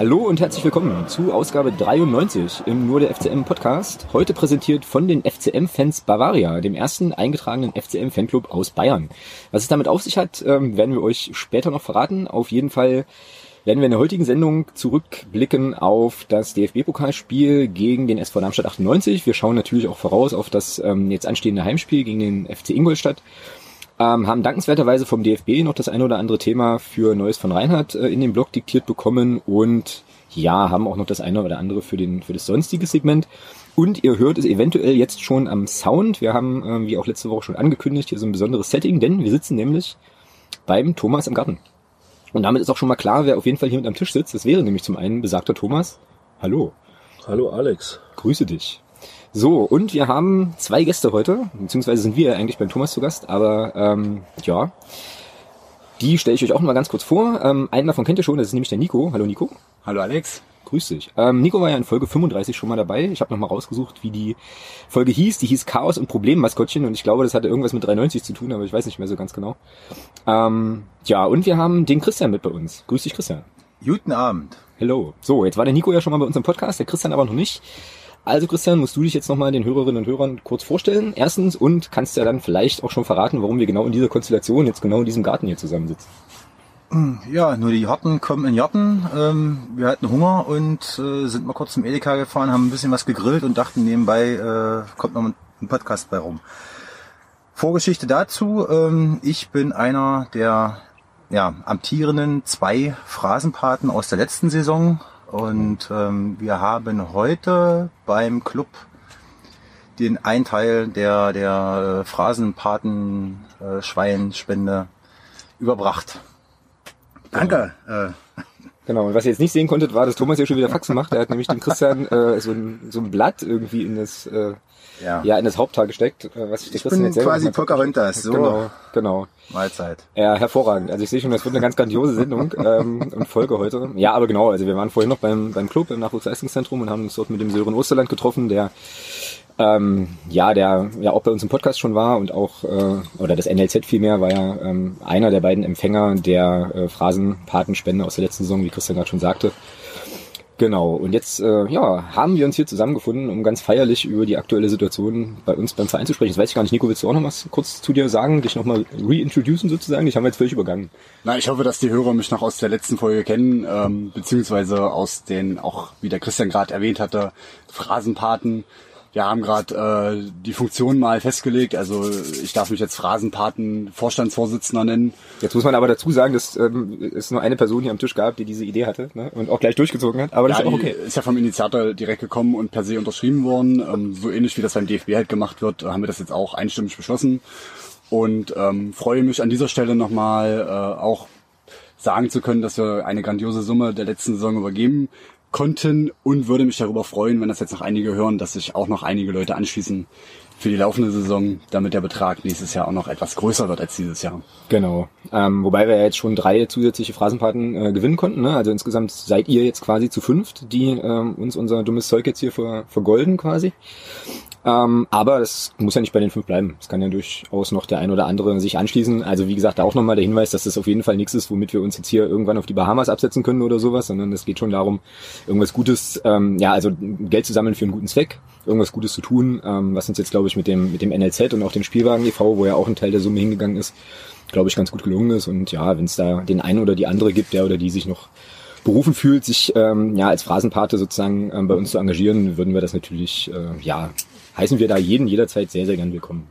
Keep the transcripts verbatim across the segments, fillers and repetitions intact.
Hallo und herzlich willkommen zu Ausgabe dreiundneunzig im Nur der F C M Podcast. Heute präsentiert von den F C M-Fans Bavaria, dem ersten eingetragenen F C M-Fanclub aus Bayern. Was es damit auf sich hat, werden wir euch später noch verraten. Auf jeden Fall werden wir in der heutigen Sendung zurückblicken auf das D F B-Pokalspiel gegen den S V Darmstadt achtundneunzig. Wir schauen natürlich auch voraus auf das ähm, jetzt anstehende Heimspiel gegen den F C Ingolstadt. Ähm, haben dankenswerterweise vom D F B noch das ein oder andere Thema für Neues von Reinhardt äh, in den Blog diktiert bekommen und ja, haben auch noch das eine oder andere für den für das sonstige Segment. Und ihr hört es eventuell jetzt schon am Sound. Wir haben, äh, wie auch letzte Woche schon angekündigt, hier so ein besonderes Setting, denn wir sitzen nämlich beim Thomas im Garten. Und damit ist auch schon mal klar, wer auf jeden Fall hier mit am Tisch sitzt. Das wäre nämlich zum einen besagter Thomas. Hallo. Hallo Alex. Grüße dich. So, und wir haben zwei Gäste heute, beziehungsweise sind wir eigentlich beim Thomas zu Gast, aber ähm, ja, die stelle ich euch auch mal ganz kurz vor. Ähm, einen davon kennt ihr schon, das ist nämlich der Nico. Hallo Nico. Hallo Alex. Grüß dich. Ähm, Nico war ja in Folge fünfunddreißig schon mal dabei. Ich habe nochmal rausgesucht, wie die Folge hieß. Die hieß Chaos und Problemmaskottchen und ich glaube, das hatte irgendwas mit dreiundneunzig zu tun, aber ich weiß nicht mehr so ganz genau. Ähm, ja, und wir haben den Christian mit bei uns. Grüß dich, Christian. Guten Abend. Hello. So, jetzt war der Nico ja schon mal bei uns im Podcast, der Christian aber noch nicht. Also Christian, musst du dich jetzt nochmal den Hörerinnen und Hörern kurz vorstellen, erstens, und kannst ja dann vielleicht auch schon verraten, warum wir genau in dieser Konstellation, jetzt genau in diesem Garten hier zusammensitzen. Ja, nur die Harten kommen in Jarten. Ähm, wir hatten Hunger und äh, sind mal kurz zum Edeka gefahren, haben ein bisschen was gegrillt und dachten nebenbei, äh, kommt noch ein Podcast bei rum. Vorgeschichte dazu, ähm, ich bin einer der ja, amtierenden zwei Phrasenpaten aus der letzten Saison. Und ähm, wir haben heute beim Club den einen Teil der der äh, Phrasenpaten äh, Schweinspende überbracht. Danke. Genau. Äh. Genau, und was ihr jetzt nicht sehen konntet, war, dass Thomas hier schon wieder Faxen macht. Er hat nämlich dem Christian äh, so, ein, so ein Blatt irgendwie in das äh, ja. ja in das Hauptteil gesteckt. Äh, was ich ich bin jetzt quasi Pocahontas. So. Genau, genau. Mahlzeit. Ja, hervorragend. Also ich sehe schon, das wird eine ganz grandiose Sendung ähm, und Folge heute. Ja, aber genau, also wir waren vorhin noch beim beim Club, im Nachwuchsleistungszentrum und haben uns dort mit dem Sören Osterland getroffen, der ähm, ja, der ja auch bei uns im Podcast schon war und auch, äh, oder das N L Z vielmehr, war ja ähm, einer der beiden Empfänger der äh, Phrasenpatenspende aus der letzten Saison, wie Christian gerade schon sagte. Genau, und jetzt äh, ja, haben wir uns hier zusammengefunden, um ganz feierlich über die aktuelle Situation bei uns beim Verein zu sprechen. Das weiß ich gar nicht. Nico, willst du auch noch was kurz zu dir sagen, dich nochmal reintroducen sozusagen? Dich haben wir jetzt völlig übergangen. Na, ich hoffe, dass die Hörer mich noch aus der letzten Folge kennen, ähm, beziehungsweise aus den, auch wie der Christian gerade erwähnt hatte, Phrasenpaten. Wir haben gerade äh, die Funktion mal festgelegt, also ich darf mich jetzt Phrasenpaten Vorstandsvorsitzender nennen. Jetzt muss man aber dazu sagen, dass ähm, es nur eine Person hier am Tisch gab, die diese Idee hatte, ne? Und auch gleich durchgezogen hat, aber das ja, ist auch okay. Ist ja vom Initiator direkt gekommen und per se unterschrieben worden. Ähm, so ähnlich wie das beim D F B halt gemacht wird, haben wir das jetzt auch einstimmig beschlossen und ähm, freue mich an dieser Stelle nochmal äh, auch sagen zu können, dass wir eine grandiose Summe der letzten Saison übergeben konnten und würde mich darüber freuen, wenn das jetzt noch einige hören, dass sich auch noch einige Leute anschließen für die laufende Saison, damit der Betrag nächstes Jahr auch noch etwas größer wird als dieses Jahr. Genau. Ähm, wobei wir ja jetzt schon drei zusätzliche Phrasenpaten äh, gewinnen konnten. Ne? Also insgesamt seid ihr jetzt quasi zu fünft, die ähm, uns unser dummes Zeug jetzt hier ver vergolden quasi. Ähm, aber das muss ja nicht bei den fünf bleiben. Es kann ja durchaus noch der ein oder andere sich anschließen. Also wie gesagt, da auch nochmal der Hinweis, dass das auf jeden Fall nichts ist, womit wir uns jetzt hier irgendwann auf die Bahamas absetzen können oder sowas, sondern es geht schon darum, irgendwas Gutes, ähm, ja, also Geld zu sammeln für einen guten Zweck, irgendwas Gutes zu tun, ähm, was uns jetzt, glaube ich, mit dem mit dem N L Z und auch dem Spielwagen e V, wo ja auch ein Teil der Summe hingegangen ist, glaube ich, ganz gut gelungen ist. Und ja, wenn es da den einen oder die andere gibt, der oder die sich noch berufen fühlt, sich ähm, ja als Phrasenpate sozusagen ähm, bei uns zu engagieren, würden wir das natürlich, äh, ja, heißen wir da jeden jederzeit sehr, sehr gern willkommen.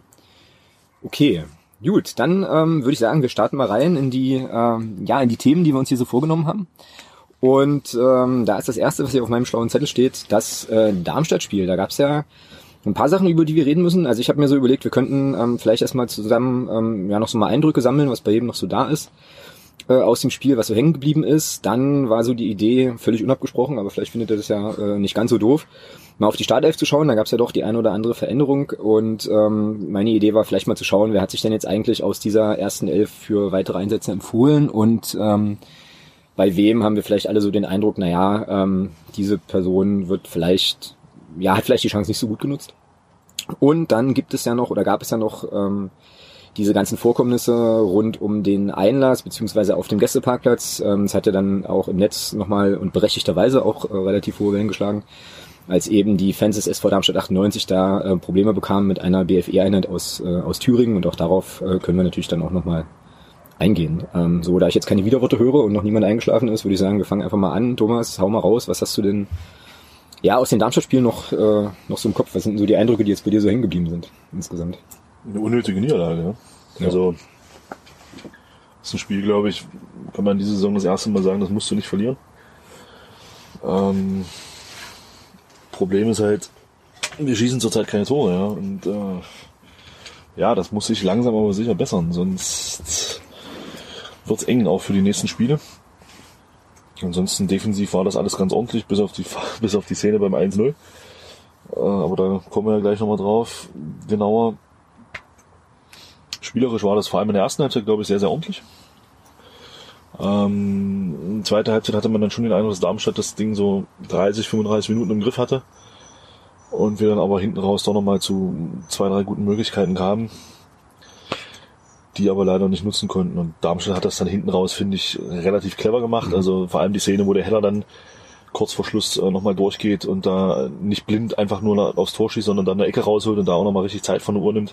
Okay, gut, dann ähm, würde ich sagen, wir starten mal rein in die, ähm, ja, in die Themen, die wir uns hier so vorgenommen haben. Und ähm, da ist das Erste, was hier auf meinem schlauen Zettel steht, das äh, Darmstadt-Spiel. Da gab es ja ein paar Sachen, über die wir reden müssen. Also ich habe mir so überlegt, wir könnten ähm, vielleicht erstmal zusammen ähm, ja noch so mal Eindrücke sammeln, was bei jedem noch so da ist äh, aus dem Spiel, was so hängen geblieben ist. Dann war so die Idee, völlig unabgesprochen, aber vielleicht findet ihr das ja äh, nicht ganz so doof, mal auf die Startelf zu schauen. Da gab es ja doch die eine oder andere Veränderung und ähm, meine Idee war vielleicht mal zu schauen, wer hat sich denn jetzt eigentlich aus dieser ersten Elf für weitere Einsätze empfohlen und ähm, bei wem haben wir vielleicht alle so den Eindruck, naja, ähm, diese Person wird vielleicht, ja, hat vielleicht die Chance nicht so gut genutzt. Und dann gibt es ja noch, oder gab es ja noch, ähm, diese ganzen Vorkommnisse rund um den Einlass beziehungsweise auf dem Gästeparkplatz, ähm, das hatte dann auch im Netz nochmal und berechtigterweise auch äh, relativ hohe Wellen geschlagen, als eben die Fans des S V Darmstadt achtundneunzig da äh, Probleme bekamen mit einer B F E-Einheit aus, äh, aus Thüringen, und auch darauf äh, können wir natürlich dann auch nochmal eingehen. Ähm, so, da ich jetzt keine Widerworte höre und noch niemand eingeschlafen ist, würde ich sagen, wir fangen einfach mal an. Thomas, hau mal raus, was hast du denn ja aus den Darmstadt-Spielen noch, äh, noch so im Kopf? Was sind denn so die Eindrücke, die jetzt bei dir so hängen geblieben sind insgesamt? Eine unnötige Niederlage, ja. Ja. Also, das ist ein Spiel, glaube ich, kann man diese Saison das erste Mal sagen, das musst du nicht verlieren. Ähm, Problem ist halt, wir schießen zurzeit keine Tore, ja, und äh, ja, das muss sich langsam aber sicher bessern, sonst wird's eng auch für die nächsten Spiele. Ansonsten defensiv war das alles ganz ordentlich, bis auf die bis auf die Szene beim eins null. Äh, aber da kommen wir ja gleich nochmal drauf, genauer. Spielerisch war das vor allem in der ersten Halbzeit, glaube ich, sehr, sehr ordentlich. Ähm, in der zweiten Halbzeit hatte man dann schon den Eindruck, dass Darmstadt das Ding so dreißig, fünfunddreißig Minuten im Griff hatte. Und wir dann aber hinten raus doch nochmal zu zwei, drei guten Möglichkeiten kamen, die aber leider nicht nutzen konnten. Und Darmstadt hat das dann hinten raus, finde ich, relativ clever gemacht. Mhm. Also vor allem die Szene, wo der Heller dann kurz vor Schluss äh, nochmal durchgeht und da nicht blind einfach nur aufs Tor schießt, sondern dann eine Ecke rausholt und da auch nochmal richtig Zeit von der Uhr nimmt.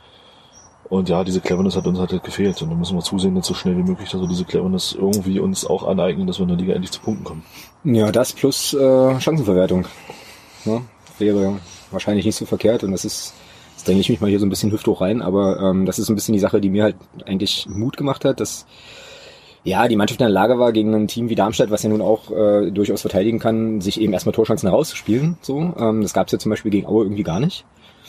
Und ja, diese Cleverness hat uns halt gefehlt. Und da müssen wir zusehen, jetzt so schnell wie möglich, dass wir diese Cleverness irgendwie uns auch aneignen, dass wir in der Liga endlich zu Punkten kommen. Ja, das plus äh, Chancenverwertung. Ja, wäre wahrscheinlich nicht so verkehrt. Und das ist, das dränge ich mich mal hier so ein bisschen hüfthoch rein, aber ähm, das ist ein bisschen die Sache, die mir halt eigentlich Mut gemacht hat, dass ja die Mannschaft in der Lage war, gegen ein Team wie Darmstadt, was ja nun auch äh, durchaus verteidigen kann, sich eben erstmal Torchancen herauszuspielen. So, ähm, das gab es ja zum Beispiel gegen Aue irgendwie gar nicht.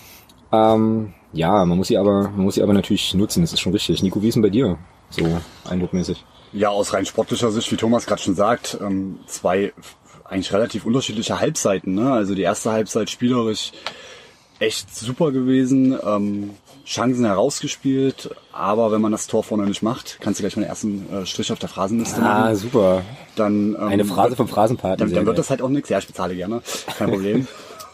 Ähm, ja, man muss sie aber, man muss sie aber natürlich nutzen, das ist schon richtig. Nico, wie ist denn bei dir so eindruckmäßig? Ja, aus rein sportlicher Sicht, wie Thomas gerade schon sagt, ähm, zwei eigentlich relativ unterschiedliche Halbzeiten. Ne? Also die erste Halbzeit spielerisch echt super gewesen, ähm, Chancen herausgespielt, aber wenn man das Tor vorne nicht macht, kannst du gleich mal den ersten äh, Strich auf der Phrasenliste machen. Ah, super. Dann, ähm, Eine Phrase vom Phrasenpartner. Dann, dann wird das halt auch nichts. Ja, ich bezahle gerne, kein Problem.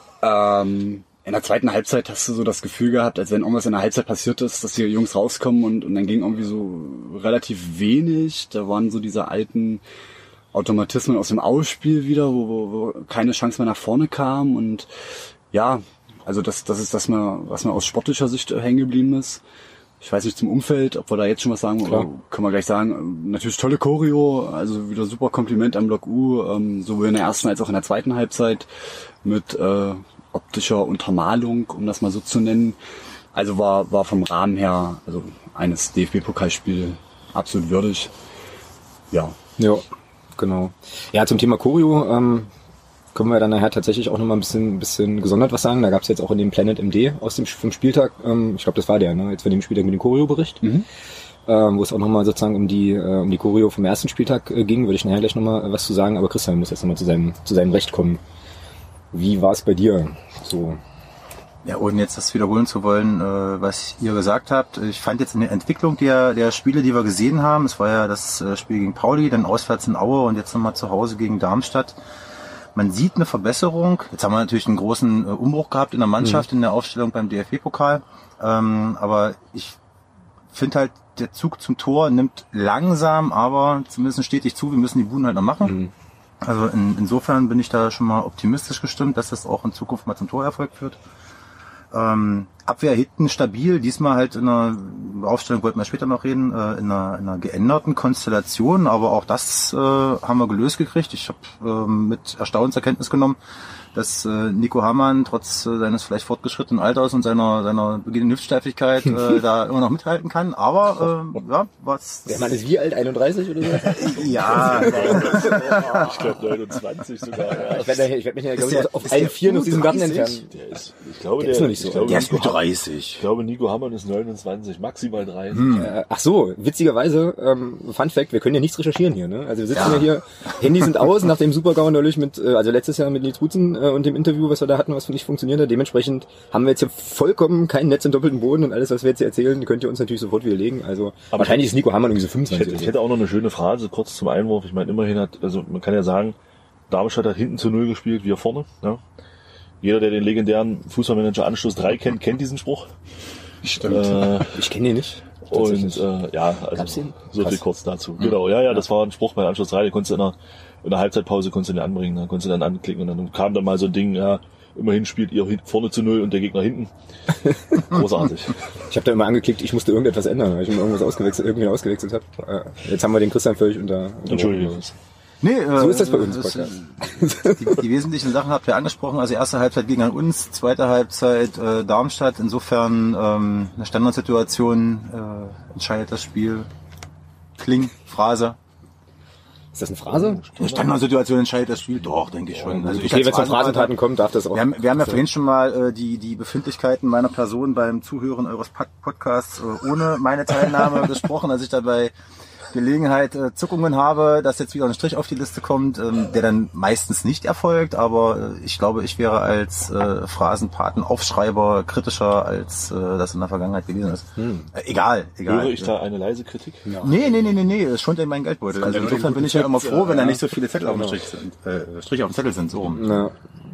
ähm, In der zweiten Halbzeit hast du so das Gefühl gehabt, als wenn irgendwas in der Halbzeit passiert ist, dass die Jungs rauskommen und, und dann ging irgendwie so relativ wenig. Da waren so diese alten Automatismen aus dem Ausspiel wieder, wo, wo, wo keine Chance mehr nach vorne kam. Und ja, also das, das ist das, mal, was mir aus sportlicher Sicht hängen geblieben ist. Ich weiß nicht zum Umfeld, ob wir da jetzt schon was sagen, oder können wir gleich sagen. Natürlich tolle Choreo, also wieder super Kompliment am Block U, ähm, sowohl in der ersten als auch in der zweiten Halbzeit mit äh, optischer Untermalung, um das mal so zu nennen. Also war war vom Rahmen her, also eines D F B-Pokalspiels absolut würdig. Ja. Ja, genau. Ja, zum Thema Choreo ähm, können wir dann nachher tatsächlich auch nochmal ein bisschen, ein bisschen gesondert was sagen. Da gab es jetzt auch in dem Planet M D aus dem vom Spieltag, ähm, ich glaube, das war der, ne? Jetzt von dem Spieltag mit dem Choreo-Bericht, mhm. ähm, wo es auch nochmal sozusagen um die äh, um die Choreo vom ersten Spieltag äh, ging, würde ich nachher gleich nochmal was zu sagen. Aber Christian muss jetzt nochmal zu seinem zu seinem Recht kommen. Wie war es bei dir so? Ja, ohne jetzt das wiederholen zu wollen, äh, was ihr gesagt habt. Ich fand jetzt in der Entwicklung der der Spiele, die wir gesehen haben, es war ja das äh, Spiel gegen Pauli, dann auswärts in Aue und jetzt nochmal zu Hause gegen Darmstadt. Man sieht eine Verbesserung. Jetzt haben wir natürlich einen großen äh, Umbruch gehabt in der Mannschaft, mhm. in der Aufstellung beim D F B-Pokal. Ähm, aber ich finde halt, der Zug zum Tor nimmt langsam, aber zumindest stetig zu. Wir müssen die Buden halt noch machen. Mhm. Also in, insofern bin ich da schon mal optimistisch gestimmt, dass das auch in Zukunft mal zum Torerfolg führt. Ähm, Abwehr hinten stabil, diesmal halt in einer Aufstellung, wollten wir später noch reden, äh, in, einer, in einer geänderten Konstellation, aber auch das äh, haben wir gelöst gekriegt. Ich habe äh, mit Erstaunen zur Kenntnis genommen, dass äh, Nico Hamann trotz äh, seines vielleicht fortgeschrittenen Alters und seiner seiner beginnenden Hüftsteifigkeit äh, da immer noch mithalten kann. Aber äh, ja, was... Der Mann ist wie alt? einunddreißig oder so? Ja. Ich glaube neunundzwanzig sogar. Ja. Ich werde werd mich ja, glaube ich, auf einen Vier aus diesem Garten entfernen. Der ist, ich glaube, der, der ist noch nicht so. Ich glaube, der ist Nico dreißig. Ich glaube, Nico Hamann ist neunundzwanzig, maximal dreißig. Hm. Äh, ach so, witzigerweise, ähm, Fun Fact, wir können ja nichts recherchieren hier, ne? Also wir sitzen ja, ja hier, Handys sind aus, nach dem Super-GAU neulich mit, äh, also letztes Jahr mit Nils Butzen äh, und dem Interview, was wir da hatten, was nicht funktioniert hat. Dementsprechend haben wir jetzt hier vollkommen kein Netz im doppelten Boden und alles, was wir jetzt hier erzählen, könnt ihr uns natürlich sofort widerlegen. Also aber wahrscheinlich ist Nico Hamann irgendwie so fünfundzwanzig. Ich hätte, ich hätte auch noch eine schöne Phrase, kurz zum Einwurf. Ich meine, immerhin hat, also man kann ja sagen, Darmstadt hat hinten zu null gespielt, wir vorne. Ja? Jeder, der den legendären Fußballmanager Anschluss drei kennt, kennt diesen Spruch. Stimmt. Äh, Ich kenne den nicht. und äh, ja, also den? so Krass. viel kurz dazu. Genau, ja, ja, das war ein Spruch bei der Anschluss drei, den konntest du in der, in der Halbzeitpause konntest du den anbringen, dann konntest du dann anklicken und dann kam dann mal so ein Ding, ja, immerhin spielt ihr vorne zu null und der Gegner hinten. Großartig. Ich habe da immer angeklickt, ich musste irgendetwas ändern, weil ich immer irgendwas ausgewechselt, irgendwie ausgewechselt habe. Äh, jetzt haben wir den Christian völlig unter. Entschuldigung. Nee, äh, So ist das bei uns, das- Podcast. Die, die wesentlichen Sachen habt ihr angesprochen. Also erste Halbzeit ging an uns, zweite Halbzeit äh, Darmstadt. Insofern ähm, eine Standardsituation äh, entscheidet das Spiel. Kling, Phrase. Ist das eine Phrase? Eine Standardsituation entscheidet das Spiel. Doch, denke ich schon. Also ich Okay, wenn als es zu Phrasenpaten kommt, darf das auch. Wir haben, wir haben ja vorhin schon mal äh, die, die Befindlichkeiten meiner Person beim Zuhören eures Pod- Podcasts äh, ohne meine Teilnahme besprochen, als ich dabei Gelegenheit äh, Zuckungen habe, dass jetzt wieder ein Strich auf die Liste kommt, ähm, der dann meistens nicht erfolgt, aber äh, ich glaube, ich wäre als äh, Phrasenpaten Aufschreiber kritischer, als äh, das in der Vergangenheit gewesen ist. Hm. Äh, egal, egal. Höre ich da eine leise Kritik? Nee, nee, nee, nee, nee, es schont in meinen Geldbeutel. Also insofern bin ich ja immer froh, wenn da nicht so viele Zettel auf dem Strich sind, äh, Striche auf dem Zettel sind, so rum. Ja.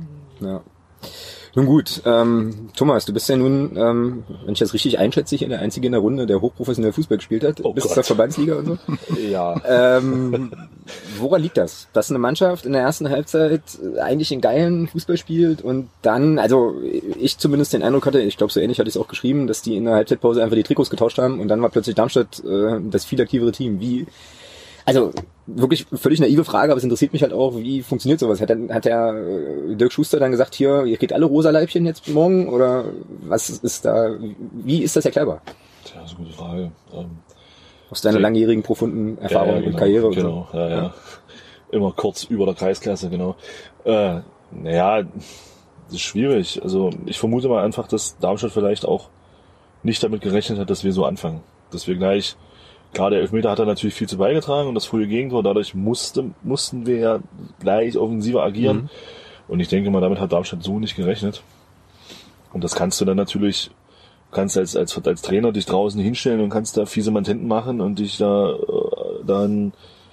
Ja. Nun gut, ähm, Thomas, du bist ja nun, ähm, wenn ich das richtig einschätze, hier der Einzige in der Runde, der hochprofessionell Fußball gespielt hat, Oh bis Gott. zur Verbandsliga und so. Ja. ähm, woran liegt das? Dass eine Mannschaft in der ersten Halbzeit eigentlich einen geilen Fußball spielt und dann, also ich zumindest den Eindruck hatte, ich glaube so ähnlich hatte ich es auch geschrieben, dass die in der Halbzeitpause einfach die Trikots getauscht haben und dann war plötzlich Darmstadt äh, das viel aktivere Team. Wie, also wirklich völlig naive Frage, aber es interessiert mich halt auch, wie funktioniert sowas? Hat, dann, hat der äh, Dirk Schuster dann gesagt, hier, ihr kriegt alle rosa Leibchen jetzt morgen oder was ist da, wie ist das erklärbar? Tja, das ist eine gute Frage. Ähm, Aus deiner Sie- langjährigen, profunden Erfahrung ja, ja, genau, und Karriere und Genau, so. ja, ja. Immer kurz über der Kreisklasse, genau. Äh, naja, das ist schwierig. Also ich vermute mal einfach, dass Darmstadt vielleicht auch nicht damit gerechnet hat, dass wir so anfangen. Dass wir gleich, klar, der Elfmeter hat da natürlich viel zu beigetragen und das frühe Gegentor, dadurch musste, mussten wir ja gleich offensiver agieren. Mhm. Und ich denke mal, damit hat Darmstadt so nicht gerechnet. Und das kannst du dann natürlich, du kannst als, als, als Trainer dich draußen hinstellen und kannst da fiese Mantenten machen und dich da, äh, dann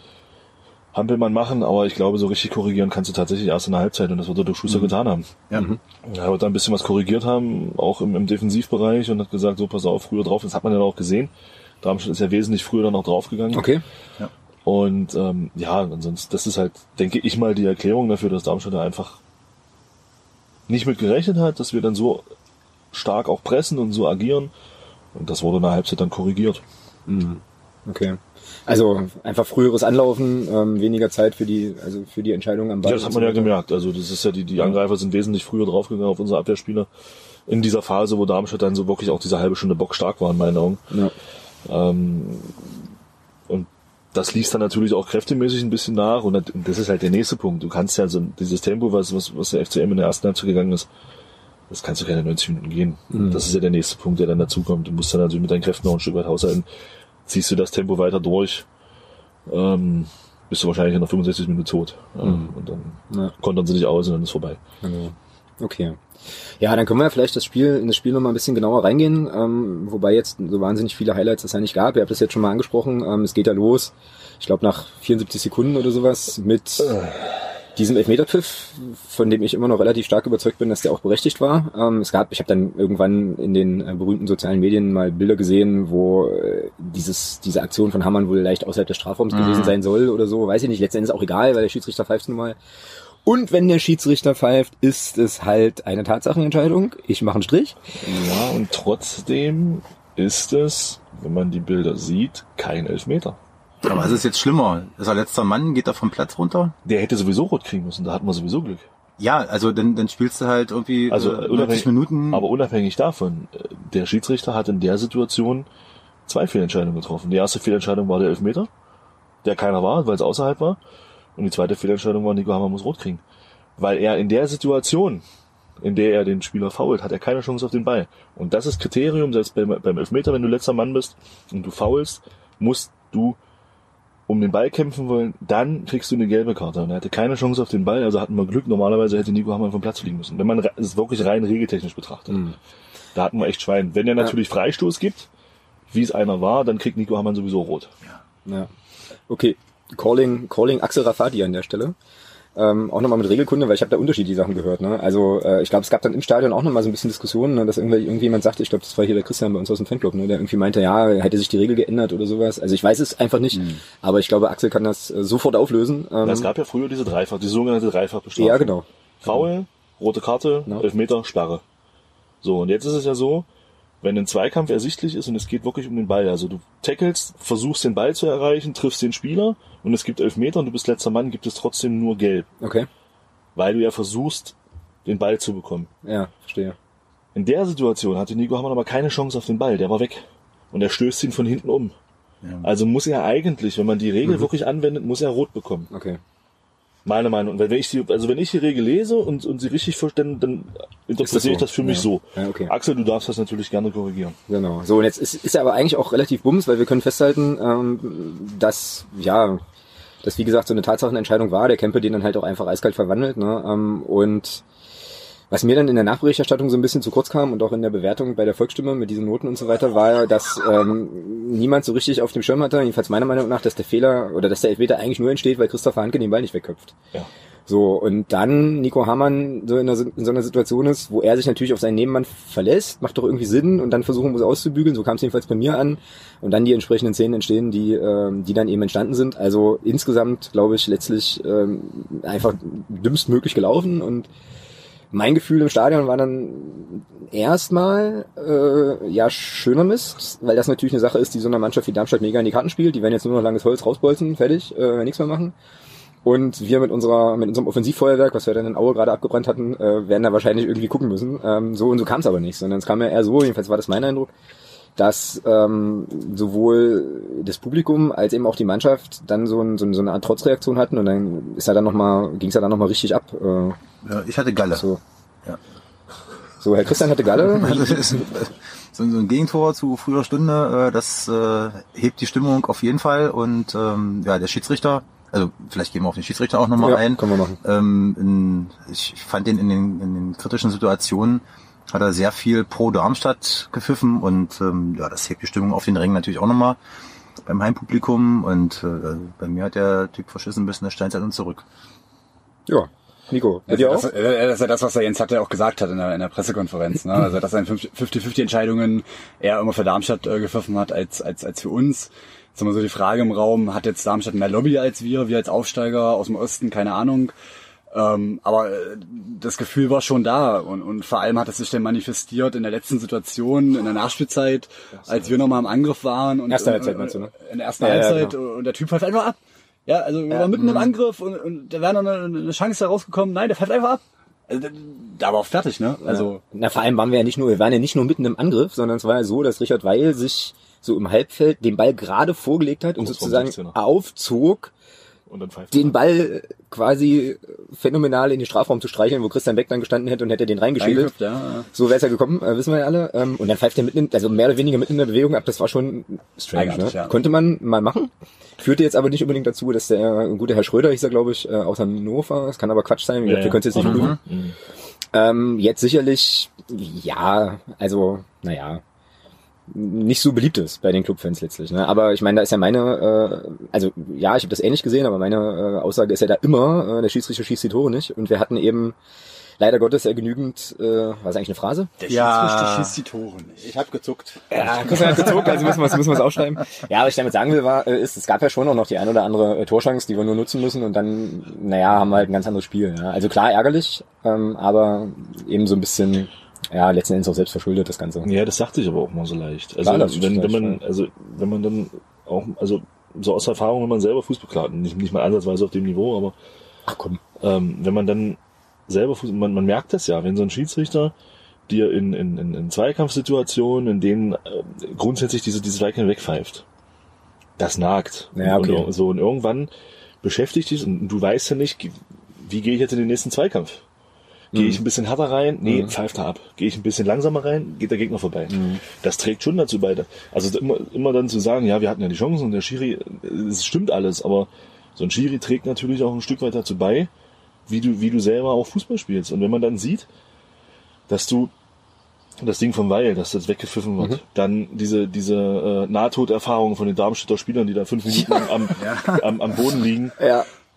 Hampelmann machen, aber ich glaube, so richtig korrigieren kannst du tatsächlich erst in der Halbzeit und das wird er durch Schuster mhm. getan haben. Ja. Mhm. Er wird da ein bisschen was korrigiert haben, auch im, im Defensivbereich und hat gesagt, so pass auf, früher drauf, das hat man ja auch gesehen. Darmstadt ist ja wesentlich früher dann noch draufgegangen. Okay. Ja. Und ähm, ja, ansonsten, das ist halt, denke ich mal, die Erklärung dafür, dass Darmstadt da einfach nicht mit gerechnet hat, dass wir dann so stark auch pressen und so agieren. Und das wurde in der Halbzeit dann korrigiert. Mhm. Okay. Also einfach früheres Anlaufen, ähm, weniger Zeit für die, also für die Entscheidung am Ball. Ja, das hat man ja gemerkt. Also das ist ja die, die Angreifer sind wesentlich früher draufgegangen auf unsere Abwehrspieler in dieser Phase, wo Darmstadt dann so wirklich auch diese halbe Stunde bockstark war in meinen Augen. Ja. Ähm, und das liest dann natürlich auch kräftemäßig ein bisschen nach und das ist halt der nächste Punkt. Du kannst ja so dieses Tempo, was, was, was der F C M in der ersten Halbzeit gegangen ist, das kannst du keine neunzig Minuten gehen. Mhm. Das ist ja der nächste Punkt, der dann dazukommt. Du musst dann natürlich mit deinen Kräften noch ein Stück weit haushalten. Ziehst du das Tempo weiter durch, ähm, bist du wahrscheinlich in der fünfundsechzig Minuten tot. Mhm. Und dann ja. kontern sie dich aus und dann ist vorbei. Genau. Okay. Ja, dann können wir vielleicht das Spiel, in das Spiel nochmal ein bisschen genauer reingehen, ähm, wobei jetzt so wahnsinnig viele Highlights das ja nicht gab. Ihr habt das jetzt schon mal angesprochen. Ähm, es geht ja los, ich glaube nach vierundsiebzig Sekunden oder sowas, mit diesem Elfmeterpfiff, von dem ich immer noch relativ stark überzeugt bin, dass der auch berechtigt war. Ähm, es gab, ich habe dann irgendwann in den äh, berühmten sozialen Medien mal Bilder gesehen, wo äh, dieses diese Aktion von Hammann wohl leicht außerhalb des Strafraums mhm. gewesen sein soll oder so. Weiß ich nicht, letztendlich auch egal, weil der Schiedsrichter pfeift nun mal. Und wenn der Schiedsrichter pfeift, ist es halt eine Tatsachenentscheidung. Ich mache einen Strich. Ja, und trotzdem ist es, wenn man die Bilder sieht, kein Elfmeter. Aber es ist jetzt schlimmer. Ist er letzter Mann, geht er vom Platz runter? Der hätte sowieso rot kriegen müssen, da hatten wir sowieso Glück. Ja, also dann, dann spielst du halt irgendwie also, äh, neunzig Minuten. Aber unabhängig davon, der Schiedsrichter hat in der Situation zwei Fehlentscheidungen getroffen. Die erste Fehlentscheidung war der Elfmeter, der keiner war, weil es außerhalb war. Und die zweite Fehlentscheidung war, Nico Hammann muss rot kriegen. Weil er in der Situation, in der er den Spieler foult, hat er keine Chance auf den Ball. Und das ist Kriterium, selbst beim, beim Elfmeter, wenn du letzter Mann bist und du foulst, musst du um den Ball kämpfen wollen, dann kriegst du eine gelbe Karte. Und er hatte keine Chance auf den Ball, also hatten wir Glück. Normalerweise hätte Nico Hammann vom Platz fliegen müssen. Wenn man es wirklich rein regeltechnisch betrachtet. Mhm. Da hatten wir echt Schwein. Wenn er natürlich ja. Freistoß gibt, wie es einer war, dann kriegt Nico Hammann sowieso rot. Ja. Ja. Okay. Calling, calling Axel Rafati an der Stelle. Ähm, auch nochmal mit Regelkunde, weil ich habe da unterschiedliche Sachen gehört. Ne? Also äh, ich glaube, es gab dann im Stadion auch nochmal so ein bisschen Diskussionen, ne, dass irgendwie irgendjemand sagte, ich glaube, das war hier der Christian bei uns aus dem Fanclub, ne, der irgendwie meinte, ja, hätte sich die Regel geändert oder sowas. Also ich weiß es einfach nicht, mhm. aber ich glaube, Axel kann das äh, sofort auflösen. Ähm, es gab ja früher diese Dreifach, die sogenannte Dreifachbestrafung. Ja, genau. Foul, rote Karte, genau. Elfmeter, Sperre. So, und jetzt ist es ja so, wenn ein Zweikampf ersichtlich ist und es geht wirklich um den Ball, also du tackelst, versuchst den Ball zu erreichen, triffst den Spieler und es gibt Elfmeter und du bist letzter Mann, gibt es trotzdem nur Gelb. Okay. Weil du ja versuchst, den Ball zu bekommen. Ja, verstehe. In der Situation hatte Nico Hamann aber keine Chance auf den Ball, der war weg. Und er stößt ihn von hinten um. Ja. Also muss er eigentlich, wenn man die Regel mhm. wirklich anwendet, muss er rot bekommen. Okay. Meine Meinung. Wenn ich die, also wenn ich die Regel lese und, und sie richtig verstehe, dann interpretiere ich das für mich ja. so. Ja, okay. Axel, du darfst das natürlich gerne korrigieren. Genau. So, und jetzt ist, ist er aber eigentlich auch relativ bums, weil wir können festhalten, ähm, dass, ja, dass wie gesagt so eine Tatsachenentscheidung war, der Kempe den dann halt auch einfach eiskalt verwandelt, ne? Ähm, und was mir dann in der Nachberichterstattung so ein bisschen zu kurz kam und auch in der Bewertung bei der Volksstimme mit diesen Noten und so weiter, war, dass ähm, niemand so richtig auf dem Schirm hatte, jedenfalls meiner Meinung nach, dass der Fehler oder dass der Elfmeter eigentlich nur entsteht, weil Christopher Hanke den Ball nicht wegköpft. Ja. So, und dann Nico Hamann so in, einer, in so einer Situation ist, wo er sich natürlich auf seinen Nebenmann verlässt, macht doch irgendwie Sinn und dann versuchen muss auszubügeln, so kam es jedenfalls bei mir an und dann die entsprechenden Szenen entstehen, die ähm, die dann eben entstanden sind. Also insgesamt, glaube ich, letztlich ähm, einfach dümmst möglich gelaufen und mein Gefühl im Stadion war dann erstmal äh, ja schöner Mist, weil das natürlich eine Sache ist, die so einer Mannschaft wie Darmstadt mega in die Karten spielt. Die werden jetzt nur noch langes Holz rausbolzen, fertig, äh, nichts mehr machen. Und wir mit unserer mit unserem Offensivfeuerwerk, was wir dann in Aue gerade abgebrannt hatten, äh, werden da wahrscheinlich irgendwie gucken müssen. Ähm, so und so kam es aber nicht, sondern es kam ja eher so, jedenfalls war das mein Eindruck, dass ähm, sowohl das Publikum als eben auch die Mannschaft dann so, ein, so, so eine Art Trotzreaktion hatten und dann ist er dann noch mal, ging es ja dann nochmal richtig ab. Äh, ja, ich hatte Galle. So. Ja. So, Herr Christian hatte Galle. so, so ein Gegentor zu früher Stunde, äh, das äh, hebt die Stimmung auf jeden Fall und ähm, ja, der Schiedsrichter, also vielleicht gehen wir auf den Schiedsrichter auch nochmal ja, ein. Können wir machen. Ähm, in, ich fand den in den, in den kritischen Situationen hat er sehr viel pro Darmstadt gepfiffen und ähm, ja, das hebt die Stimmung auf den Rängen natürlich auch nochmal beim Heimpublikum und äh, bei mir hat der Typ verschissen bis in der Steinzeit und zurück. Ja, Nico, bei also dir das, auch? Das ist ja das, was der Jens Hatte auch gesagt hat in der, in der Pressekonferenz. Ne? Also dass er fünfzig fünfzig Entscheidungen eher immer für Darmstadt äh, gepfiffen hat als als als für uns. Jetzt haben wir so die Frage im Raum, hat jetzt Darmstadt mehr Lobby als wir, wir als Aufsteiger aus dem Osten, keine Ahnung. Ähm, aber äh, das Gefühl war schon da und, und vor allem hat es sich dann manifestiert in der letzten Situation, in der Nachspielzeit, als wir nochmal im Angriff waren. Und, erste Halbzeit meinst du, ne? In der ersten ja, Halbzeit ja, genau. Und der Typ pfeift einfach ab. Ja, also wir ja, waren mitten im Angriff und, und da wäre noch eine, eine Chance da rausgekommen. Nein, der pfeift einfach ab. Also, da war auch fertig, ne? Also ja. Na, vor allem waren wir ja nicht nur, wir waren ja nicht nur mitten im Angriff, sondern es war ja so, dass Richard Weil sich so im Halbfeld den Ball gerade vorgelegt hat und sozusagen aufzog, und dann den Ball quasi phänomenal in den Strafraum zu streicheln, wo Christian Beck dann gestanden hätte und hätte den reingeschädelt. Ja, ja. So wäre es ja gekommen, äh, wissen wir ja alle. Ähm, und dann pfeift er mitten, in, also mehr oder weniger mitten in der Bewegung ab. Das war schon strange. Ne? Ja. Konnte man mal machen. Führte jetzt aber nicht unbedingt dazu, dass der gute Herr Schröder, hieß er glaube ich, äh, aus Hannover, das kann aber Quatsch sein, wie gesagt, ja, wir können es jetzt nicht mhm. prüfen. Mhm. Ähm, jetzt sicherlich, ja, also, naja, nicht so beliebt ist bei den Clubfans letztlich. Ne? Aber ich meine, da ist ja meine, äh, also ja, ich habe das ähnlich gesehen, aber meine äh, Aussage ist ja da immer, äh, der Schiedsrichter schießt die Tore nicht. Und wir hatten eben leider Gottes ja genügend, äh, war das eigentlich eine Phrase? Der Schiedsrichter ja. schießt die Tore nicht. Ich habe gezuckt. Ja, Christian hat gezuckt, also müssen wir es müssen wir's aufschreiben. Ja, was ich damit sagen will, war, äh, ist, es gab ja schon auch noch die ein oder andere äh, Torchance, die wir nur nutzen müssen und dann, naja, haben wir halt ein ganz anderes Spiel. Ja? Also klar ärgerlich, ähm, aber eben so ein bisschen... Ja, letzten Endes auch selbst verschuldet, das Ganze. Ja, das sagt sich aber auch mal so leicht. Also, Klar, wenn, wenn leicht, man, also, wenn man dann auch, also, so aus Erfahrung, wenn man selber Fußball, klar, nicht, nicht mal ansatzweise auf dem Niveau, aber, ach komm, ähm, wenn man dann selber Fußball, man, man merkt das ja, wenn so ein Schiedsrichter dir in, in, in, in Zweikampfsituationen, in denen äh, grundsätzlich diese, diese Zweikämpfe wegpfeift, das nagt. Ja, okay. Und, so, und irgendwann beschäftigt dich und du weißt ja nicht, wie gehe ich jetzt in den nächsten Zweikampf? Gehe ich ein bisschen härter rein? Nee, mhm. pfeift er ab. Gehe ich ein bisschen langsamer rein? Geht der Gegner vorbei. Mhm. Das trägt schon dazu bei. Also immer, immer dann zu sagen, ja, wir hatten ja die Chancen und der Schiri, es stimmt alles, aber so ein Schiri trägt natürlich auch ein Stück weit dazu bei, wie du, wie du selber auch Fußball spielst. Und wenn man dann sieht, dass du das Ding vom Weil, dass das weggepfiffen wird, mhm. dann diese, diese äh, Nahtoderfahrung von den Darmstädter Spielern, die da fünf Minuten ja. am, ja. am, am Boden liegen, ja.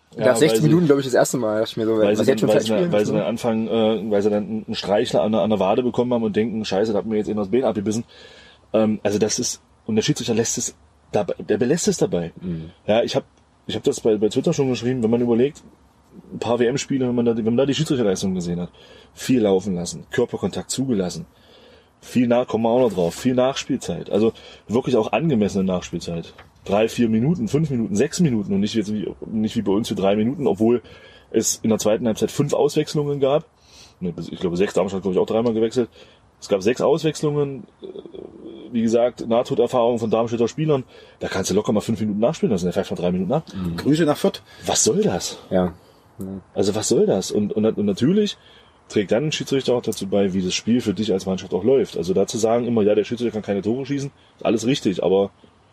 Ja, nach sechzehn sie, Minuten, glaube ich, das erste Mal. Dachte ich mir so, weil was sie jetzt dann, schon weil sie, dann, weil sie so? dann anfangen, äh, weil sie dann einen Streichler an der, an der Wade bekommen haben und denken, scheiße, da hat mir jetzt eben das Bein abgebissen. Ähm, also das ist, und der Schiedsrichter lässt es dabei, der belässt es dabei. Mhm. Ja, ich habe ich hab das bei, bei Twitter schon geschrieben, wenn man überlegt, ein paar W M-Spiele, wenn man da, wenn man da die Schiedsrichterleistung gesehen hat, viel laufen lassen, Körperkontakt zugelassen, viel nach, kommen wir auch noch drauf, viel Nachspielzeit, also wirklich auch angemessene Nachspielzeit. Drei, vier Minuten, fünf Minuten, sechs Minuten und nicht jetzt wie, nicht wie bei uns für drei Minuten, obwohl es in der zweiten Halbzeit fünf Auswechslungen gab. Ich glaube, sechs, Darmstadt hat, glaube ich, auch dreimal gewechselt. Es gab sechs Auswechslungen, wie gesagt, Nahtoderfahrung von Darmstädter Spielern. Da kannst du locker mal fünf Minuten nachspielen lassen, der pfeift mal drei Minuten ab. Mhm. Grüße nach Fürth. Was soll das? Ja. Also was soll das? Und, und, und natürlich trägt dann ein Schiedsrichter auch dazu bei, wie das Spiel für dich als Mannschaft auch läuft. Also da zu sagen immer, ja, der Schiedsrichter kann keine Tore schießen, ist alles richtig, aber...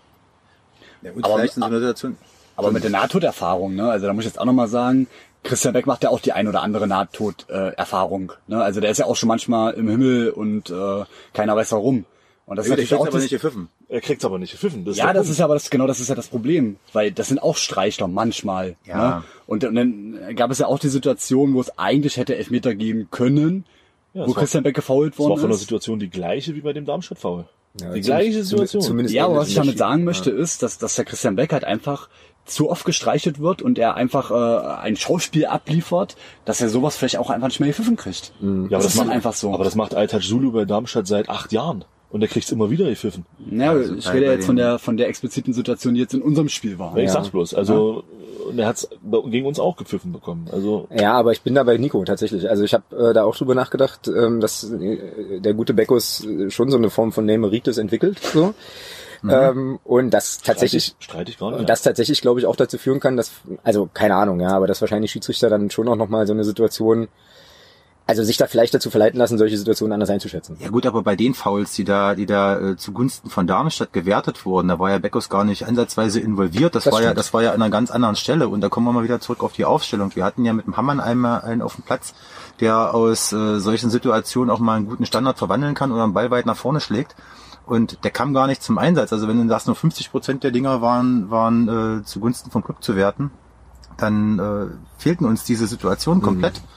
Ja, gut, aber, vielleicht in so einer Situation... Aber mit der Nahtoderfahrung, ne, also da muss ich jetzt auch nochmal sagen, Christian Beck macht ja auch die ein oder andere Nahtoderfahrung. Äh, ne? Also der ist ja auch schon manchmal im Himmel und äh, keiner weiß warum. Und das ja, ist natürlich auch aber nicht gepfiffen. Er kriegt's aber nicht gepfiffen. Das ja, ist das ist ja aber das genau, das ist ja das Problem, weil das sind auch Streichler manchmal. Ja. Ne? Und, und dann gab es ja auch die Situation, wo es eigentlich hätte Elfmeter geben können, ja, wo Christian Beck gefoult worden ist. Das war von der Situation die gleiche wie bei dem Darmstadt-Foul. Ja, die gleiche Situation. Zumindest ja, aber was ich damit sagen möchte, ja. ist, dass, dass der Christian Beck halt einfach zu oft gestreichelt wird und er einfach äh, ein Schauspiel abliefert, dass er sowas vielleicht auch einfach nicht mehr gepfiffen kriegt. Mhm. das, Ja, aber das ist macht, dann einfach so. Aber das macht Aytaç Zulu bei Darmstadt seit acht Jahren. Und er kriegt's immer wieder gepfiffen. Ja, also ich rede jetzt von der von der expliziten Situation, die jetzt in unserem Spiel war. Ja, ich Ja. sag's bloß. Also und er hat's gegen uns auch gepfiffen bekommen. Also Ja, aber ich bin da bei Nico tatsächlich. Also ich habe äh, da auch drüber nachgedacht, ähm, dass äh, der gute Beckus äh, schon so eine Form von Nemeritis entwickelt. So. Mhm. Ähm, und das tatsächlich, streite ich gar nicht. und das tatsächlich, glaube ich, auch dazu führen kann, dass, also keine Ahnung, ja, aber dass wahrscheinlich Schiedsrichter dann schon auch nochmal so eine Situation, also sich da vielleicht dazu verleiten lassen, solche Situationen anders einzuschätzen. Ja gut, aber bei den Fouls, die da, die da äh, zugunsten von Darmstadt gewertet wurden, da war ja Beckus gar nicht ansatzweise involviert. Das, Das war stimmt. ja, das war ja an einer ganz anderen Stelle. Und da kommen wir mal wieder zurück auf die Aufstellung. Wir hatten ja mit dem Hammann einmal einen auf dem Platz, der aus äh, solchen Situationen auch mal einen guten Standard verwandeln kann oder einen Ball weit nach vorne schlägt. Und der kam gar nicht zum Einsatz. Also wenn du sagst, nur fünfzig Prozent der Dinger waren, waren äh, zugunsten vom Club zu werten, dann äh, fehlten uns diese Situationen komplett. Mhm.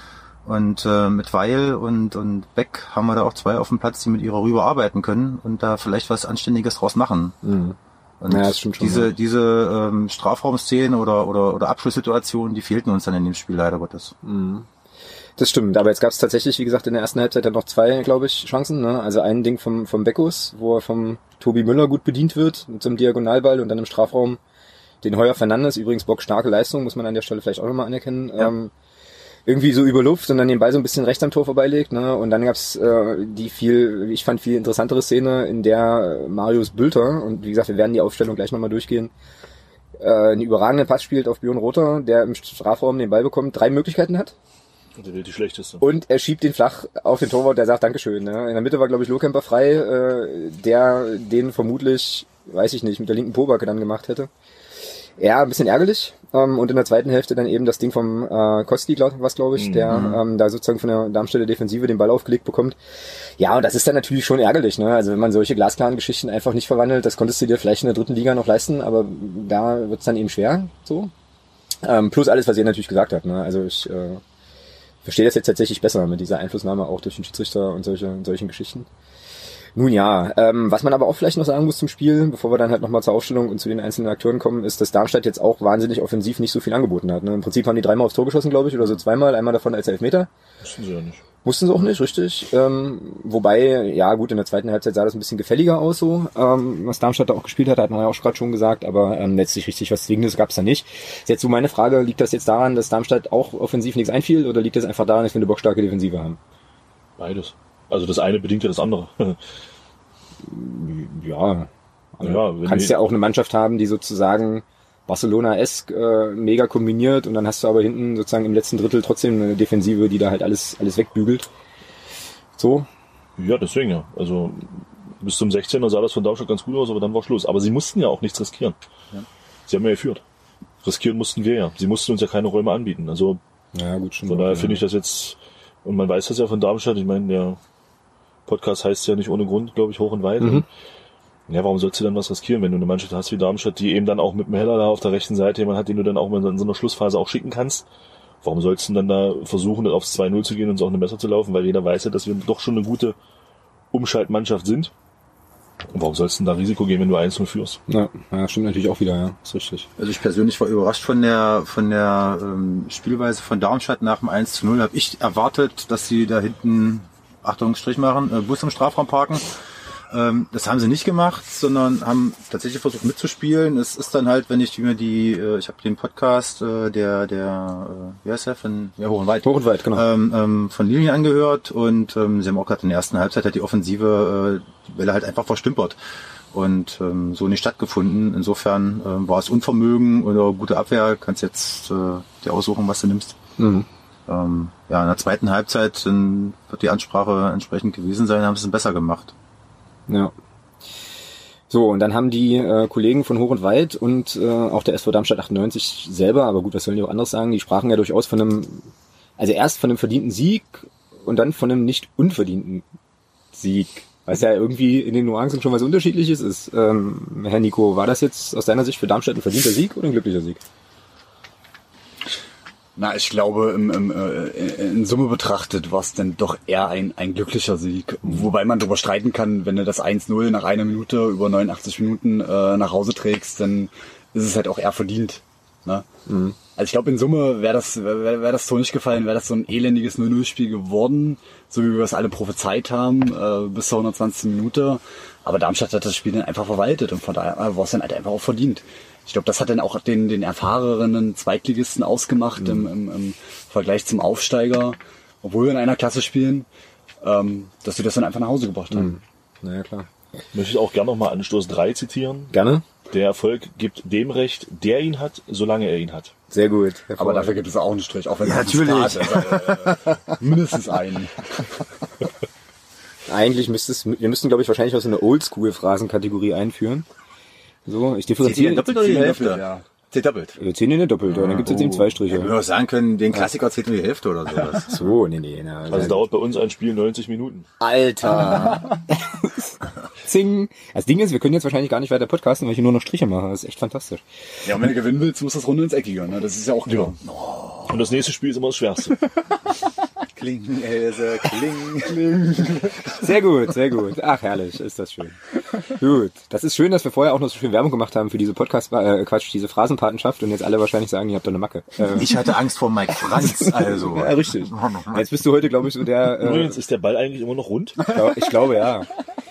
Und äh, mit Weil und und Beck haben wir da auch zwei auf dem Platz, die mit ihrer Rübe arbeiten können und da vielleicht was Anständiges draus machen. Mhm. Und ja, das stimmt schon, diese ja. diese ähm, Strafraumszenen oder oder oder Abschlusssituationen, die fehlten uns dann in dem Spiel leider Gottes. Mhm. Das stimmt, aber jetzt gab es tatsächlich, wie gesagt, in der ersten Halbzeit dann noch zwei, glaube ich, Chancen. Ne? Also ein Ding vom vom Beckus, wo er vom Tobi Müller gut bedient wird mit so einem Diagonalball und dann im Strafraum den Heuer Fernandes, übrigens bockstarke Leistung, muss man an der Stelle vielleicht auch nochmal anerkennen. Ja. Ähm, irgendwie so über Luft und dann den Ball so ein bisschen rechts am Tor vorbeilegt, ne? Und dann gab's äh, die viel, ich fand viel interessantere Szene, in der Marius Bülter, und wie gesagt, wir werden die Aufstellung gleich nochmal durchgehen, äh, einen überragenden Pass spielt auf Björn Rother, der im Strafraum den Ball bekommt, drei Möglichkeiten hat. der will die schlechteste. Und er schiebt den flach auf den Torwart, der sagt Dankeschön. Ne? In der Mitte war, glaube ich, Lohkemper frei, äh, der den vermutlich, weiß ich nicht, mit der linken Pobacke dann gemacht hätte. Ja, ein bisschen ärgerlich. Ähm, und in der zweiten Hälfte dann eben das Ding vom äh, Kostli, glaub, was glaube ich, mhm. der ähm, da sozusagen von der Darmstädter Defensive den Ball aufgelegt bekommt. Ja, und das ist dann natürlich schon ärgerlich. Ne? Also wenn man solche glasklaren Geschichten einfach nicht verwandelt, das konntest du dir vielleicht in der dritten Liga noch leisten, aber da wird's dann eben schwer. So. Ähm, plus alles, was ihr natürlich gesagt habt. Ne? Also ich äh, verstehe das jetzt tatsächlich besser mit dieser Einflussnahme auch durch den Schiedsrichter und solche und solchen Geschichten. Nun ja, ähm, was man aber auch vielleicht noch sagen muss zum Spiel, bevor wir dann halt nochmal zur Aufstellung und zu den einzelnen Akteuren kommen, ist, dass Darmstadt jetzt auch wahnsinnig offensiv nicht so viel angeboten hat. Ne? Im Prinzip haben die dreimal aufs Tor geschossen, glaube ich, oder so zweimal, einmal davon als Elfmeter. Mussten sie ja nicht. Mussten sie auch nicht, richtig. Ähm, wobei, ja gut, in der zweiten Halbzeit sah das ein bisschen gefälliger aus, so ähm, was Darmstadt da auch gespielt hat, hat man ja auch gerade schon gesagt, aber ähm, letztlich richtig was Zwingendes gab's da nicht. Ist jetzt so meine Frage, liegt das jetzt daran, dass Darmstadt auch offensiv nichts einfiel, oder liegt das einfach daran, dass wir eine bockstarke Defensive haben? Beides. Also das eine bedingt ja das andere. Ja, also ja, du kannst ja auch eine Mannschaft haben, die sozusagen Barcelona-esk äh, mega kombiniert, und dann hast du aber hinten sozusagen im letzten Drittel trotzdem eine Defensive, die da halt alles alles wegbügelt. So. Ja, deswegen ja. Also bis zum sechzehner sah das von Darmstadt ganz gut aus, aber dann war Schluss. Aber sie mussten ja auch nichts riskieren. Ja. Sie haben ja geführt. Riskieren mussten wir ja. Sie mussten uns ja keine Räume anbieten. Also ja, gut, schon von daher ja. finde ich das jetzt, und man weiß das ja von Darmstadt, ich meine, der Podcast heißt ja nicht ohne Grund, glaube ich, hoch und weit. Mhm. Ja, warum sollst du dann was riskieren, wenn du eine Mannschaft hast wie Darmstadt, die eben dann auch mit dem Heller da auf der rechten Seite jemanden hat, den du dann auch in so einer Schlussphase auch schicken kannst? Warum sollst du dann da versuchen, aufs zwei null zu gehen und es auch eine besser zu laufen? Weil jeder weiß ja, dass wir doch schon eine gute Umschaltmannschaft sind. Und warum sollst du denn da Risiko gehen, wenn du eins null führst? Ja, ja, stimmt natürlich auch wieder, ja, ist richtig. Also ich persönlich war überrascht von der von der ähm, Spielweise von Darmstadt nach dem eins zu null. Habe ich erwartet, dass sie da hinten, Achtung, Strich machen, äh, Bus im Strafraum parken. Ähm, das haben sie nicht gemacht, sondern haben tatsächlich versucht mitzuspielen. Es ist dann halt, wenn ich mir die, äh, ich habe den Podcast äh, der, der, äh, wie heißt der, von ja, Hoch und Weit, Hoch und Weit, genau. ähm, ähm, von Lilien angehört und ähm, sie haben auch gerade in der ersten Halbzeit halt die Offensive, äh, die Welle halt einfach verstümpert und ähm, so nicht stattgefunden. Insofern ähm, war es Unvermögen oder gute Abwehr. Kannst jetzt äh, dir aussuchen, was du nimmst. Mhm. Ähm, ja, in der zweiten Halbzeit dann wird die Ansprache entsprechend gewesen sein, haben sie es besser gemacht. Ja. So, und dann haben die äh, Kollegen von Hoch und Weit und äh, auch der S V Darmstadt achtundneunzig selber, aber gut, was sollen die auch anderes sagen, die sprachen ja durchaus von einem, also erst von einem verdienten Sieg und dann von einem nicht unverdienten Sieg, was ja irgendwie in den Nuancen schon was Unterschiedliches ist. Ähm, Herr Nico, war das jetzt aus deiner Sicht für Darmstadt ein verdienter Sieg oder ein glücklicher Sieg? Na, ich glaube, im, im, äh, in Summe betrachtet war es dann doch eher ein, ein glücklicher Sieg. Wobei man darüber streiten kann, wenn du das eins null nach einer Minute über neunundachtzig Minuten äh, nach Hause trägst, dann ist es halt auch eher verdient. Ne? Mhm. Also ich glaube, in Summe wäre das wäre wär das so nicht gefallen, wäre das so ein elendiges null null Spiel geworden, so wie wir es alle prophezeit haben, äh, bis zur hundertzwanzigsten Minute. Aber Darmstadt hat das Spiel dann einfach verwaltet und von daher war es dann halt einfach auch verdient. Ich glaube, das hat dann auch den, den erfahrenen Zweitligisten ausgemacht mhm. im, im, im Vergleich zum Aufsteiger, obwohl wir in einer Klasse spielen, ähm, dass sie das dann einfach nach Hause gebracht haben. Mhm. Naja, klar. Möchte ich auch gerne nochmal Anstoß drei zitieren. Gerne. Der Erfolg gibt dem Recht, der ihn hat, solange er ihn hat. Sehr gut. Aber dafür gibt es auch einen Strich, auch wenn ja, es natürlich. Start, also, äh, mindestens einen. Eigentlich müsste es, wir müssten, glaube ich, wahrscheinlich auch so eine Oldschool-Phrasenkategorie einführen. So, ich differenziere. Doppelt oder die Hälfte? Doppelt, ja. Zählt doppelt. Wir zählen eine doppelt, dann gibt's jetzt eben zwei Striche. Ja, wenn wir sagen können, den Klassiker zählt nur die Hälfte oder sowas. So, nee, nee. Na, Also dauert bei uns ein Spiel neunzig Minuten. Alter. Zing. Das Ding ist, wir können jetzt wahrscheinlich gar nicht weiter podcasten, weil ich hier nur noch Striche mache. Das ist echt fantastisch. Ja, und wenn du gewinnen willst, muss das Runde ins Eckige, ne? Das ist ja auch klar. Ja. Und das nächste Spiel ist immer das Schwerste. Kling, Else, kling, kling. Sehr gut, sehr gut. Ach, herrlich, ist das schön. Gut. Das ist schön, dass wir vorher auch noch so viel Werbung gemacht haben für diese Podcast, äh, Quatsch, diese Phrasenpatenschaft und jetzt alle wahrscheinlich sagen, ihr habt doch eine Macke. Äh, Ich hatte Angst vor Mike Franz, also. ja, richtig. Jetzt bist du heute, glaube ich, so der... Äh, Übrigens, ist der Ball eigentlich immer noch rund? Ich glaube, ja.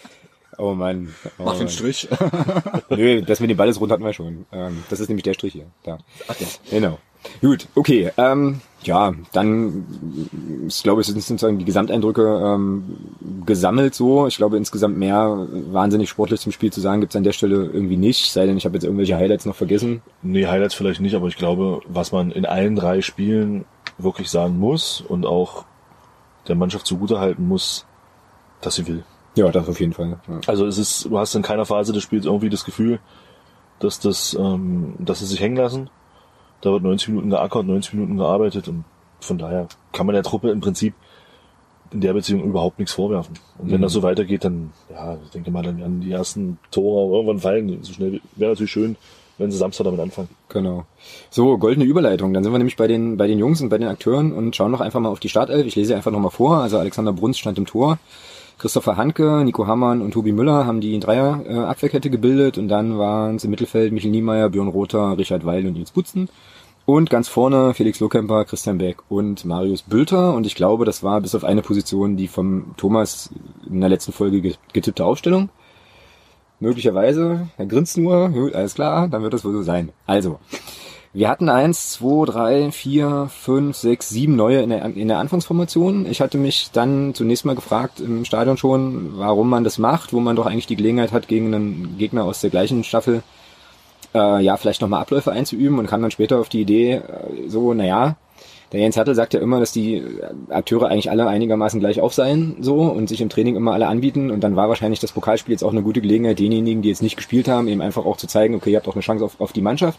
Oh Mann. Oh, Mach den Strich. Nö, das mit dem Ball ist rund hatten wir schon. Ähm, das ist nämlich der Strich hier. Da. Ach ja. Genau. Gut, okay. Ähm, ja, dann, ich glaube, es sind sozusagen die Gesamteindrücke ähm, gesammelt so. Ich glaube, insgesamt mehr wahnsinnig sportlich zum Spiel zu sagen gibt's an der Stelle irgendwie nicht. Sei denn, ich habe jetzt irgendwelche Highlights noch vergessen. Nee, Highlights vielleicht nicht, aber ich glaube, was man in allen drei Spielen wirklich sagen muss und auch der Mannschaft zugutehalten muss, dass sie will. Ja, das auf jeden Fall. Ja. Also es ist, du hast in keiner Phase des Spiels irgendwie das Gefühl, dass das, ähm, dass sie sich hängen lassen. Da wird neunzig Minuten geackert, neunzig Minuten gearbeitet und von daher kann man der Truppe im Prinzip in der Beziehung überhaupt nichts vorwerfen. Und wenn mhm. das so weitergeht, dann, ja, ich denke mal, dann werden die ersten Tore irgendwann fallen. So schnell wäre natürlich schön, wenn sie Samstag damit anfangen. Genau. So, goldene Überleitung. Dann sind wir nämlich bei den, bei den Jungs und bei den Akteuren und schauen noch einfach mal auf die Startelf. Ich lese einfach nochmal vor. Also Alexander Bruns stand im Tor. Christopher Handke, Nico Hammann und Tobi Müller haben die Dreier-Abwehrkette gebildet und dann waren es im Mittelfeld Michael Niemeyer, Björn Rother, Richard Weil und Nils Butzen. Und ganz vorne Felix Lohkemper, Christian Beck und Marius Bülter. Und ich glaube, das war bis auf eine Position die vom Thomas in der letzten Folge getippte Aufstellung. Möglicherweise, er grinst nur, gut, alles klar, dann wird das wohl so sein. Also, wir hatten eins, zwei, drei, vier, fünf, sechs, sieben neue in der, in der Anfangsformation. Ich hatte mich dann zunächst mal gefragt im Stadion schon, warum man das macht, wo man doch eigentlich die Gelegenheit hat, gegen einen Gegner aus der gleichen Staffel äh, ja vielleicht nochmal Abläufe einzuüben und kam dann später auf die Idee, äh, so, naja, der Jens Hertel sagt ja immer, dass die Akteure eigentlich alle einigermaßen gleich auf seien so und sich im Training immer alle anbieten und dann war wahrscheinlich das Pokalspiel jetzt auch eine gute Gelegenheit, denjenigen, die jetzt nicht gespielt haben, eben einfach auch zu zeigen, okay, ihr habt auch eine Chance auf, auf die Mannschaft.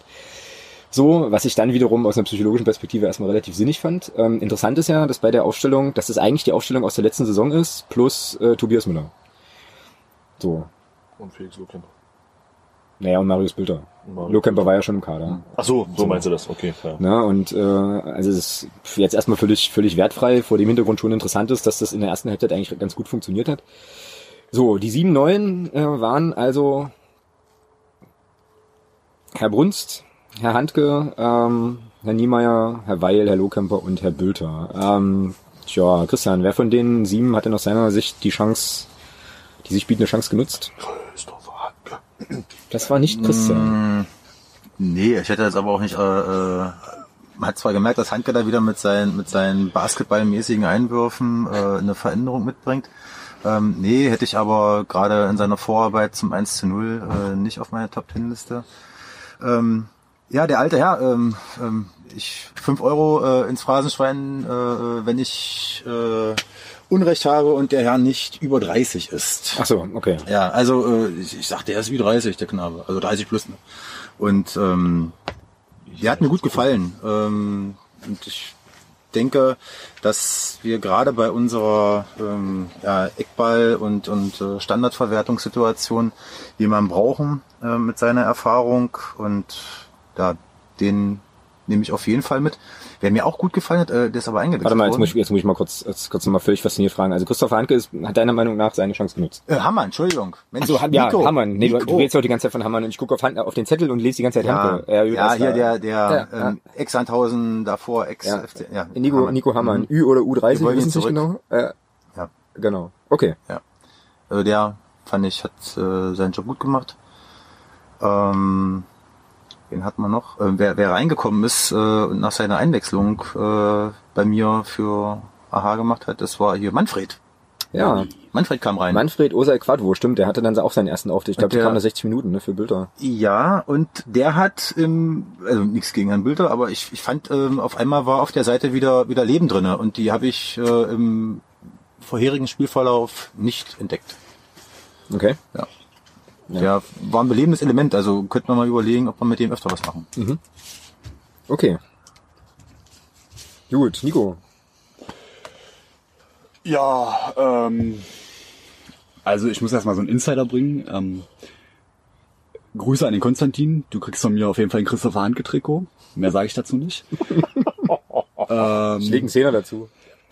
So, was ich dann wiederum aus einer psychologischen Perspektive erstmal relativ sinnig fand. Ähm, interessant ist ja, dass bei der Aufstellung, dass das eigentlich die Aufstellung aus der letzten Saison ist, plus äh, Tobias Müller. So. Und Felix Lohkemper. Naja, und Marius Bülter. Lohkemper war ja schon im Kader. Ach so, so meinst du das, okay. Ja. Na, und äh, also es ist jetzt erstmal völlig völlig wertfrei, vor dem Hintergrund schon interessant ist, dass das in der ersten Halbzeit eigentlich ganz gut funktioniert hat. So, die sieben Neuen äh, waren also Herr Brunst, Herr Handke, ähm, Herr Niemeyer, Herr Weil, Herr Lohkemper und Herr Bülter. Ähm, tja, Christian, wer von den sieben hatte aus seiner Sicht die Chance, die sich bietende Chance genutzt? Christopher Handke. Das war nicht Christian. Mm, nee, ich hätte jetzt aber auch nicht, äh, äh, man hat zwar gemerkt, dass Handke da wieder mit seinen, mit seinen basketballmäßigen Einwürfen äh, eine Veränderung mitbringt. Ähm, nee, hätte ich aber gerade in seiner Vorarbeit zum eins zu null äh, nicht auf meiner Top-Ten-Liste. Ähm, ja, der alte Herr, ähm, ähm, ich fünf Euro äh, ins Phrasenschwein, äh, wenn ich äh, Unrecht habe und der Herr nicht über dreißig ist. Ach so, okay. Ja, also äh, ich, ich sag, der ist wie dreißig, der Knabe, also dreißig plus. Ne? Und ähm, der hat mir gut gefallen. Ähm, und ich denke, dass wir gerade bei unserer ähm, ja, Eckball- und, und äh, Standardverwertungssituation jemanden brauchen äh, mit seiner Erfahrung. Und ja, den nehme ich auf jeden Fall mit. Wer mir auch gut gefallen hat, äh, der ist aber eingewechselt Warte mal, jetzt worden. muss ich, jetzt muss ich mal kurz, jetzt kurz nochmal völlig fasziniert fragen. Also Christopher Handke ist, hat deiner Meinung nach seine Chance genutzt? Äh, Hammer, Entschuldigung. Mensch, So, ja, Nico, Hammann. Nee, du, Nico. du redest doch die ganze Zeit von Hammann und ich gucke auf, Hand- auf den Zettel und lese die ganze Zeit Ja, Handke. Ja, ja, das hier war- der, der Ja, ähm, Ex-Sandhausen davor, Ex Ja. F C, ja. Nico, Hammann. Nico Hammann. Mhm. Ü oder U dreißig, Wir wollen wissen ihn Sie nicht zurück. genau? Äh, Ja. genau. Okay. Ja. Also der, fand ich, hat äh, seinen Job gut gemacht. Ähm, wen hat man noch? Äh, wer, wer reingekommen ist äh, und nach seiner Einwechslung äh, bei mir für Aha gemacht hat, das war hier Manfred. Ja. Manfred kam rein. Manfred Osei Quadvo, stimmt, der hatte dann auch seinen ersten Auftritt. Ich glaube, Und der der- kam nach sechzig Minuten, ne, für Bülter. Ja, und der hat im, also nichts gegen Herrn Bülter, aber ich, ich fand, ähm, auf einmal war auf der Seite wieder wieder Leben drinne und die habe ich äh, im vorherigen Spielverlauf nicht entdeckt. Okay. Ja. Der war ein belebendes Element, also könnte man mal überlegen, ob wir mit dem öfter was machen. Okay. Gut, Nico. Ja, ähm, also ich muss erstmal so einen Insider bringen. Ähm, Grüße an den Konstantin. Du kriegst von mir auf jeden Fall ein Christopher Handke-Trikot. Mehr sage ich dazu nicht. ähm, Ich lege einen Zehner dazu.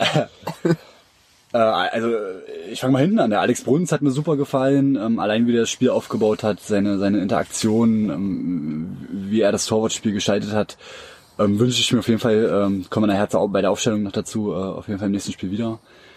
Äh, also ich fange mal hinten an. Der Alex Bruns hat mir super gefallen. Ähm, allein wie der das Spiel aufgebaut hat, seine seine Interaktion, ähm, wie er das Torwartspiel gestaltet hat, ähm, wünsche ich mir auf jeden Fall. Ähm, kommen wir nachher bei der Aufstellung noch dazu. Äh, auf jeden Fall im nächsten Spiel wieder.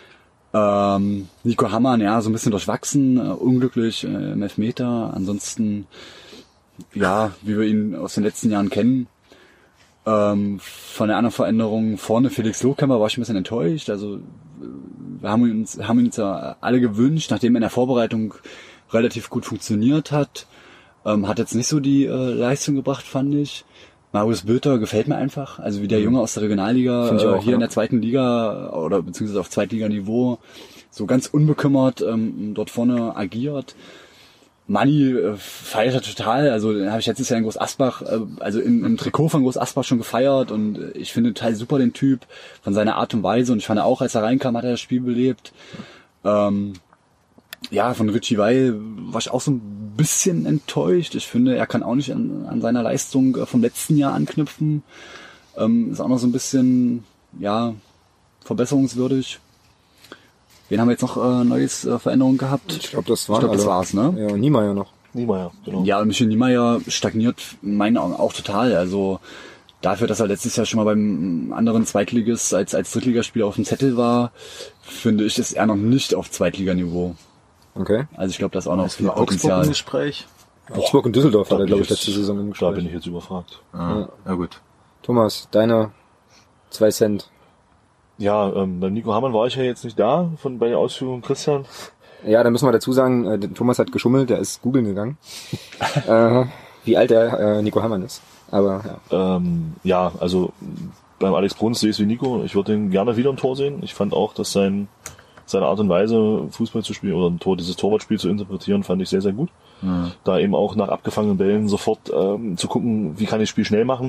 Ähm, Nico Hammann, ja, so ein bisschen durchwachsen, äh, unglücklich äh, im Elfmeter. Ansonsten, ja, wie wir ihn aus den letzten Jahren kennen. Ähm, von der anderen Veränderung vorne Felix Lohkemper war ich ein bisschen enttäuscht. Also wir haben uns, haben uns ja alle gewünscht, nachdem er in der Vorbereitung relativ gut funktioniert hat. Ähm, hat jetzt nicht so die äh, Leistung gebracht, fand ich. Marius Bülter gefällt mir einfach. Also wie der Junge aus der Regionalliga Find ich äh, auch, hier ja. in der zweiten Liga oder beziehungsweise auf Zweitliganiveau so ganz unbekümmert ähm, dort vorne agiert. Manni äh, feiert er total, also den habe ich letztes Jahr in Groß Asbach, äh, also im, im Trikot von Groß Asbach schon gefeiert und äh, ich finde total super den Typ von seiner Art und Weise und ich fand auch, als er reinkam, hat er das Spiel belebt. Ähm, ja, von Richie Weil war ich auch so ein bisschen enttäuscht. Ich finde, er kann auch nicht an, an seiner Leistung äh, vom letzten Jahr anknüpfen. Ähm, ist auch noch so ein bisschen, ja, verbesserungswürdig. Wen haben wir jetzt noch äh, neues äh, Veränderungen gehabt? Ich glaube, das Ich waren glaub, das alle. war's, ne? Ja, Niemeyer noch. Niemeyer, genau. Ja, und Michel Niemeyer stagniert in meinen Augen auch total. Also dafür, dass er letztes Jahr schon mal beim anderen Zweitligist als, als Drittligaspieler auf dem Zettel war, finde ich, ist er noch nicht auf Zweitliganiveau. Okay. Also ich glaube, da ist auch noch Ist viel für Augsburg im Potenzial. Gespräch? Augsburg und Düsseldorf war Da der, glaube bin ich, letzte jetzt- Saison im Da Gespräch. bin ich jetzt überfragt. Ah, ja gut. Thomas, deine zwei Cent. Ja, ähm, beim Nico Hammann war ich ja jetzt nicht da, von bei der Ausführung Christian. Ja, da müssen wir dazu sagen, äh, der Thomas hat geschummelt, der ist googeln gegangen. äh, wie alt der äh, Nico Hammann ist. Aber ja. Ähm, ja, also beim Alex Bruns sehe ich es wie Nico. Ich würde ihn gerne wieder im Tor sehen. Ich fand auch, dass sein seine Art und Weise, Fußball zu spielen oder ein Tor, dieses Torwartspiel zu interpretieren, fand ich sehr, sehr gut. Mhm. Da eben auch nach abgefangenen Bällen sofort ähm, zu gucken, wie kann ich das Spiel schnell machen.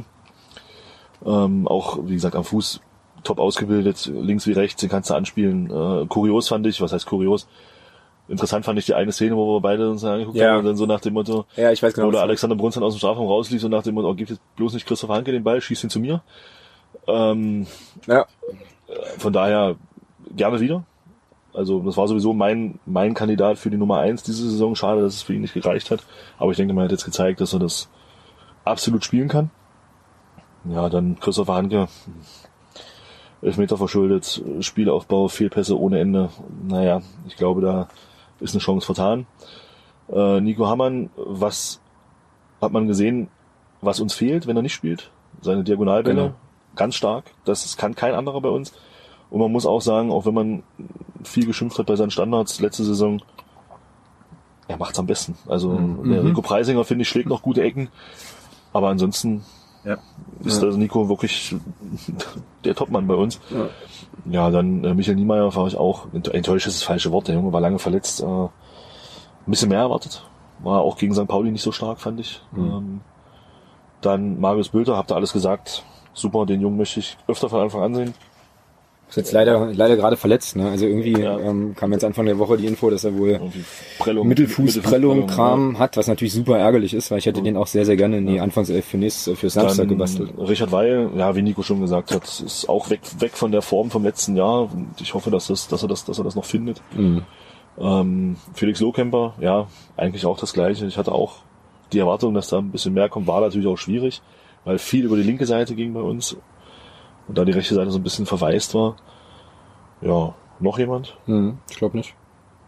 Ähm, auch, wie gesagt, am Fuß top ausgebildet, links wie rechts, den kannst du anspielen. Äh, kurios fand ich, was heißt kurios? Interessant fand ich die eine Szene, wo wir beide uns angeguckt Ja. haben und dann so nach dem Motto, Ja, ich weiß genau. wo der was du Alexander Bruns dann aus dem Strafraum rauslief und nach dem Motto, oh, gib jetzt bloß nicht Christopher Hanke den Ball, schieß ihn zu mir. Ähm, meinst. Ja. von daher gerne wieder. Also das war sowieso mein mein Kandidat für die Nummer eins diese Saison. Schade, dass es für ihn nicht gereicht hat. Aber ich denke, man hat jetzt gezeigt, dass er das absolut spielen kann. Ja, dann Christopher Hanke. Elfmeter verschuldet, Spielaufbau, Fehlpässe ohne Ende. Naja, ich glaube, da ist eine Chance vertan. Äh, Nico Hamann, was hat man gesehen, was uns fehlt, wenn er nicht spielt? Seine Diagonalbälle, Genau. ganz stark. Das, das kann kein anderer bei uns. Und man muss auch sagen, auch wenn man viel geschimpft hat bei seinen Standards letzte Saison, er macht's am besten. Also Mhm. der Rico Preisinger, finde ich, schlägt noch gute Ecken. Aber ansonsten Ja. ist Ja. der Nico wirklich der Topmann bei uns. Ja. Ja, dann äh, Michael Niemeyer war ich auch, ent- enttäuscht ist das falsche Wort, der Junge war lange verletzt, äh, ein bisschen mehr erwartet. War auch gegen Sankt Pauli nicht so stark, fand ich. Mhm. Ähm, dann Marius Bülter, habt ihr alles gesagt. Super, den Jungen möchte ich öfter von Anfang an sehen. Ist jetzt leider, leider gerade verletzt, ne? Also irgendwie Ja. ähm, kam jetzt Anfang der Woche die Info, dass er wohl Irgendwie Prellung, Mittelfußprellung, Kram hat, was natürlich super ärgerlich ist, weil ich hätte den auch sehr, sehr gerne in die Anfangself für nächst, für Samstag Dann gebastelt. Richard Weil, ja, wie Nico schon gesagt hat, ist auch weg, weg von der Form vom letzten Jahr. Und ich hoffe, dass das, dass er das, dass er das noch findet. Mhm. Ähm, Felix Lohkemper, ja, eigentlich auch das Gleiche. Ich hatte auch die Erwartung, dass da ein bisschen mehr kommt, war natürlich auch schwierig, weil viel über die linke Seite ging bei uns und da die rechte Seite so ein bisschen verwaist war. Ja, noch jemand? Mhm, ich glaube nicht.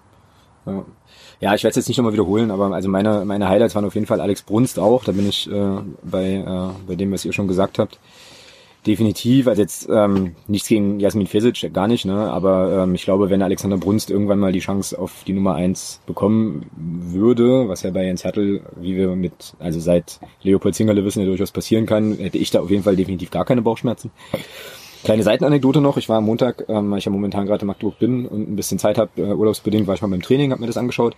Ja. Ja, ich werde es jetzt nicht nochmal wiederholen, aber also meine meine Highlights waren auf jeden Fall Alex Brunst auch. Da bin ich äh, bei äh, bei dem, was ihr schon gesagt habt. Definitiv, also jetzt ähm, nichts gegen Jasmin Fesic, gar nicht, ne? Aber ähm, ich glaube, wenn Alexander Brunst irgendwann mal die Chance auf die Nummer eins bekommen würde, was ja bei Jens Hertel, wie wir mit, also seit Leopold Zingerle wissen, ja durchaus passieren kann, hätte ich da auf jeden Fall definitiv gar keine Bauchschmerzen. Kleine Seitenanekdote noch, ich war am Montag, ähm, weil ich ja momentan gerade in Magdeburg bin und ein bisschen Zeit habe, äh, urlaubsbedingt war ich mal beim Training, habe mir das angeschaut.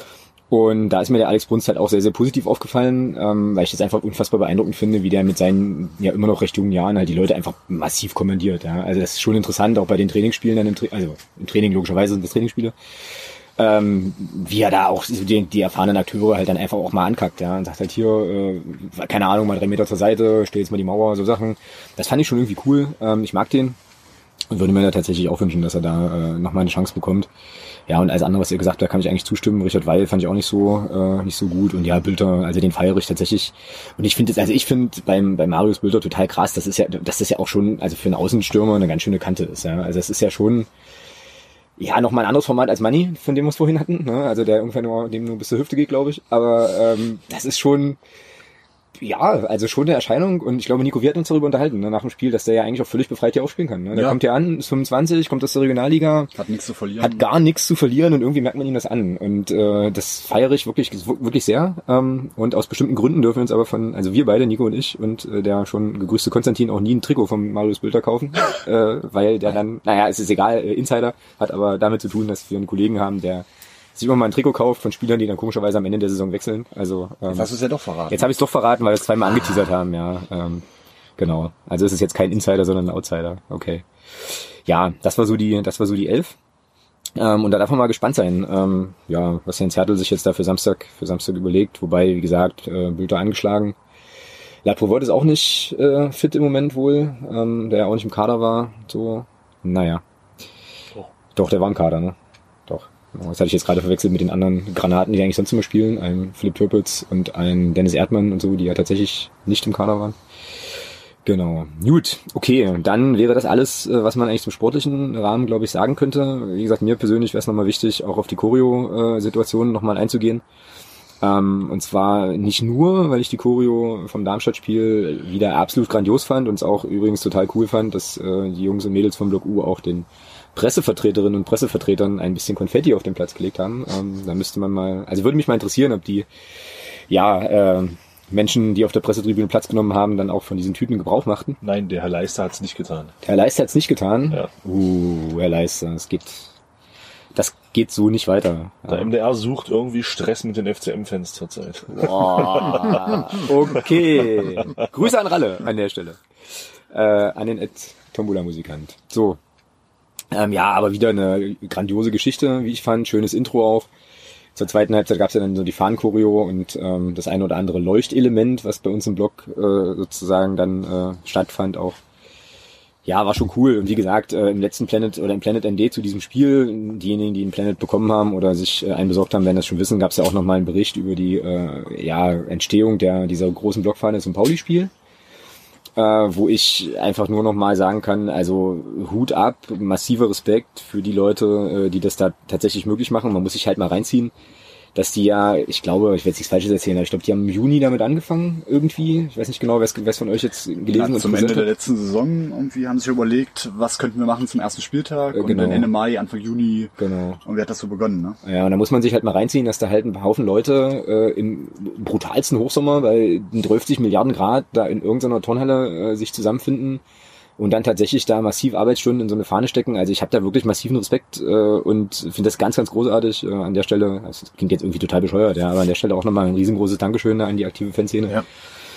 Und da ist mir der Alex Brunst halt auch sehr, sehr positiv aufgefallen, ähm, weil ich das einfach unfassbar beeindruckend finde, wie der mit seinen ja immer noch recht jungen Jahren halt die Leute einfach massiv kommandiert. Ja. Also das ist schon interessant, auch bei den Trainingsspielen, dann im Tra- also im Training logischerweise sind das Trainingsspiele, ähm, wie er da auch so die, die erfahrenen Akteure halt dann einfach auch mal ankackt, ja, und sagt halt hier, äh, keine Ahnung, mal drei Meter zur Seite, stell jetzt mal die Mauer, so Sachen. Das fand ich schon irgendwie cool. Ähm, ich mag den und würde mir da tatsächlich auch wünschen, dass er da äh, nochmal eine Chance bekommt. Ja, und alles andere, was ihr gesagt habt, kann ich eigentlich zustimmen. Richard Weil fand ich auch nicht so äh, nicht so gut. Und ja, Bülter, also den feiere ich tatsächlich. Und ich finde, also ich finde beim bei Marius Bülter total krass, das ist ja, dass das ja auch schon, also für einen Außenstürmer eine ganz schöne Kante ist. Ja, also es ist ja schon, ja, nochmal ein anderes Format als Money, von dem wir es vorhin hatten. Ne? Also der ungefähr nur, dem nur bis zur Hüfte geht, glaube ich. Aber ähm, das ist schon, ja, also schon eine Erscheinung. Und ich glaube, Nico, wir hatten uns darüber unterhalten, ne, nach dem Spiel, dass der ja eigentlich auch völlig befreit hier aufspielen kann. Ne? Der Ja. kommt ja an, ist fünfundzwanzig, kommt aus der Regionalliga, Hat nichts zu verlieren. hat gar nichts zu verlieren und irgendwie merkt man ihm das an. Und äh, das feiere ich wirklich wirklich sehr. Ähm, und aus bestimmten Gründen dürfen wir uns aber von, also wir beide, Nico und ich und äh, der schon gegrüßte Konstantin, auch nie ein Trikot vom Marius Bülter kaufen, äh, weil der dann, naja, es ist egal, äh, Insider, hat aber damit zu tun, dass wir einen Kollegen haben, der sich immer mal ein Trikot kauft von Spielern, die dann komischerweise am Ende der Saison wechseln. Also ähm, Jetzt hast du es ja doch verraten. jetzt habe ich es doch verraten, weil wir es zweimal angeteasert haben, ja. Ähm, genau. Also es ist jetzt kein Insider, sondern ein Outsider. Okay. Ja, das war so die, das war so die Elf. Ähm, und da darf man mal gespannt sein, ähm, ja, was Jens Hertel sich jetzt da für Samstag, für Samstag überlegt. Wobei, wie gesagt, äh, Bülter angeschlagen. Laprovod ist auch nicht äh, fit im Moment wohl, ähm, der ja auch nicht im Kader war. So, naja. Doch. Doch, der war im Kader, ne? Doch. Das hatte ich jetzt gerade verwechselt mit den anderen Granaten, die eigentlich sonst immer spielen. Ein Philipp Türpitz und ein Dennis Erdmann und so, die ja tatsächlich nicht im Kader waren. Genau. Gut, okay. Dann wäre das alles, was man eigentlich zum sportlichen Rahmen, glaube ich, sagen könnte. Wie gesagt, mir persönlich wäre es nochmal wichtig, auch auf die Choreo-Situation nochmal einzugehen. Ähm, und zwar nicht nur, weil ich die Choreo vom Darmstadt-Spiel wieder absolut grandios fand und es auch übrigens total cool fand, dass äh, die Jungs und Mädels vom Block U auch den Pressevertreterinnen und Pressevertretern ein bisschen Konfetti auf den Platz gelegt haben. Ähm, da müsste man mal, also würde mich mal interessieren, ob die, ja, äh, Menschen, die auf der Pressetribüne Platz genommen haben, dann auch von diesen Tüten Gebrauch machten. Nein, der Herr Leister hat es nicht getan. Der Herr Leister hat es nicht getan. Ja. Uh, Herr Leister, es geht, das geht so nicht weiter. Der M D R sucht irgendwie Stress mit den F C M-Fans zurzeit. Boah, okay. Grüße an Ralle an der Stelle. Äh, an den Ed Tombola Musikant. So. Ähm, ja, aber wieder eine grandiose Geschichte, wie ich fand. Schönes Intro auch. Zur zweiten Halbzeit gab es ja dann so die Fahnenchoreo und ähm, das eine oder andere Leuchtelement, was bei uns im Blog äh, sozusagen dann äh, stattfand auch. Ja, war schon cool. Und wie gesagt, äh, im letzten Planet oder im Planet N D zu diesem Spiel, diejenigen, die einen Planet bekommen haben oder sich äh, einen besorgt haben, werden das schon wissen, gab es ja auch nochmal einen Bericht über die äh, ja, Entstehung der dieser großen Blockfahne zum Pauli-Spiel. Äh, wo ich einfach nur noch mal sagen kann, also Hut ab, massiver Respekt für die Leute, äh, die das da tatsächlich möglich machen. Man muss sich halt mal reinziehen, dass die ja, ich glaube, ich werde jetzt nichts Falsches erzählen, aber ich glaube, die haben im Juni damit angefangen irgendwie. Ich weiß nicht genau, wer es von euch jetzt gelesen ja, und zum Ende der letzten Saison irgendwie haben sie sich überlegt, was könnten wir machen zum ersten Spieltag, äh, genau. Und dann Ende Mai, Anfang Juni. Genau. Und wer hat das so begonnen, ne? Ja, und da muss man sich halt mal reinziehen, dass da halt ein Haufen Leute äh, im brutalsten Hochsommer bei dreißig Milliarden Grad da in irgendeiner Turnhalle äh, sich zusammenfinden und dann tatsächlich da massiv Arbeitsstunden in so eine Fahne stecken. Also ich habe da wirklich massiven Respekt äh, und finde das ganz, ganz großartig äh, an der Stelle. Das klingt jetzt irgendwie total bescheuert, ja, aber an der Stelle auch nochmal ein riesengroßes Dankeschön da an die aktive Fanszene. Ja,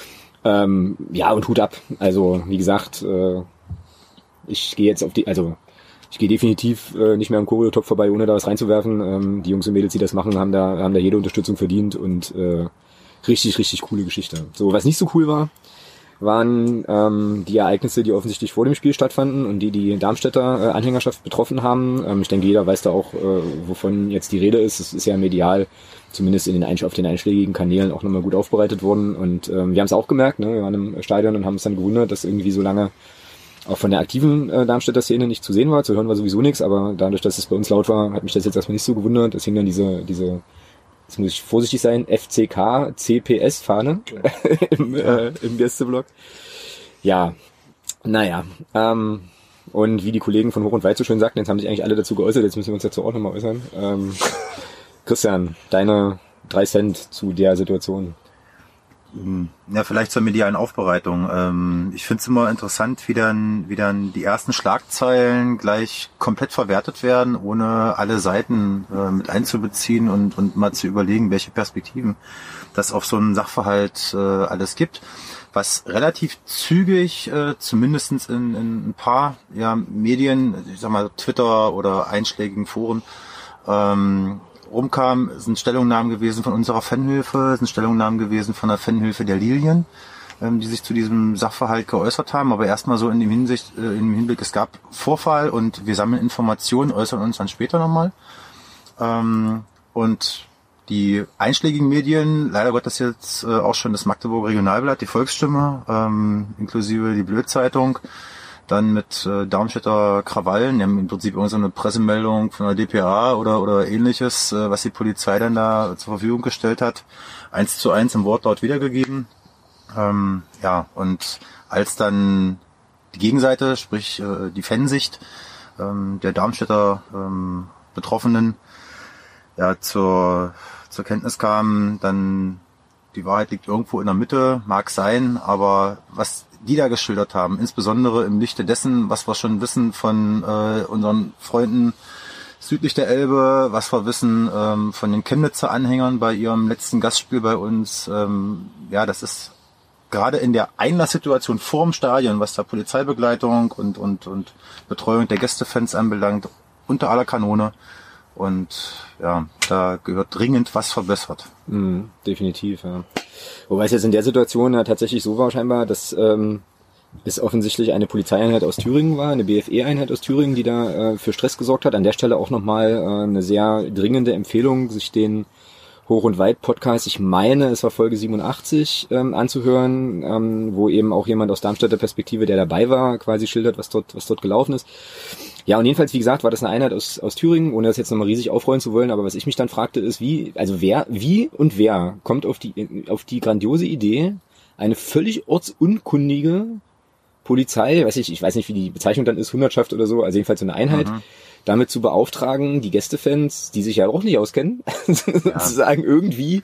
ähm, ja und Hut ab. Also wie gesagt, äh, ich gehe jetzt auf die, also ich gehe definitiv äh, nicht mehr am Choreotop vorbei, ohne da was reinzuwerfen. Ähm, die Jungs und Mädels, die das machen, haben da haben da jede Unterstützung verdient und äh, richtig, richtig coole Geschichte. So, was nicht so cool war, waren ähm, die Ereignisse, die offensichtlich vor dem Spiel stattfanden und die die Darmstädter äh, Anhängerschaft betroffen haben. Ähm, ich denke, jeder weiß da auch, äh, wovon jetzt die Rede ist. Es ist ja medial, zumindest in den Einsch- auf den einschlägigen Kanälen, auch nochmal gut aufbereitet worden. Und ähm, wir haben es auch gemerkt, ne? Wir waren im Stadion und haben uns dann gewundert, dass irgendwie so lange auch von der aktiven äh, Darmstädter Szene nicht zu sehen war. Zu hören war sowieso nichts, aber dadurch, dass es bei uns laut war, hat mich das jetzt erstmal nicht so gewundert. Es hing dann diese, diese jetzt muss ich vorsichtig sein, F C K C P S-Fahne okay. im, äh, im Gästeblock. Ja, naja. Ähm, und wie die Kollegen von Hoch und Weit so schön sagten, jetzt haben sich eigentlich alle dazu geäußert, jetzt müssen wir uns dazu auch nochmal äußern. Ähm, Christian, deine drei Cent zu der Situation. Ja, vielleicht zur medialen Aufbereitung. Ähm, ich finde es immer interessant, wie dann, wie dann die ersten Schlagzeilen gleich komplett verwertet werden, ohne alle Seiten äh, mit einzubeziehen und, und mal zu überlegen, welche Perspektiven das auf so einen Sachverhalt äh, alles gibt. Was relativ zügig, äh, zumindestens in, in ein paar ja, Medien, ich sag mal Twitter oder einschlägigen Foren, ähm, rumkam, sind Stellungnahmen gewesen von unserer Fanhilfe, sind Stellungnahmen gewesen von der Fanhilfe der Lilien, ähm, die sich zu diesem Sachverhalt geäußert haben. Aber erstmal so in dem Hinsicht, äh, in dem Hinblick, es gab Vorfall und wir sammeln Informationen, äußern uns dann später nochmal. Ähm, und die einschlägigen Medien, leider Gottes jetzt äh, auch schon das Magdeburger Regionalblatt, die Volksstimme, ähm, inklusive die Blödzeitung, dann mit äh, Darmstädter Krawallen, die haben im Prinzip irgendeine Pressemeldung von der D P A oder oder ähnliches, äh, was die Polizei dann da zur Verfügung gestellt hat, eins zu eins im Wortlaut wiedergegeben. Ähm, ja, und als dann die Gegenseite, sprich äh, die Fansicht ähm, der Darmstädter ähm, Betroffenen ja zur zur Kenntnis kam, dann die Wahrheit liegt irgendwo in der Mitte, mag sein, aber was die da geschildert haben, insbesondere im Lichte dessen, was wir schon wissen von äh, unseren Freunden südlich der Elbe, was wir wissen ähm, von den Chemnitzer Anhängern bei ihrem letzten Gastspiel bei uns, ähm, ja, das ist gerade in der Einlasssituation vorm Stadion, was da Polizeibegleitung und und und Betreuung der Gästefans anbelangt, unter aller Kanone. Und ja, da gehört dringend was verbessert. Mm, definitiv, ja. Wobei es jetzt in der Situation ja tatsächlich so war scheinbar, dass ähm, es offensichtlich eine Polizeieinheit aus Thüringen war, eine B F E-Einheit aus Thüringen, die da äh, für Stress gesorgt hat. An der Stelle auch nochmal äh, eine sehr dringende Empfehlung, sich den Hoch und Weit Podcast, ich meine, es war Folge siebenundachtzig, ähm, anzuhören, ähm, wo eben auch jemand aus Darmstädter Perspektive, der dabei war, quasi schildert, was dort, was dort gelaufen ist. Ja, und jedenfalls, wie gesagt, war das eine Einheit aus, aus Thüringen, ohne das jetzt nochmal riesig aufrollen zu wollen, aber was ich mich dann fragte, ist, wie, also wer, wie und wer kommt auf die, auf die grandiose Idee, eine völlig ortsunkundige Polizei, weiß ich, ich weiß nicht, wie die Bezeichnung dann ist, Hundertschaft oder so, also jedenfalls so eine Einheit, mhm. damit zu beauftragen, die Gästefans, die sich ja auch nicht auskennen, ja. sozusagen irgendwie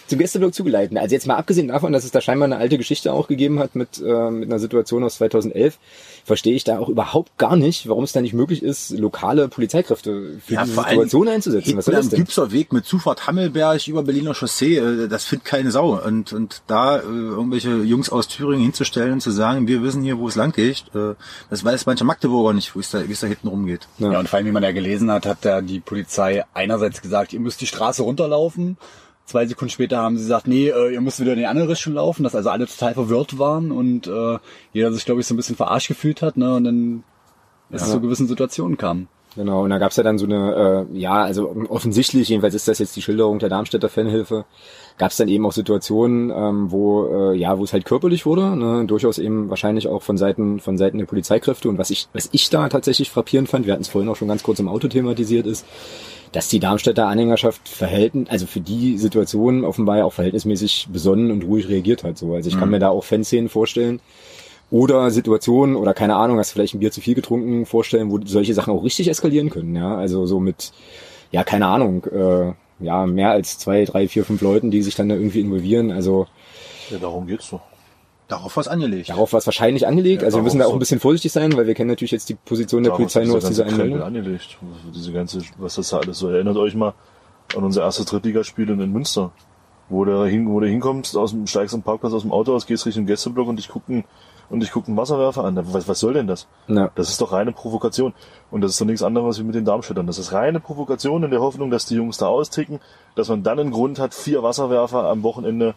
zum Gästeblock zugeleiten. Also jetzt mal abgesehen davon, dass es da scheinbar eine alte Geschichte auch gegeben hat mit, äh, mit einer Situation aus zweitausendelf, verstehe ich da auch überhaupt gar nicht, warum es da nicht möglich ist, lokale Polizeikräfte für Ja, diese vor allem Situation einzusetzen. Was soll das am denn? Gübser Weg mit Zufahrt Hammelberg über Berliner Chaussee, äh, das findet keine Sau. Und, und da äh, irgendwelche Jungs aus Thüringen hinzustellen und zu sagen, wir wissen hier, wo es lang geht, äh, das weiß mancher Magdeburger nicht, wo es da, wie es da hinten rumgeht. Ja. Ja, und vor allem, wie man ja gelesen hat, hat da die Polizei einerseits gesagt, ihr müsst die Straße runterlaufen. Zwei Sekunden später haben sie gesagt, nee, äh, ihr müsst wieder in die andere Richtung laufen, dass also alle total verwirrt waren und äh, jeder sich, glaube ich, so ein bisschen verarscht gefühlt hat, ne? Und dann es Ja. zu gewissen Situationen kam. Genau, und da gab's ja dann so eine, äh, ja, also offensichtlich, jedenfalls ist das jetzt die Schilderung der Darmstädter Fanhilfe, gab's dann eben auch Situationen, ähm, wo, äh, ja, wo es halt körperlich wurde, ne? Durchaus eben wahrscheinlich auch von Seiten, von Seiten der Polizeikräfte. Und was ich, was ich da tatsächlich frappierend fand, wir hatten es vorhin auch schon ganz kurz im Auto thematisiert, ist, dass die Darmstädter Anhängerschaft verhältn, also für die Situation offenbar auch verhältnismäßig besonnen und ruhig reagiert hat. So, also ich kann mir da auch Fanszenen vorstellen oder Situationen oder keine Ahnung, hast vielleicht ein Bier zu viel getrunken, vorstellen, wo solche Sachen auch richtig eskalieren können. Ja, also so mit, ja, keine Ahnung, äh, ja, mehr als zwei, drei, vier, fünf Leuten, die sich dann da irgendwie involvieren. Also Ja, darum geht's doch. Darauf was angelegt. darauf war es wahrscheinlich angelegt. Ja, also wir müssen da darauf auch ein so. bisschen vorsichtig sein, weil wir kennen natürlich jetzt die Position der Daraus Polizei ist nur aus dieser dieser ganze Krempel Einmeldung. angelegt. Diese ganze, was das da alles so. Erinnert euch mal an unser erstes Drittligaspiel in Münster. Wo du, hin, wo du hinkommst, aus dem, steigst am Parkplatz aus dem Auto aus, gehst Richtung Gästeblock und dich gucken, und ich gucke einen Wasserwerfer an. Was, was soll denn das? Ja. Das ist doch reine Provokation. Und das ist doch nichts anderes wie mit den Darmstädtern. Das ist reine Provokation in der Hoffnung, dass die Jungs da austicken, dass man dann einen Grund hat, vier Wasserwerfer am Wochenende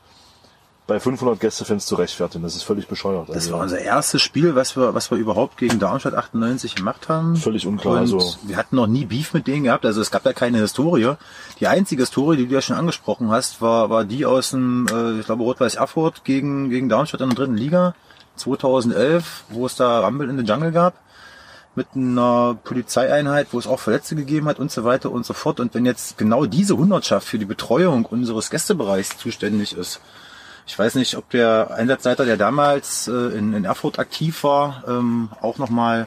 bei fünfhundert Gästefans zu rechtfertigen. Das ist völlig bescheuert. Das Also, war unser erstes Spiel, was wir, was wir überhaupt gegen Darmstadt achtundneunzig gemacht haben. Völlig unklar. Und Also, wir hatten noch nie Beef mit denen gehabt, also es gab ja keine Historie. Die einzige Historie, die du ja schon angesprochen hast, war, war die aus dem, äh, ich glaube, Rot-Weiß Erfurt gegen, gegen Darmstadt in der dritten Liga, zweitausendelf, wo es da Rumble in the Jungle gab, mit einer Polizeieinheit, wo es auch Verletzte gegeben hat und so weiter und so fort. Und wenn jetzt genau diese Hundertschaft für die Betreuung unseres Gästebereichs zuständig ist, ich weiß nicht, ob der Einsatzleiter, der damals äh, in, in Erfurt aktiv war, ähm, auch nochmal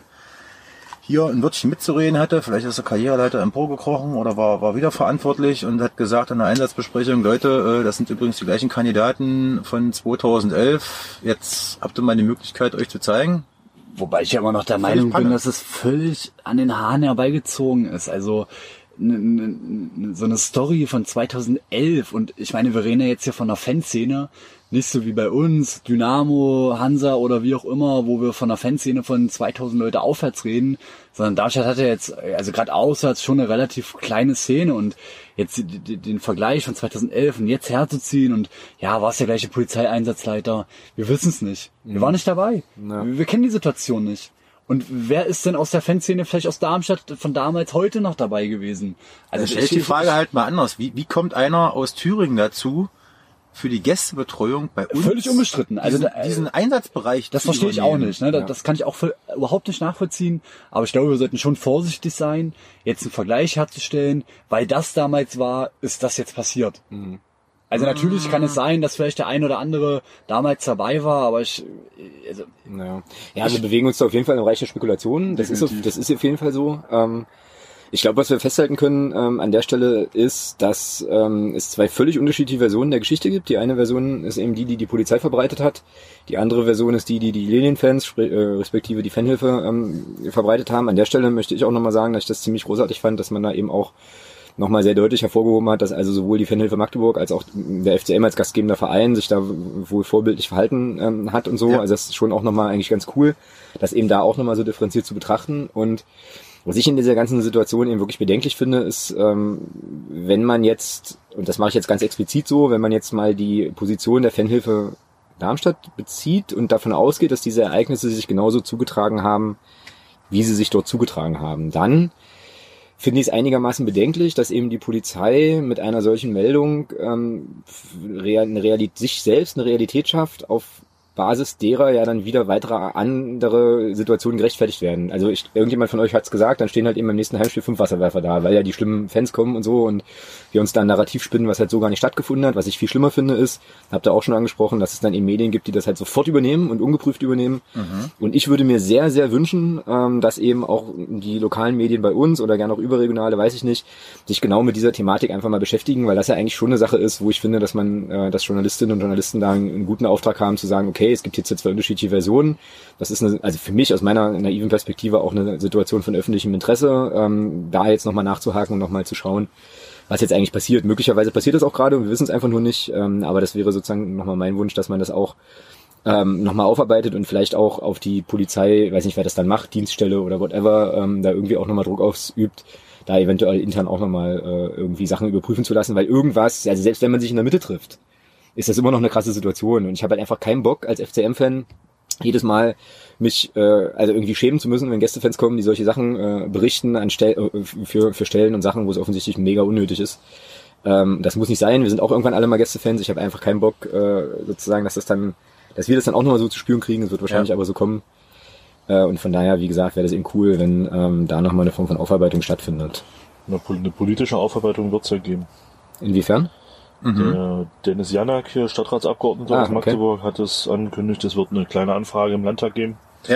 hier ein Wörtchen mitzureden hatte. Vielleicht ist der Karriereleiter emporgekrochen oder war, war wieder verantwortlich und hat gesagt in der Einsatzbesprechung, Leute, äh, das sind übrigens die gleichen Kandidaten von zweitausendelf. Jetzt habt ihr mal die Möglichkeit, euch zu zeigen. Wobei ich ja immer noch der Völlig Meinung bin, Panne. dass es völlig an den Haaren herbeigezogen ist. Also ne, ne, ne, so eine Story von zweitausendelf und ich meine, wir reden ja jetzt hier von einer Fanszene, nicht so wie bei uns, Dynamo, Hansa oder wie auch immer, wo wir von einer Fanszene von zweitausend Leute aufwärts reden, sondern Darmstadt hat ja jetzt, also gerade auswärts schon eine relativ kleine Szene und jetzt den Vergleich von zweitausendelf und jetzt herzuziehen und ja, war es der gleiche Polizeieinsatzleiter, wir wissen es nicht. Wir waren nicht dabei. Ja. Wir, wir kennen die Situation nicht. Und wer ist denn aus der Fanszene vielleicht aus Darmstadt von damals heute noch dabei gewesen? Also ich- stell ich die ich- Frage halt mal anders. Wie, wie kommt einer aus Thüringen dazu, für die Gästebetreuung bei uns Völlig unbestritten. Also diesen, da- diesen Einsatzbereich Das zu verstehe ich auch übernehmen? nicht. Ne? Das, Ja. das kann ich auch voll, überhaupt nicht nachvollziehen. Aber ich glaube, wir sollten schon vorsichtig sein, jetzt einen Vergleich herzustellen. Weil das damals war, ist das jetzt passiert. Also natürlich kann es sein, dass vielleicht der ein oder andere damals dabei war, aber ich... Also, Naja. Ja, wir bewegen uns da auf jeden Fall im Bereich der Spekulationen. Das ist, auf, das ist auf jeden Fall so. Ähm, ich glaube, was wir festhalten können ähm, an der Stelle ist, dass ähm, es zwei völlig unterschiedliche Versionen der Geschichte gibt. Die eine Version ist eben die, die die Polizei verbreitet hat. Die andere Version ist die, die die Lenin-Fans, spr- äh, respektive die Fanhilfe, ähm, verbreitet haben. An der Stelle möchte ich auch nochmal sagen, dass ich das ziemlich großartig fand, dass man da eben auch nochmal sehr deutlich hervorgehoben hat, dass also sowohl die Fanhilfe Magdeburg als auch der F C M als gastgebender Verein sich da wohl vorbildlich verhalten ähm, hat und so. Ja. Also das ist schon auch nochmal eigentlich ganz cool, das eben da auch nochmal so differenziert zu betrachten. Und was ich in dieser ganzen Situation eben wirklich bedenklich finde, ist, ähm, wenn man jetzt, und das mache ich jetzt ganz explizit so, wenn man jetzt mal die Position der Fanhilfe Darmstadt bezieht und davon ausgeht, dass diese Ereignisse sich genauso zugetragen haben, wie sie sich dort zugetragen haben, dann finde ich es einigermaßen bedenklich, dass eben die Polizei mit einer solchen Meldung ähm, real, eine Realität, sich selbst eine Realität schafft, auf Basis derer ja dann wieder weitere andere Situationen gerechtfertigt werden. Also ich, irgendjemand von euch hat's gesagt, dann stehen halt eben beim nächsten Heimspiel fünf Wasserwerfer da, weil ja die schlimmen Fans kommen und so und wir uns dann narrativ spinnen, was halt so gar nicht stattgefunden hat. Was ich viel schlimmer finde ist, habt ihr auch schon angesprochen, dass es dann eben Medien gibt, die das halt sofort übernehmen und ungeprüft übernehmen. Mhm. Und ich würde mir sehr, sehr wünschen, ähm, dass eben auch die lokalen Medien bei uns oder gerne auch überregionale, weiß ich nicht, sich genau mit dieser Thematik einfach mal beschäftigen, weil das ja eigentlich schon eine Sache ist, wo ich finde, dass man, äh, dass Journalistinnen und Journalisten da einen, einen guten Auftrag haben zu sagen, okay, es gibt jetzt zwei unterschiedliche Versionen. Das ist eine, also für mich aus meiner naiven Perspektive auch eine Situation von öffentlichem Interesse, ähm, da jetzt nochmal nachzuhaken und nochmal zu schauen, was jetzt eigentlich passiert. Möglicherweise passiert das auch gerade und wir wissen es einfach nur nicht, ähm, aber das wäre sozusagen nochmal mein Wunsch, dass man das auch ähm, nochmal aufarbeitet und vielleicht auch auf die Polizei, weiß nicht, wer das dann macht, Dienststelle oder whatever, ähm, da irgendwie auch nochmal Druck ausübt, da eventuell intern auch nochmal äh, irgendwie Sachen überprüfen zu lassen, weil irgendwas, also selbst wenn man sich in der Mitte trifft, ist das immer noch eine krasse Situation. Und ich habe halt einfach keinen Bock als F C M-Fan jedes Mal mich äh, also irgendwie schämen zu müssen, wenn Gästefans kommen, die solche Sachen äh, berichten an Stel- äh, für, für Stellen und Sachen, wo es offensichtlich mega unnötig ist. Ähm, das muss nicht sein. Wir sind auch irgendwann alle mal Gästefans. Ich habe einfach keinen Bock, äh, sozusagen, dass das dann, dass wir das dann auch nochmal so zu spüren kriegen. Es wird wahrscheinlich ja. aber so kommen. Äh, und von daher, wie gesagt, wäre das eben cool, wenn ähm, da nochmal eine Form von Aufarbeitung stattfindet. Eine, eine politische Aufarbeitung wird es ja geben. Inwiefern? Mhm. Der Dennis Janak, hier Stadtratsabgeordneter ah, aus Magdeburg, okay. hat es angekündigt, es wird eine kleine Anfrage im Landtag geben. Ja.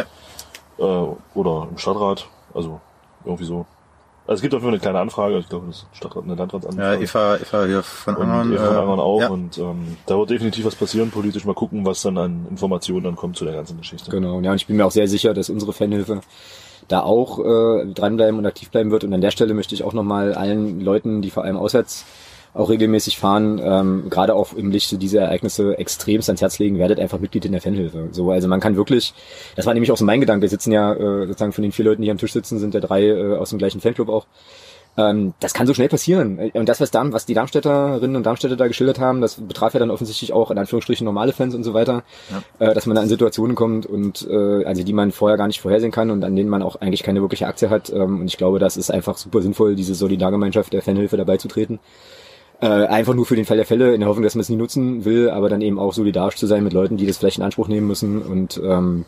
Äh, oder im Stadtrat, also irgendwie so. Also es gibt auf jeden Fall eine kleine Anfrage, ich glaube, das ist Stadtrat, eine Landratsanfrage. Ja, Eva, Eva hier von Angern. Und Eva von Angern auch. Ja. Und ähm, da wird definitiv was passieren, politisch. Mal gucken, was dann an Informationen dann kommt zu der ganzen Geschichte. Genau, ja, und ich bin mir auch sehr sicher, dass unsere Fanhilfe da auch äh, dranbleiben und aktiv bleiben wird. Und an der Stelle möchte ich auch nochmal allen Leuten, die vor allem auswärts auch regelmäßig fahren, ähm, gerade auch im Lichte dieser Ereignisse extremst ans Herz legen, werdet einfach Mitglied in der Fanhilfe. So, also man kann wirklich, das war nämlich auch so mein Gedanke, wir sitzen ja äh, sozusagen von den vier Leuten, die am Tisch sitzen, sind ja drei äh, aus dem gleichen Fanclub auch. Ähm, das kann so schnell passieren. Und das, was, Darm, was die Darmstädterinnen und Darmstädter da geschildert haben, das betraf ja dann offensichtlich auch in Anführungsstrichen normale Fans und so weiter, ja. äh, dass man da in Situationen kommt und äh, also die man vorher gar nicht vorhersehen kann und an denen man auch eigentlich keine wirkliche Aktie hat. Ähm, und ich glaube, das ist einfach super sinnvoll, diese Solidargemeinschaft der Fanhilfe dabei zu treten. Äh, einfach nur für den Fall der Fälle, in der Hoffnung, dass man es nie nutzen will, aber dann eben auch solidarisch zu sein mit Leuten, die das vielleicht in Anspruch nehmen müssen. Und ähm,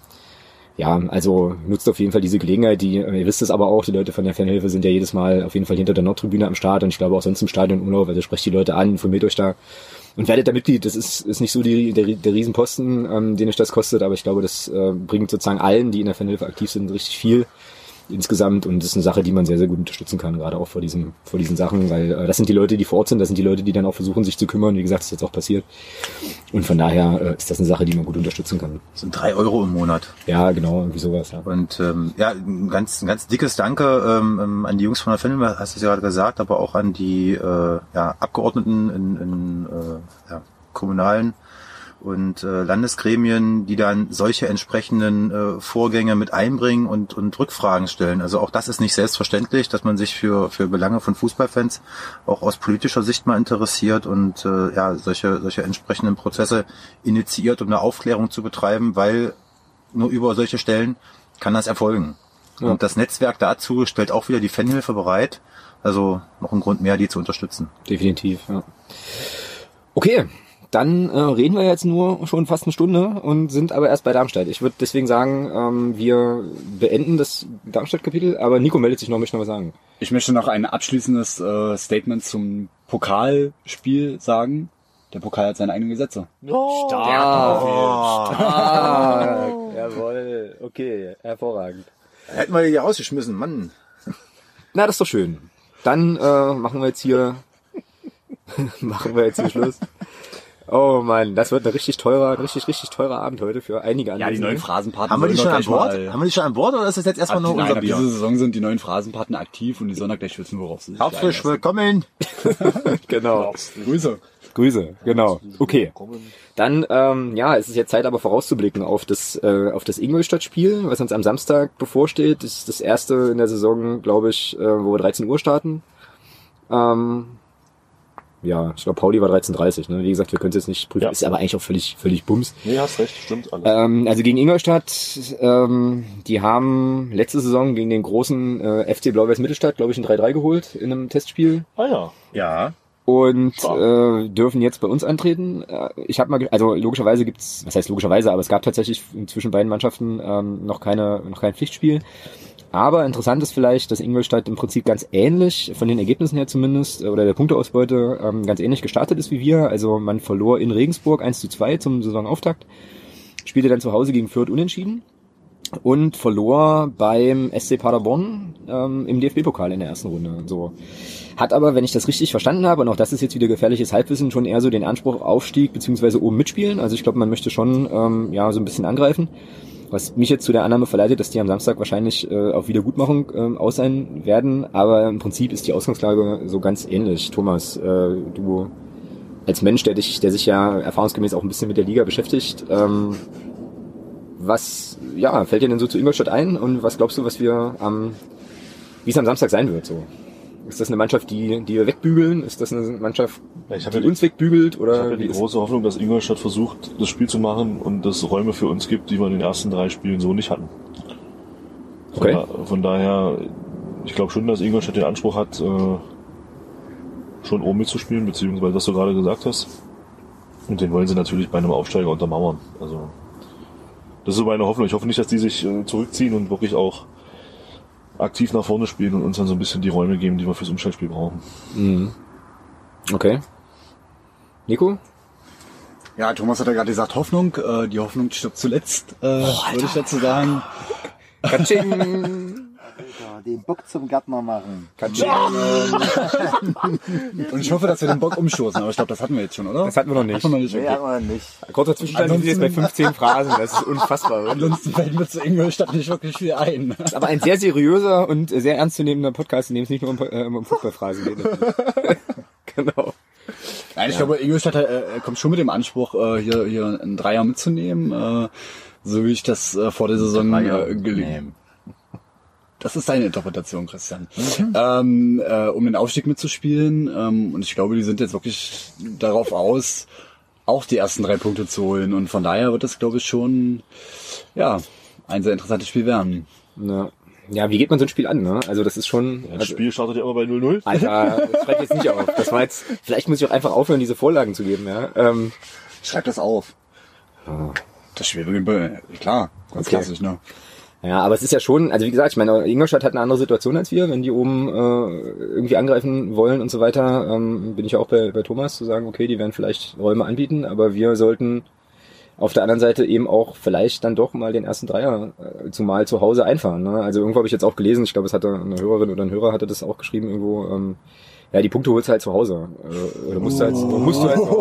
ja, also nutzt auf jeden Fall diese Gelegenheit. Die, ihr wisst es aber auch, die Leute von der Fanhilfe sind ja jedes Mal auf jeden Fall hinter der Nordtribüne am Start und ich glaube auch sonst im Stadion Umlauf. Also sprecht die Leute an, informiert euch da und werdet da Mitglied. Das ist, ist nicht so die, der, der Riesenposten, ähm, den euch das kostet, aber ich glaube, das äh, bringt sozusagen allen, die in der Fanhilfe aktiv sind, richtig viel insgesamt und das ist eine Sache, die man sehr, sehr gut unterstützen kann, gerade auch vor diesen, vor diesen Sachen, weil äh, das sind die Leute, die vor Ort sind, das sind die Leute, die dann auch versuchen, sich zu kümmern. Wie gesagt, das ist jetzt auch passiert. Und von daher äh, ist das eine Sache, die man gut unterstützen kann. Das sind drei Euro im Monat. Ja, genau, irgendwie sowas. Ja. Und ähm, ja, ein ganz, ein ganz dickes Danke ähm, an die Jungs von der Fanhilfe, hast du es ja gerade gesagt, aber auch an die äh, ja, Abgeordneten in, in äh, ja, kommunalen und äh, Landesgremien, die dann solche entsprechenden äh, Vorgänge mit einbringen und und Rückfragen stellen. Also auch das ist nicht selbstverständlich, dass man sich für für Belange von Fußballfans auch aus politischer Sicht mal interessiert und äh, ja solche solche entsprechenden Prozesse initiiert, um eine Aufklärung zu betreiben, weil nur über solche Stellen kann das erfolgen. Ja. Und das Netzwerk dazu stellt auch wieder die Fanhilfe bereit. Also noch ein Grund mehr, die zu unterstützen. Definitiv, ja. Okay. Dann äh, reden wir jetzt nur schon fast eine Stunde und sind aber erst bei Darmstadt. Ich würde deswegen sagen, ähm, wir beenden das Darmstadt-Kapitel, aber Nico meldet sich noch, möchte noch was sagen. Ich möchte noch ein abschließendes äh, Statement zum Pokalspiel sagen. Der Pokal hat seine eigenen Gesetze. Oh, stark! Oh, stark! Jawohl, okay, hervorragend. Hätten wir die hier rausgeschmissen, Mann. Na, das ist doch schön. Dann äh, machen wir jetzt hier machen wir jetzt hier Schluss. Oh Mann, das wird ein richtig teurer, ein richtig, richtig teurer Abend heute für einige andere. Ja, die neuen Phrasenpaten. Haben wir die schon an Bord? Haben wir die schon an Bord oder ist das jetzt erstmal nur unser Bier? Diese Saison sind die neuen Phrasenpaten aktiv und die sollen gleich wissen, worauf sie sich herzlich willkommen. Genau. Grüße. Grüße, genau. Okay. Dann, ähm, ja, es ist jetzt Zeit, aber vorauszublicken auf das, äh, auf das Ingolstadt-Spiel, was uns am Samstag bevorsteht. Das ist das erste in der Saison, glaube ich, äh, wo wir dreizehn Uhr starten. Ähm, Ja, ich glaube, Pauli war dreizehn Uhr dreißig, ne? Wie gesagt, wir können es jetzt nicht prüfen. Ja. Ist aber eigentlich auch völlig, völlig Bums. Nee, hast recht, stimmt alles. Ähm, also gegen Ingolstadt, ähm, die haben letzte Saison gegen den großen äh, F C Blau-Weiß Mittelstadt, glaube ich, ein drei drei geholt in einem Testspiel. Ah ja. Ja. und äh, dürfen jetzt bei uns antreten. Ich habe mal, ge- also logischerweise gibt's, was heißt logischerweise, aber es gab tatsächlich zwischen beiden Mannschaften ähm, noch keine, noch kein Pflichtspiel. Aber interessant ist vielleicht, dass Ingolstadt im Prinzip ganz ähnlich, von den Ergebnissen her zumindest, oder der Punkteausbeute ähm, ganz ähnlich gestartet ist wie wir. Also man verlor in Regensburg eins zu zwei zum Saisonauftakt, spielte dann zu Hause gegen Fürth unentschieden und verlor beim S C Paderborn ähm, im D F B-Pokal in der ersten Runde. So. Hat aber, wenn ich das richtig verstanden habe, und auch das ist jetzt wieder gefährliches Halbwissen, schon eher so den Anspruch Aufstieg beziehungsweise oben mitspielen. Also ich glaube, man möchte schon ähm, ja so ein bisschen angreifen. Was mich jetzt zu der Annahme verleitet, dass die am Samstag wahrscheinlich äh, auf Wiedergutmachung äh, aus sein werden. Aber im Prinzip ist die Ausgangslage so ganz ähnlich. Thomas, äh, du als Mensch, der dich, der sich ja erfahrungsgemäß auch ein bisschen mit der Liga beschäftigt, ähm, was ja fällt dir denn so zu Ingolstadt ein? Und was glaubst du, was wir am, wie es am Samstag sein wird? So, ist das eine Mannschaft, die, die wir wegbügeln? Ist das eine Mannschaft, Ja, ich hab die ja uns wegbügelt? Oder Ich habe ja die wie ist- große Hoffnung, dass Ingolstadt versucht, das Spiel zu machen und es Räume für uns gibt, die wir in den ersten drei Spielen so nicht hatten. Von, Okay. da, von daher, ich glaube schon, dass Ingolstadt den Anspruch hat, äh, schon oben mitzuspielen, beziehungsweise was du gerade gesagt hast. Und den wollen sie natürlich bei einem Aufsteiger untermauern. Also das ist so meine Hoffnung. Ich hoffe nicht, dass die sich äh, zurückziehen und wirklich auch aktiv nach vorne spielen und uns dann so ein bisschen die Räume geben, die wir fürs Umschaltspiel brauchen. Mhm. Okay. Nico? Ja, Thomas hat ja gerade gesagt, Hoffnung. Äh, die Hoffnung stirbt zuletzt, äh, würde ich dazu sagen. Katsching! Alter, den Bock zum Gärtner machen. Katsching! Und ich hoffe, dass wir den Bock umstoßen. Aber ich glaube, das hatten wir jetzt schon, oder? Das hatten wir noch nicht. Hatten wir nicht. Nee, Okay. aber nicht. Kurzer Zwischenstand, wir sind jetzt bei fünfzehn Phrasen. Das ist unfassbar, oder? Ansonsten fällt mir zu Ingolstadt nicht wirklich viel ein. Das ist aber ein sehr seriöser und sehr ernstzunehmender Podcast, in dem es nicht nur um, äh, um Fußballphrasen geht. Genau. Nein, ich glaube, Ingolstadt äh, kommt schon mit dem Anspruch, äh, hier, hier einen Dreier mitzunehmen. Äh, so wie ich das äh, vor der Saison äh, gelegen. Das ist deine Interpretation, Christian. Mhm. Ähm, äh, um den Aufstieg mitzuspielen. Ähm, und ich glaube, die sind jetzt wirklich darauf aus, auch die ersten drei Punkte zu holen. Und von daher wird das, glaube ich, schon ja ein sehr interessantes Spiel werden. Ja. Ja, wie geht man so ein Spiel an, ne? Also das ist schon... Das Spiel startet ja immer bei null null. Alter, das schreibt jetzt nicht auf. Das war jetzt... Vielleicht muss ich auch einfach aufhören, diese Vorlagen zu geben, ja. Ähm, Schreib das auf. Ah. Das Spiel beginnt bei... Klar, ganz Okay. klassisch, ne? Ja, aber es ist ja schon, also wie gesagt, ich meine, Ingolstadt hat eine andere Situation als wir, wenn die oben äh, irgendwie angreifen wollen und so weiter, ähm, bin ich ja auch bei, bei Thomas zu sagen, okay, die werden vielleicht Räume anbieten, aber wir sollten auf der anderen Seite eben auch vielleicht dann doch mal den ersten Dreier äh, zumal zu Hause einfahren. Ne? Also irgendwo habe ich jetzt auch gelesen, ich glaube, es hatte eine Hörerin oder ein Hörer hatte das auch geschrieben irgendwo, ähm, ja, die Punkte holst du halt zu Hause. Äh, oder musst du halt, musst du halt zu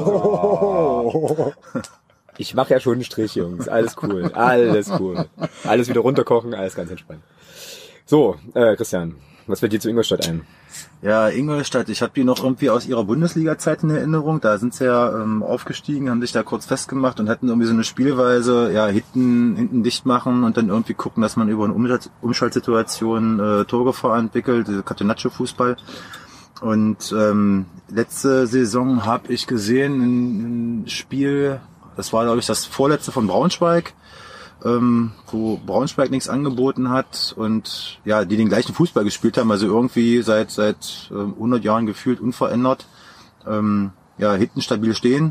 Hause. Ich mache ja schon einen Strich, Jungs. Alles cool. Alles cool. Alles wieder runterkochen, alles ganz entspannt. So, äh, Christian, was fällt dir zu Ingolstadt ein? Ja, Ingolstadt, ich habe die noch irgendwie aus ihrer Bundesliga-Zeit in Erinnerung. Da sind sie ja ähm, aufgestiegen, haben sich da kurz festgemacht und hatten irgendwie so eine Spielweise, ja, hinten hinten dicht machen und dann irgendwie gucken, dass man über eine Umschalt- Umschaltsituation äh, Torgefahr entwickelt, diese Catenaccio-Fußball. Und ähm, letzte Saison habe ich gesehen ein, ein Spiel, das war glaube ich das vorletzte von Braunschweig, ähm, wo Braunschweig nichts angeboten hat und ja, die den gleichen Fußball gespielt haben, also irgendwie seit seit ähm, hundert Jahren gefühlt unverändert, ähm, ja, hinten stabil stehen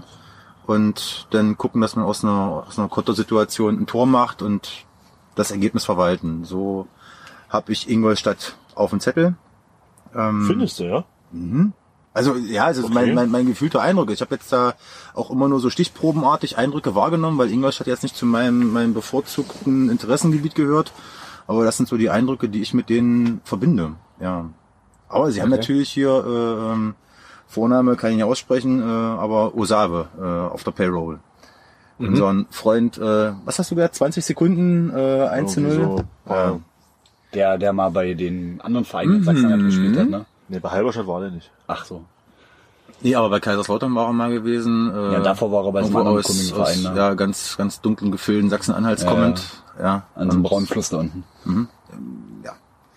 und dann gucken, dass man aus einer aus einer Kontersituation ein Tor macht und das Ergebnis verwalten. So habe ich Ingolstadt auf dem Zettel. Ähm, Findest du, ja? Mhm. Also ja, also Okay. mein, mein, mein gefühlter Eindruck. Ich habe jetzt da auch immer nur so stichprobenartig Eindrücke wahrgenommen, weil Ingolstadt jetzt nicht zu meinem, meinem bevorzugten Interessengebiet gehört. Aber das sind so die Eindrücke, die ich mit denen verbinde. Ja. Aber sie haben Okay. natürlich hier äh, ähm, Vorname kann ich nicht aussprechen, äh, aber Osave äh, auf der Payroll. Mhm. Unseren Freund, äh, was hast du gesagt, zwanzig Sekunden, äh, eins zu null? Irgendwie so, Ja. Der, der mal bei den anderen Vereinen in Sachsen-Anhalt gespielt hat, ne? Nee, bei Halberstadt war der nicht. Ach so. Nee, aber bei Kaiserslautern war er mal gewesen. Äh, Ja, davor war er bei so einem irgendwo anderen aus, komischen aus Verein, ne? ja, ganz, ganz dunklen Gefilden Sachsen-Anhalts Ja, kommend. Ja, An so einem und- braunen Fluss da unten. Ja.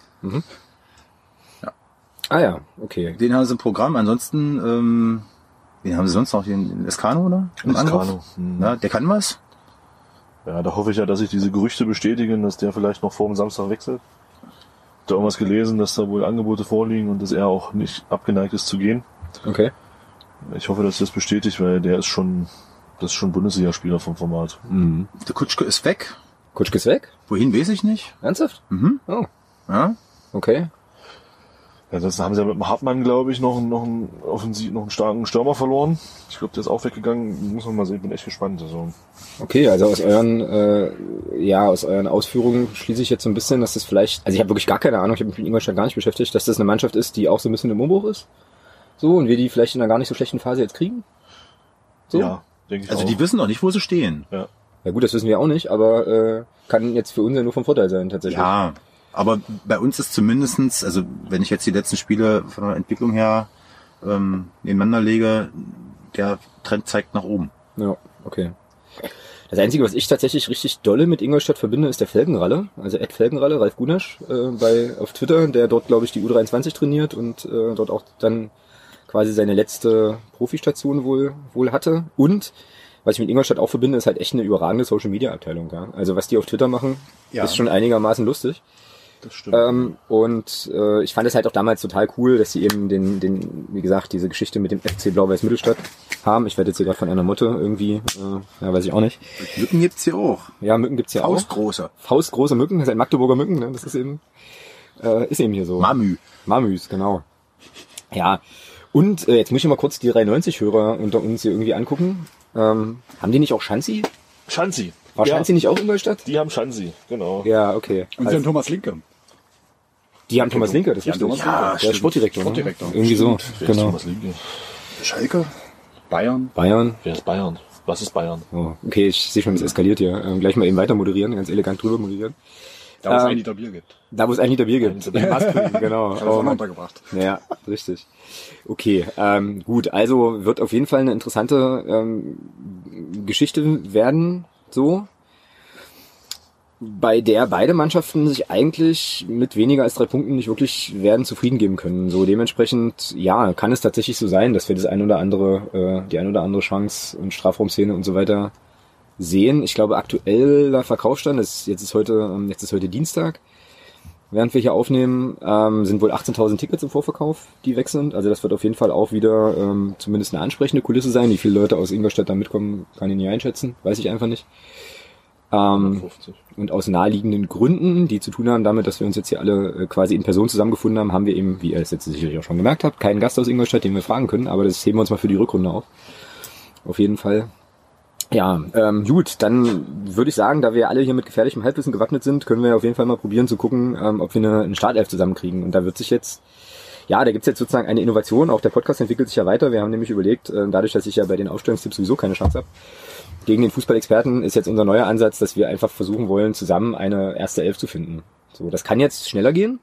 Ah ja, okay. Den haben sie im Programm. Ansonsten, ähm, den haben sie sonst noch den Escano, oder? Im Escano, Angriff? hm. Ja, der kann was. Ja, da hoffe ich ja, dass sich diese Gerüchte bestätigen, dass der vielleicht noch vor dem Samstag wechselt. Da irgendwas gelesen, dass da wohl Angebote vorliegen und dass er auch nicht abgeneigt ist zu gehen. Okay. Ich hoffe, dass das bestätigt, weil der ist schon, das ist schon Bundesligaspieler vom Format. Mhm. Der Kutschke ist weg. Kutschke ist weg? Wohin, weiß ich nicht. Ernsthaft? Mhm. Oh, Ja. okay. Ja, ansonsten haben sie ja mit dem Hartmann, glaube ich, noch, einen- noch einen offensiv, noch einen starken Stürmer verloren. Ich glaube, der ist auch weggegangen. Muss man mal sehen, ich bin echt gespannt. Also, Okay, also aus euren, äh, ja, aus euren Ausführungen schließe ich jetzt so ein bisschen, dass das vielleicht, also ich habe wirklich gar keine Ahnung, ich habe mich mit Ingolstadt gar nicht beschäftigt, dass das eine Mannschaft ist, die auch so ein bisschen im Umbruch ist. So, und wir die vielleicht in einer gar nicht so schlechten Phase jetzt kriegen. So. ja, denke ich Also auch. die wissen noch nicht, wo sie stehen. ja. Ja gut, das wissen wir auch nicht, aber äh, kann jetzt für uns ja nur vom Vorteil sein, tatsächlich. Ja, aber bei uns ist zumindestens, also wenn ich jetzt die letzten Spiele von der Entwicklung her ähm, nebeneinander lege, der Trend zeigt nach oben. Ja, okay. Das Einzige, was ich tatsächlich richtig dolle mit Ingolstadt verbinde, ist der Felgenralle. Also Ed Felgenralle, Ralf Gunasch, äh, bei auf Twitter, der dort, glaube ich, die U dreiundzwanzig trainiert und äh, dort auch dann quasi seine letzte Profistation wohl wohl hatte. Und was ich mit Ingolstadt auch verbinde, ist halt echt eine überragende Social-Media-Abteilung. Ja? Also was die auf Twitter machen, Ja. ist schon einigermaßen lustig. Das stimmt. Ähm, und äh, ich fand es halt auch damals total cool, dass sie eben den, den, wie gesagt, diese Geschichte mit dem F C Blau-Weiß Mittelstadt haben. Ich werde jetzt hier gerade von einer Motte irgendwie, äh, ja, weiß ich auch nicht. Mücken gibt's hier auch. Ja, Mücken gibt's ja auch. Faustgroße. Faustgroße Mücken, das sind Magdeburger Mücken, ne? Das ist eben, äh, ist eben hier so. Mamü. Mamüs, genau. Ja. Und äh, jetzt muss ich mal kurz die dreiundneunzig-Hörer unter uns hier irgendwie angucken. Ähm, haben die nicht auch Schanzi? Schanzi. War ja, Schanzi nicht auch Ingolstadt? Die haben Schanzi, genau. Ja, okay. Und sie Also, haben Thomas Linke. die haben Thomas Linker, das Die ist haben richtig. Thomas Linke. Der Stimmt. Sportdirektor. ne? Sportdirektor. Irgendwie so, Wer ist genau. Thomas Linke? Schalke, Bayern. Bayern. Wer ist Bayern? Was ist Bayern? Oh, okay, ich sehe schon, es eskaliert hier. Ähm, gleich mal eben weiter moderieren, ganz elegant drüber moderieren. Da wo es Ähm, ein Liter Bier gibt. Da, wo es ein Liter Bier gibt. In Maastricht, genau. Ich habe es Oh, auch noch untergebracht. ja, richtig. Okay, ähm, gut, also wird auf jeden Fall eine interessante ähm, Geschichte werden, so, bei der beide Mannschaften sich eigentlich mit weniger als drei Punkten nicht wirklich werden zufrieden geben können. So dementsprechend, ja, kann es tatsächlich so sein, dass wir das ein oder andere, äh, die ein oder andere Chance und Strafraumszene und so weiter sehen. Ich glaube, aktueller Verkaufsstand ist, jetzt ist heute, ähm, jetzt ist heute Dienstag, während wir hier aufnehmen, ähm, sind wohl achtzehntausend Tickets im Vorverkauf, die weg sind. Also das wird auf jeden Fall auch wieder ähm, zumindest eine ansprechende Kulisse sein. Wie viele Leute aus Ingolstadt da mitkommen, kann ich nicht einschätzen. Weiß ich einfach nicht. Ähm, fünfzig. und aus naheliegenden Gründen, die zu tun haben damit, dass wir uns jetzt hier alle äh, quasi in Person zusammengefunden haben, haben wir eben, wie ihr es jetzt sicherlich auch schon gemerkt habt, keinen Gast aus Ingolstadt, den wir fragen können. Aber das heben wir uns mal für die Rückrunde auf. Auf jeden Fall. Ja, ähm, gut, dann würde ich sagen, da wir alle hier mit gefährlichem Halbwissen gewappnet sind, können wir auf jeden Fall mal probieren zu gucken, ähm, ob wir eine, eine Startelf zusammenkriegen. Und da wird sich jetzt, ja, da gibt's jetzt sozusagen eine Innovation, auch der Podcast entwickelt sich ja weiter. Wir haben nämlich überlegt, äh, dadurch, dass ich ja bei den Aufstellungstipps sowieso keine Chance habe, gegen den Fußballexperten ist jetzt unser neuer Ansatz, dass wir einfach versuchen wollen, zusammen eine erste Elf zu finden. So, das kann jetzt schneller gehen.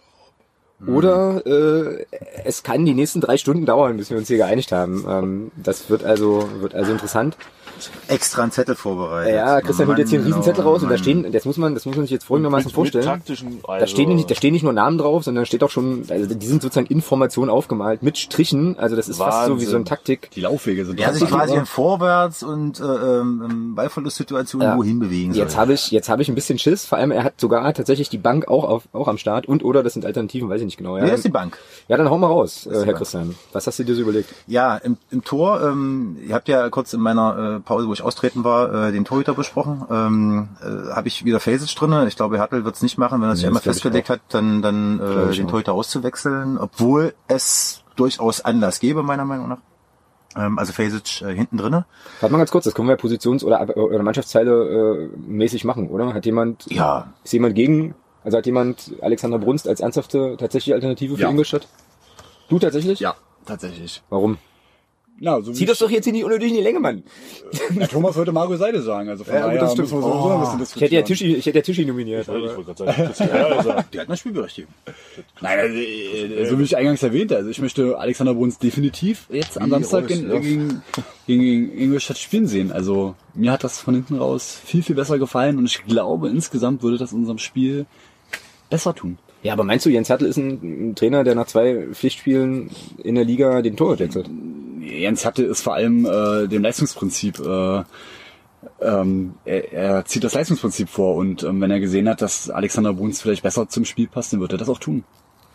Oder äh, es kann die nächsten drei Stunden dauern, bis wir uns hier geeinigt haben. Ähm, das wird also wird also interessant. Extra einen Zettel vorbereitet. Ja, Christian holt jetzt hier einen Mann, Riesenzettel oh raus und da Mann. stehen, das muss man, das muss man sich jetzt folgendermaßen Mit- vorstellen. Mit taktischen, also, Da stehen, nicht, da stehen nicht nur Namen drauf, sondern da steht auch schon, also die sind sozusagen Informationen aufgemalt mit Strichen. Also das ist fast so wie so eine Taktik. Die Laufwege sind Ja, sich trotzdem- quasi in Vorwärts- und äh, ähm, Ballverlustsituationen Ja. wohin bewegen soll. Jetzt habe ich, jetzt habe ich ein bisschen Schiss. Vor allem, er hat sogar tatsächlich die Bank auch auf, auch am Start und oder das sind Alternativen, weiß ich nicht genau. Ja, Wer ist die Bank? ja dann hau mal raus, äh, die Herr Bank. Christian. Was hast du dir so überlegt? Ja, im, im Tor, ähm, ihr habt ja kurz in meiner äh, Pause, wo ich austreten war, äh, den Torhüter besprochen. Ähm, äh, habe ich wieder Fasic drinne. Ich glaube, Hertel wird es nicht machen, wenn er sich Nee, einmal das glaub ich festgelegt hat, dann, dann Glaub äh, ich den auch. Torhüter auszuwechseln, obwohl es durchaus Anlass gäbe, meiner Meinung nach. Ähm, also Fasic äh, hinten drinne. Warte mal ganz kurz, das können wir Positions- oder, oder Mannschaftsteile äh, mäßig machen, oder? Hat jemand, Ja. ist jemand gegen, also hat jemand Alexander Brunst als ernsthafte tatsächliche Alternative für Ja. Ingolstadt? Du tatsächlich? Ja, tatsächlich. Warum? Na, so wie Zieh das doch jetzt hier nicht unnötig in die Länge, Mann. Ja, Thomas wollte Mario Seide sagen, also von Ja, gut, daher das stimmt. müssen wir sowieso ein bisschen Ich hätte ja diskutieren. Tischi, ich hätte ja Tischi nominiert. Ich Aber wollte gerade sagen, ja, also, Der hat eine Spielberechtigung. Nein, also, äh, so wie ich eingangs erwähnte, also ich möchte Alexander Bruns definitiv jetzt am Wie Samstag aus, in, ja. gegen, gegen Ingolstadt spielen sehen. Also mir hat das von hinten raus viel, viel besser gefallen und ich glaube, insgesamt würde das unserem Spiel besser tun. ja, aber meinst du, Jens Hertel ist ein, ein Trainer, der nach zwei Pflichtspielen in der Liga den Torwart wechselt? Jens Hatte ist vor allem äh, dem Leistungsprinzip, äh, ähm, er, er zieht das Leistungsprinzip vor und ähm, wenn er gesehen hat, dass Alexander Bruns vielleicht besser zum Spiel passt, dann wird er das auch tun.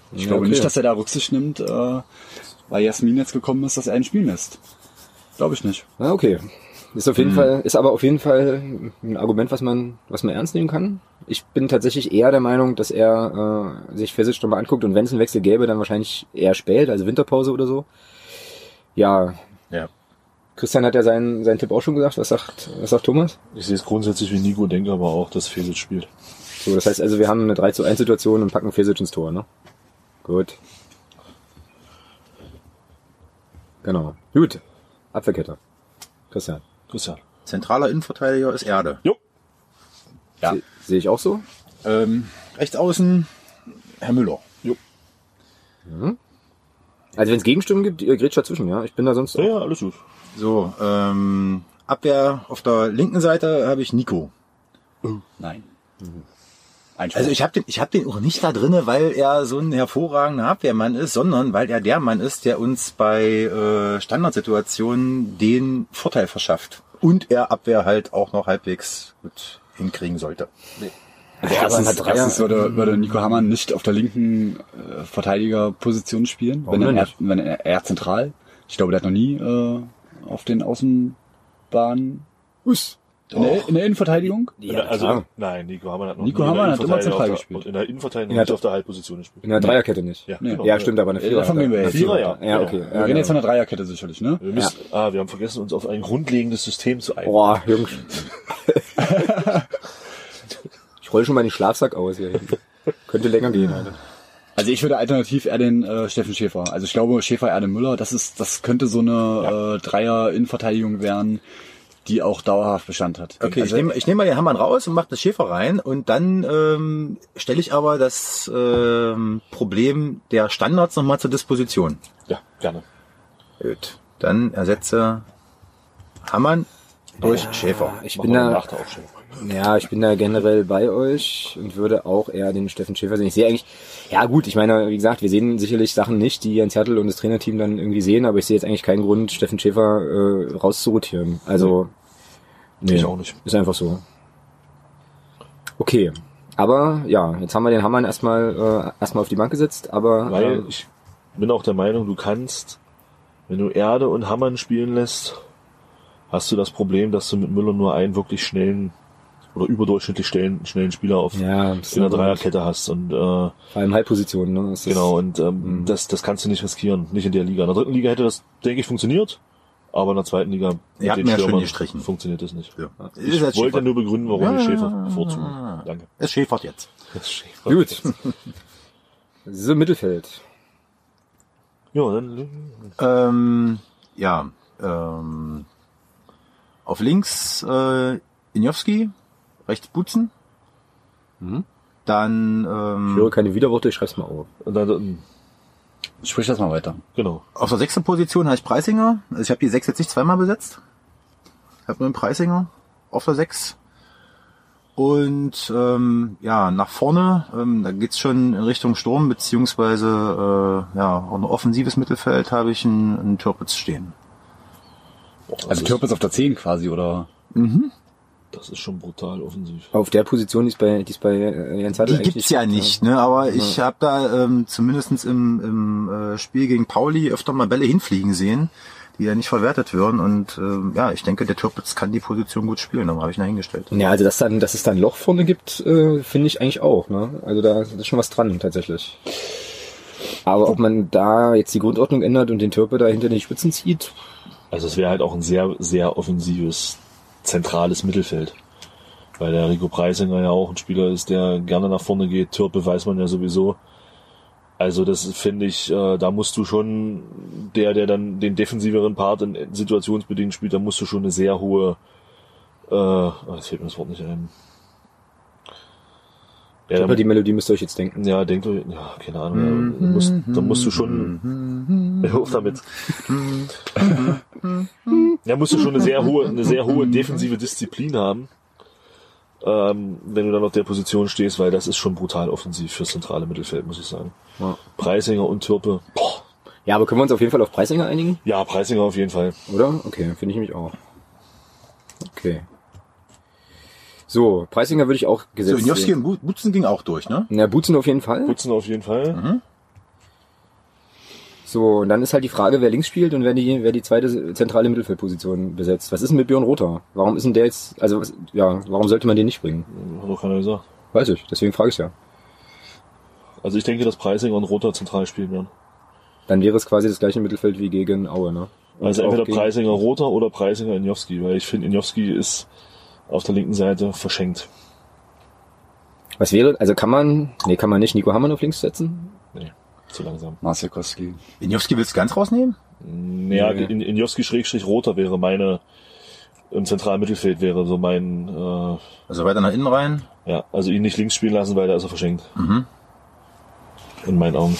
Ich Ja, glaube okay. nicht, dass er da Rücksicht nimmt, äh, weil Jasmin jetzt gekommen ist, dass er ein Spiel lässt. Glaube ich nicht. Ah, okay. Ist auf jeden Fall, ist aber auf jeden Fall ein Argument, was man, was man ernst nehmen kann. Ich bin tatsächlich eher der Meinung, dass er äh, sich Fesic nochmal anguckt und wenn es einen Wechsel gäbe, dann wahrscheinlich eher spät, also Winterpause oder so. Ja. Ja. Christian hat ja seinen, seinen Tipp auch schon gesagt. Was sagt, was sagt Thomas? Ich sehe es grundsätzlich wie Nico, denke aber auch, dass Fesic spielt. So, das heißt also, wir haben eine drei zu eins Situation und packen Fesic ins Tor, ne? Gut. Genau. Gut. Abwehrkette. Christian. Christian. Zentraler Innenverteidiger ist Erde. Jo. Ja. Se- Sehe ich auch so? Ähm, rechts außen Herr Müller. Also wenn es Gegenstimmen gibt, ihr grätscht dazwischen, ja? Ich bin da sonst Ja, auch. ja, alles gut. So, ähm, Abwehr auf der linken Seite habe ich Nico. Nein. Einspruch. Also ich habe den, ich habe den auch nicht da drinne, weil er so ein hervorragender Abwehrmann ist, sondern weil er der Mann ist, der uns bei äh, Standardsituationen den Vorteil verschafft und er Abwehr halt auch noch halbwegs gut hinkriegen sollte. Also erstens, erstens würde, würde Nico Hamann nicht auf der linken äh, Verteidigerposition spielen, Warum wenn er, denn eher, nicht? wenn er eher zentral. Ich glaube, der hat noch nie äh, auf den Außenbahnen Us. in der, in der Innenverteidigung. Ja, also, klar. nein, Nico Hamann hat noch Nico nie in der Hamann hat immer Innenverteidigung zentral auf der- gespielt. In der Innenverteidigung Ja, nicht auf der Halbposition gespielt. In der Dreierkette nicht. Ja, Nee. genau. Ja, stimmt, aber eine Ja, davon gehen wir jetzt. Vierer, ja. Ja, okay. Wir reden jetzt von der Dreierkette sicherlich, ne? Wir müssen, ah, wir haben vergessen, uns auf ein grundlegendes System zu einigen. Boah, Jungs. Ich roll schon mal den Schlafsack aus hier hinten. Könnte länger gehen, Alter. Also ich würde alternativ eher den äh, Steffen Schäfer. Also ich glaube Schäfer, Erde, Müller, das ist, das könnte so eine äh, Dreier-Innenverteidigung werden, die auch dauerhaft Bestand hat. Okay, also, ich nehme ich nehm mal den Hammann raus und mache das Schäfer rein und dann ähm, stelle ich aber das ähm, Problem der Standards nochmal zur Disposition. Ja, gerne. Gut. Dann ersetze Hammann durch Schäfer. Ich Machen bin wir eine da, Nachteraufstellung. ja, ich bin da generell bei euch und würde auch eher den Steffen Schäfer sehen. Ich sehe eigentlich, ja gut, ich meine, wie gesagt, wir sehen sicherlich Sachen nicht, die Jens Hertel und das Trainerteam dann irgendwie sehen, aber ich sehe jetzt eigentlich keinen Grund, Steffen Schäfer äh, rauszurotieren. Also, nee, Ich auch nicht. ist einfach so. Okay, aber ja, jetzt haben wir den Hammann erstmal äh, erstmal auf die Bank gesetzt, aber Weil äh, ich bin auch der Meinung, du kannst, wenn du Erde und Hamann spielen lässt, hast du das Problem, dass du mit Müller nur einen wirklich schnellen oder überdurchschnittlich schnellen, schnellen Spieler auf ja, das in der ist Dreierkette hast. Und äh, vor allem Halbpositionen, ne? Das ist- genau, und ähm, das, das kannst du nicht riskieren, nicht in der Liga. In der dritten Liga hätte das, denke ich, funktioniert, aber in der zweiten Liga mit Ihr habt den mir ja schön Stürmern gestrichen. funktioniert das nicht. Ja. Ich Ist jetzt wollte Schäfer. nur begründen, warum Ja, ich Schäfer ja, bevorzuge. ja. Danke. Es schäfert jetzt. Das ist Schäfer. Gut. So, Mittelfeld. Ja, dann Ähm, ja, ähm, auf links äh, Injowski, rechts Butzen. Mhm. Dann Ich ähm, höre keine Widerworte, ich schreib's mal auf. und dann, dann Sprich das mal weiter. genau. auf der sechsten Position habe ich Preisinger. Also ich habe die sechs jetzt nicht zweimal besetzt. Ich habe nur einen Preisinger auf der sechs. Und ähm, ja, nach vorne, ähm, da geht's schon in Richtung Sturm, beziehungsweise äh, ja, auch ein offensives Mittelfeld habe ich einen, einen Türpitz stehen. Also Türpitz auf der zehn quasi, oder? Das ist schon brutal offensiv. Auf der Position, die es bei, die es bei äh, Jens Hartl Die eigentlich gibt's ja gibt, nicht, ne? Aber ich habe da ähm, zumindestens im, im äh, Spiel gegen Pauli öfter mal Bälle hinfliegen sehen, die ja nicht verwertet werden. Und ähm, ja, ich denke, der Türpitz kann die Position gut spielen. Darum habe ich ihn dahingestellt. Ja, also dass dann, dass es da ein Loch vorne gibt, äh, finde ich eigentlich auch, ne? Also da ist schon was dran tatsächlich. Aber ob man da jetzt die Grundordnung ändert und den Türpe da hinter die Spitzen zieht, Also es wäre halt auch ein sehr, sehr offensives, zentrales Mittelfeld. Weil der Rico Preisinger ja auch ein Spieler ist, der gerne nach vorne geht. Türpe weiß man ja sowieso. Also das finde ich, äh, da musst du schon, der, der dann den defensiveren Part in, in situationsbedingt spielt, da musst du schon eine sehr hohe, äh, oh, jetzt fällt mir das Wort nicht ein. Ja, aber da, die Melodie müsst ihr euch jetzt denken. ja, denkt euch, ja, keine Ahnung, da musst, da musst du schon, hör auf damit. Da musst du schon eine sehr hohe, eine sehr hohe defensive Disziplin haben, ähm, wenn du dann auf der Position stehst, weil das ist schon brutal offensiv fürs zentrale Mittelfeld, muss ich sagen. Ja. Preisinger und Türpe, boah. Ja, aber können wir uns auf jeden Fall auf Preisinger einigen, Ja, Preisinger auf jeden Fall. oder? Okay, finde ich mich auch. Okay. So, Preisinger würde ich auch So, gesetzt Injowski sehen. und Bu- Butzen ging auch durch, ne? Na, Butzen auf jeden Fall. Putzen auf jeden Fall. So, und dann ist halt die Frage, wer links spielt und wer die, wer die zweite zentrale Mittelfeldposition besetzt. Was ist denn mit Björn Rother? Warum ist denn der jetzt, also, was, ja, warum sollte man den nicht bringen? Hat doch keiner gesagt. Weiß ich, deswegen frage ich ja. Also ich denke, dass Preisinger und Rother zentral spielen werden. Dann wäre es quasi das gleiche Mittelfeld wie gegen Aue, ne? Und also entweder gegen... Preisinger Rother oder Preisinger Injowski, weil ich finde, Injowski ist auf der linken Seite verschenkt. Was wäre, also kann man, nee, kann man nicht Nico Hamann auf links setzen? Nee, zu langsam. Marcel Kostli. Injowski willst du ganz rausnehmen? Naja, Nee. in, Injowski Schrägstrich Rother wäre meine, im zentralen Mittelfeld wäre so mein, äh, Also weiter nach innen rein? ja, also ihn nicht links spielen lassen, weil da ist er verschenkt. Mhm. In meinen Augen.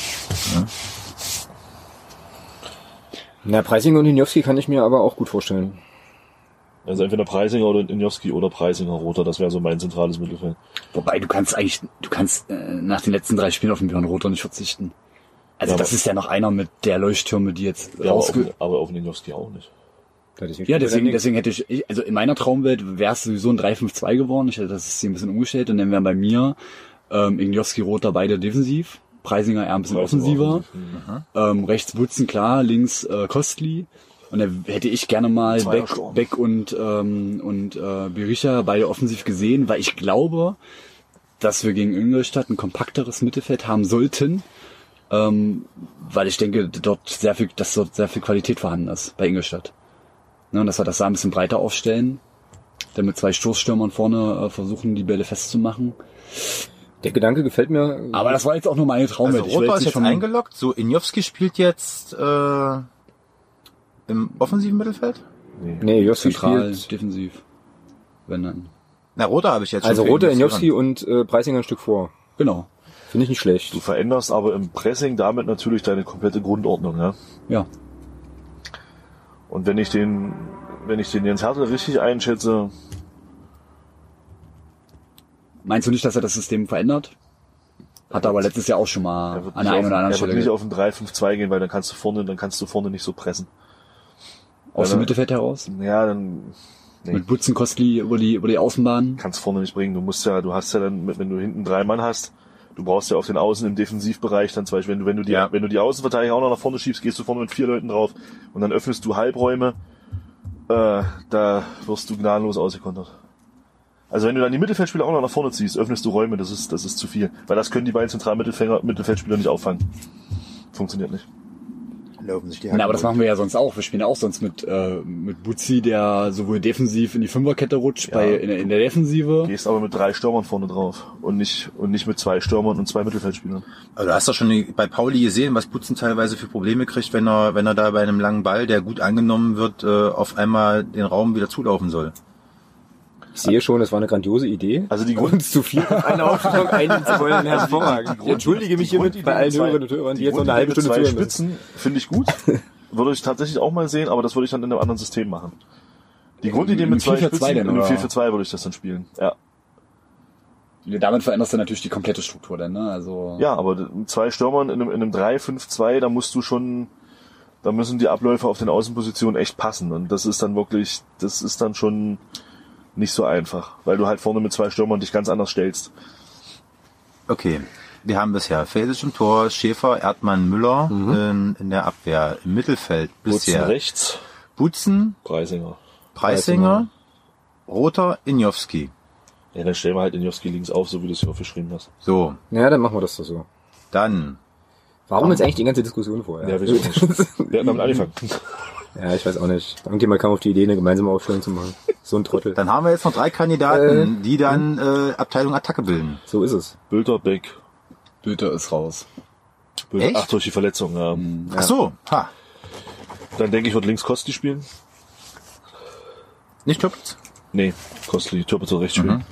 Na, Preisinger und Injowski kann ich mir aber auch gut vorstellen. Also entweder Preisinger oder Injowski oder Preisinger Rother, das wäre so mein zentrales Mittelfeld. Wobei, du kannst eigentlich, du kannst äh, nach den letzten drei Spielen auf den Björn Rother nicht verzichten. Also Ja, das aber- ist ja noch einer mit der Leuchttürme, die jetzt Ja, aber, auf, rausge... aber auf den Injowski auch nicht. Ja, deswegen, deswegen hätte ich, ich- also in meiner Traumwelt wäre es sowieso ein drei fünf zwei geworden. Ich hätte das System ein bisschen umgestellt und dann wären bei mir ähm, Injowski, Rother beide defensiv, Preisinger eher ein bisschen Preisinger offensiver, offensiv, ähm, rechts Butzen, klar, links äh, Kostli. Und dann hätte ich gerne mal Beck, Zweiersturm. Beck und ähm, und äh, Berisha beide offensiv gesehen, weil ich glaube, dass wir gegen Ingolstadt ein kompakteres Mittelfeld haben sollten, ähm, weil ich denke, dort sehr viel, dass dort sehr viel Qualität vorhanden ist bei Ingolstadt. Ne, und dass wir das da ein bisschen breiter aufstellen, dann mit zwei Stoßstürmern vorne äh, versuchen, die Bälle festzumachen. Der Gedanke gefällt mir. Aber das war jetzt auch nur meine Traumwelt. Also Ich will Rother ist nicht jetzt schon- eingeloggt. So, Injowski spielt jetzt äh, im offensiven Mittelfeld? Nee, Injowski zentral, spielt. defensiv. Wenn dann. Na, Rother habe ich jetzt Also schon für Rother, Injowski Injowski und äh, Preisinger ein Stück vor. Genau. Finde ich nicht schlecht. Du veränderst aber im Pressing damit natürlich deine komplette Grundordnung, ja. Ja. Und wenn ich den, wenn ich den Jens Hertel richtig einschätze, Meinst du nicht, dass er das System verändert? Hat er aber letztes Jahr auch schon mal er wird an nicht, der einen auf, oder anderen er Stelle wird nicht ge- auf ein drei fünf zwei gehen, weil dann kannst du vorne, dann kannst du vorne nicht so pressen. aus weil dem er- Mittelfeld heraus. Ja, dann nee, Mit Butzen, Kostli über die, über die Außenbahn. kannst vorne nicht bringen. Du musst ja, du hast ja dann, wenn du hinten drei Mann hast, du brauchst ja auf den Außen im Defensivbereich dann zum Beispiel, wenn du, wenn du die, Ja. wenn du die Außenverteidiger auch noch nach vorne schiebst, gehst du vorne mit vier Leuten drauf und dann öffnest du Halbräume, äh, da wirst du gnadenlos ausgekontert. Also wenn du dann die Mittelfeldspieler auch noch nach vorne ziehst, öffnest du Räume, das ist, das ist zu viel. Weil das können die beiden zentralen Mittelfelder, Mittelfeldspieler nicht auffangen. Funktioniert nicht. laufen sich die Na, aber das machen wir ja sonst auch. Wir spielen ja auch sonst mit, äh, mit Buzzi, der sowohl defensiv in die Fünferkette rutscht, Ja. bei, in, der- in der Defensive. Gehst aber mit drei Stürmern vorne drauf und nicht, und nicht mit zwei Stürmern und zwei Mittelfeldspielern. Also du hast doch schon bei Pauli gesehen, was Butzen teilweise für Probleme kriegt, wenn er, wenn er da bei einem langen Ball, der gut angenommen wird, äh, auf einmal den Raum wieder zulaufen soll. Ich sehe schon, das war eine grandiose Idee. Also die Grund, Uns zu viel auf eine Aufstellung einnehmen zu wollen, hervorragend. Ich entschuldige mich hiermit bei allen Grundidee mit Hörerinnen und Hörern, die jetzt noch eine Grundidee halbe mit Stunde zwei zuhören müssen. Spitzen finde ich gut. Würde ich tatsächlich auch mal sehen, aber das würde ich dann in einem anderen System machen. Die Grundidee Im mit zwei vier vier zwei Spitzen, denn, in einem oder? vier vier zwei würde ich das dann spielen. Ja. Damit veränderst du natürlich die komplette Struktur dann, ne? Also. Ja, aber mit zwei Stürmern in einem, in einem drei fünf zwei, da musst du schon, da müssen die Abläufe auf den Außenpositionen echt passen. Und das ist dann wirklich, das ist dann schon nicht so einfach, weil du halt vorne mit zwei Stürmern dich ganz anders stellst. Okay. Wir haben bisher Felsic im Tor, Schäfer, Erdmann, Müller in, in der Abwehr. Im Mittelfeld Butzen bisher rechts, Butzen, Preisinger. Preisinger, Rother, Injowski. Ja, dann stellen wir halt den Joski links auf, so wie du es hier aufgeschrieben hast. So, Ja, dann machen wir das doch so. dann Warum jetzt eigentlich die ganze Diskussion vorher? Ja, wieso nicht? Wir hatten damit angefangen. Ja, ich weiß auch nicht. Irgendjemand kam auf die Idee, eine gemeinsame Aufstellung zu machen. So ein Trottel. Dann haben wir jetzt noch drei Kandidaten, die dann äh, Abteilung Attacke bilden. So ist es. Bülter, Beck. Bülter ist raus. Bülter, Echt? ach, durch die Verletzung, ja. Ach so, ha. Dann denke ich, wird links Kostli spielen. Nicht Töpfz? Nee, Kostli, Türpitzer rechts spielen.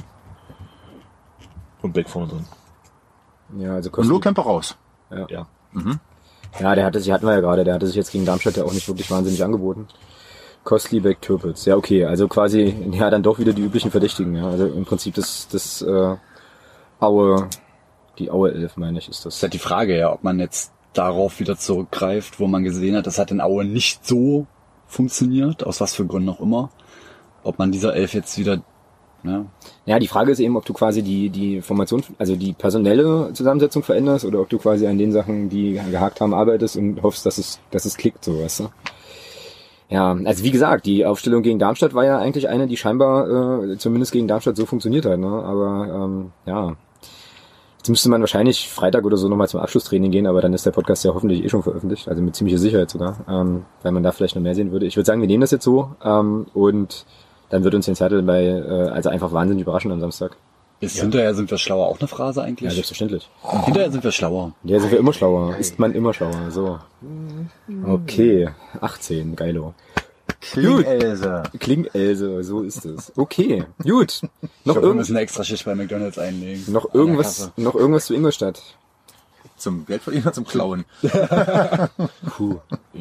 Und Beck vorne drin. Ja, also Und Kostli. Lohkemper raus. Ja. Ja, der hatte sich, hatten wir ja gerade, der hatte sich jetzt gegen Darmstadt ja auch nicht wirklich wahnsinnig angeboten. Kostli, Beck, Türpitz. Ja, okay, also quasi, ja, dann doch wieder die üblichen Verdächtigen, ja. Also im Prinzip das, das, äh, Aue, die Aue elf, meine ich, ist Das ist das. halt die Frage, ja, ob man jetzt darauf wieder zurückgreift, wo man gesehen hat, das hat in Aue nicht so funktioniert, aus was für Gründen auch immer. Ob man dieser Elf jetzt wieder, Ne? Ja, die Frage ist eben, ob du quasi die, die Formation, also die personelle Zusammensetzung veränderst oder ob du quasi an den Sachen, die gehakt haben, arbeitest und hoffst, dass es, dass es klickt, so, weißt du? Ja, also wie gesagt, die Aufstellung gegen Darmstadt war ja eigentlich eine, die scheinbar äh, zumindest gegen Darmstadt so funktioniert hat, ne? Aber ähm, ja, jetzt müsste man wahrscheinlich Freitag oder so nochmal zum Abschlusstraining gehen, aber dann ist der Podcast ja hoffentlich eh schon veröffentlicht, also mit ziemlicher Sicherheit sogar, ähm, weil man da vielleicht noch mehr sehen würde. Ich würde sagen, wir nehmen das jetzt so ähm, und dann wird uns den Zettel bei, äh, also einfach wahnsinnig überraschen am Samstag. Ist ja. Hinterher sind wir schlauer, auch eine Phrase eigentlich? Ja, selbstverständlich. Und hinterher sind wir schlauer. Ja, sind wir immer schlauer. Ist man immer schlauer, so. Okay, achtzehn, geilo. Klingelse. Klingelse, so ist es. Okay, gut. Noch Ich glaube, wir irgend müssen eine extra Schicht bei McDonald's einlegen. noch irgendwas, noch irgendwas zu Ingolstadt. Zum Geldverdienen oder zum Klauen? Puh.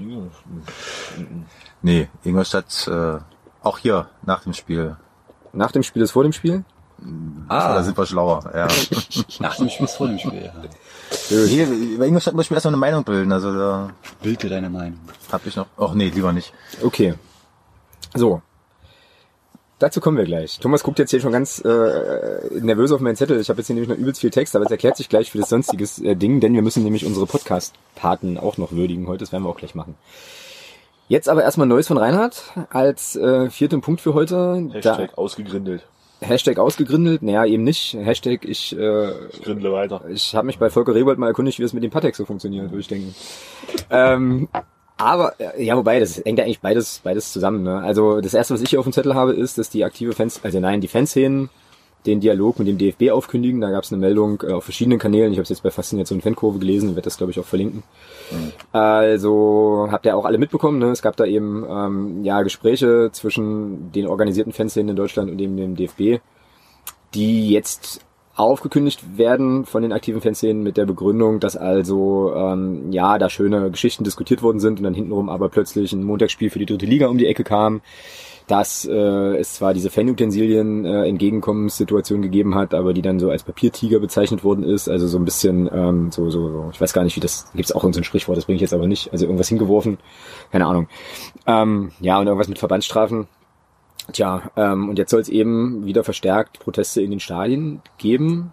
Nee, Ingolstadt, äh, auch hier, nach dem Spiel. Nach dem Spiel ist vor dem Spiel? Ah. Da sind wir schlauer, ja. Nach dem Spiel ist vor dem Spiel. Ja. Hier, über Ingolstadt muss ich mir erstmal eine Meinung bilden, also da Bild dir deine Meinung. hab ich noch, ach nee, lieber nicht. Okay. So. Dazu kommen wir gleich. Thomas guckt jetzt hier schon ganz äh, nervös auf meinen Zettel. Ich habe jetzt hier nämlich noch übelst viel Text, aber es erklärt sich gleich für das sonstiges äh, Ding, denn wir müssen nämlich unsere Podcast-Paten auch noch würdigen heute. Das werden wir auch gleich machen. Jetzt aber erstmal Neues von Reinhard als äh, vierten Punkt für heute. Hashtag Da, ausgegrindelt. Hashtag ausgegrindelt? Naja, eben nicht. Hashtag ich äh, Ich grindle weiter. ich habe mich bei Volker Rehbold mal erkundigt, wie das mit dem Patek so funktioniert, würde ich denken. ähm, aber, ja, wobei, das hängt ja eigentlich beides beides zusammen. Ne? Also das Erste, was ich hier auf dem Zettel habe, ist, dass die aktive Fans, also nein, die Fanszenen den Dialog mit dem D F B aufkündigen. Da gab es eine Meldung äh, auf verschiedenen Kanälen. Ich habe es jetzt bei Faszination Fankurve gelesen, werde das, glaube ich, auch verlinken. Mhm. Also habt ihr auch alle mitbekommen, ne? Es gab da eben ähm, ja Gespräche zwischen den organisierten Fanszenen in Deutschland und eben dem D F B, die jetzt aufgekündigt werden von den aktiven Fanszenen mit der Begründung, dass also ähm, ja da schöne Geschichten diskutiert worden sind und dann hintenrum aber plötzlich ein Montagsspiel für die dritte Liga um die Ecke kam, dass äh, es zwar diese Fanutensilien äh, Entgegenkommenssituation gegeben hat, aber die dann so als Papiertiger bezeichnet worden ist, also so ein bisschen ähm, so so so ich weiß gar nicht, wie das gibt's auch irgendein Sprichwort, das bringe ich jetzt aber nicht, also irgendwas hingeworfen, keine Ahnung. Ähm, ja, und irgendwas mit Verbandsstrafen. Tja, ähm, und jetzt soll es eben wieder verstärkt Proteste in den Stadien geben.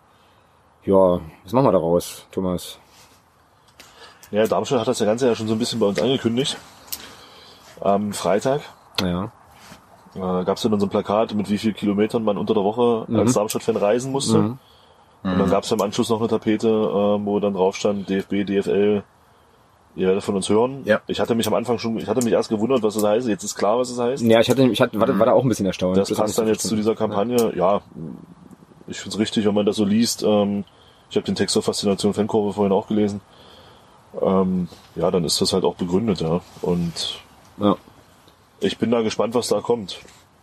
Ja, was machen wir daraus, Thomas? Ja, Darmstadt hat das ja Ganze ja schon so ein bisschen bei uns angekündigt. Am Freitag. Ja. Da gab es ja dann so ein Plakat, mit wie vielen Kilometern man unter der Woche Mhm. als Darmstadt-Fan reisen musste. Mhm. Und dann gab es ja im Anschluss noch eine Tapete, äh, wo dann drauf stand, D F B, D F L, ihr werdet von uns hören. Ja. Ich hatte mich am Anfang schon, ich hatte mich erst gewundert, was das heißt. Jetzt ist klar, was es heißt. Ja, ich hatte, ich hatte, war, war da auch ein bisschen erstaunt. Das hab passt ich dann nicht jetzt zu verstanden. dieser Kampagne. Ja, ich find's richtig, wenn man das so liest. Ähm, ich habe den Text auf Faszination Fankurve vorhin auch gelesen. Ähm, ja, dann ist das halt auch begründet, ja. Und Ja. ich bin da gespannt, was da kommt.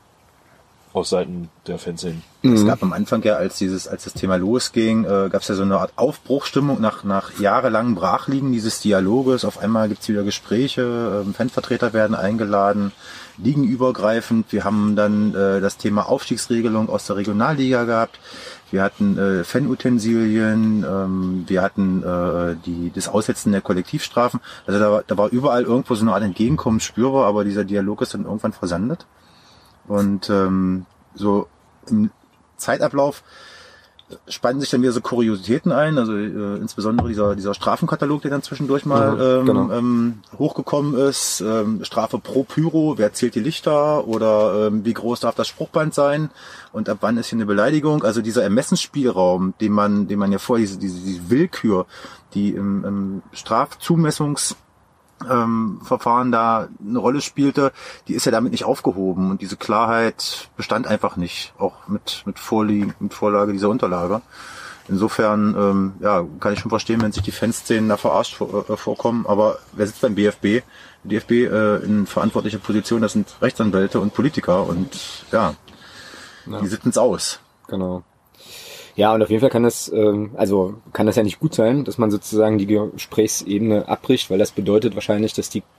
Aus Seiten der Fanszenen. Es gab am Anfang ja, als dieses, als das Thema losging, äh, gab es ja so eine Art Aufbruchstimmung nach nach jahrelangen Brachliegen dieses Dialoges. Auf einmal gibt's wieder Gespräche, ähm, Fanvertreter werden eingeladen, ligenübergreifend. Wir haben dann äh, das Thema Aufstiegsregelung aus der Regionalliga gehabt. Wir hatten äh, Fanutensilien, ähm, wir hatten äh, die das Aussetzen der Kollektivstrafen. Also da, war- da war überall irgendwo so eine Art Entgegenkommen spürbar, aber dieser Dialog ist dann irgendwann versandet. Und ähm, so im Zeitablauf spannen sich dann wieder so Kuriositäten ein, also äh, insbesondere dieser dieser Strafenkatalog, der dann zwischendurch mal Mhm, ähm, genau. ähm, hochgekommen ist. Ähm, Strafe pro Pyro, wer zählt die Lichter oder ähm, wie groß darf das Spruchband sein und ab wann ist hier eine Beleidigung? Also dieser Ermessensspielraum, den man, den man ja vorher, diese, diese, diese Willkür, die im, im Strafzumessungs ähm, Verfahren da eine Rolle spielte, die ist ja damit nicht aufgehoben und diese Klarheit bestand einfach nicht, auch mit mit, Vorliegen, mit Vorlage dieser Unterlage. Insofern ähm, ja, kann ich schon verstehen, wenn sich die Fanszenen da verarscht vor, äh, vorkommen, aber wer sitzt beim B F B? Der D F B äh, in verantwortlicher Position, das sind Rechtsanwälte und Politiker und ja, Ja. die sitten's aus. Genau. Ja, und auf jeden Fall kann das, ähm, also kann das ja nicht gut sein, dass man sozusagen die Gesprächsebene abbricht, weil das bedeutet wahrscheinlich, dass die,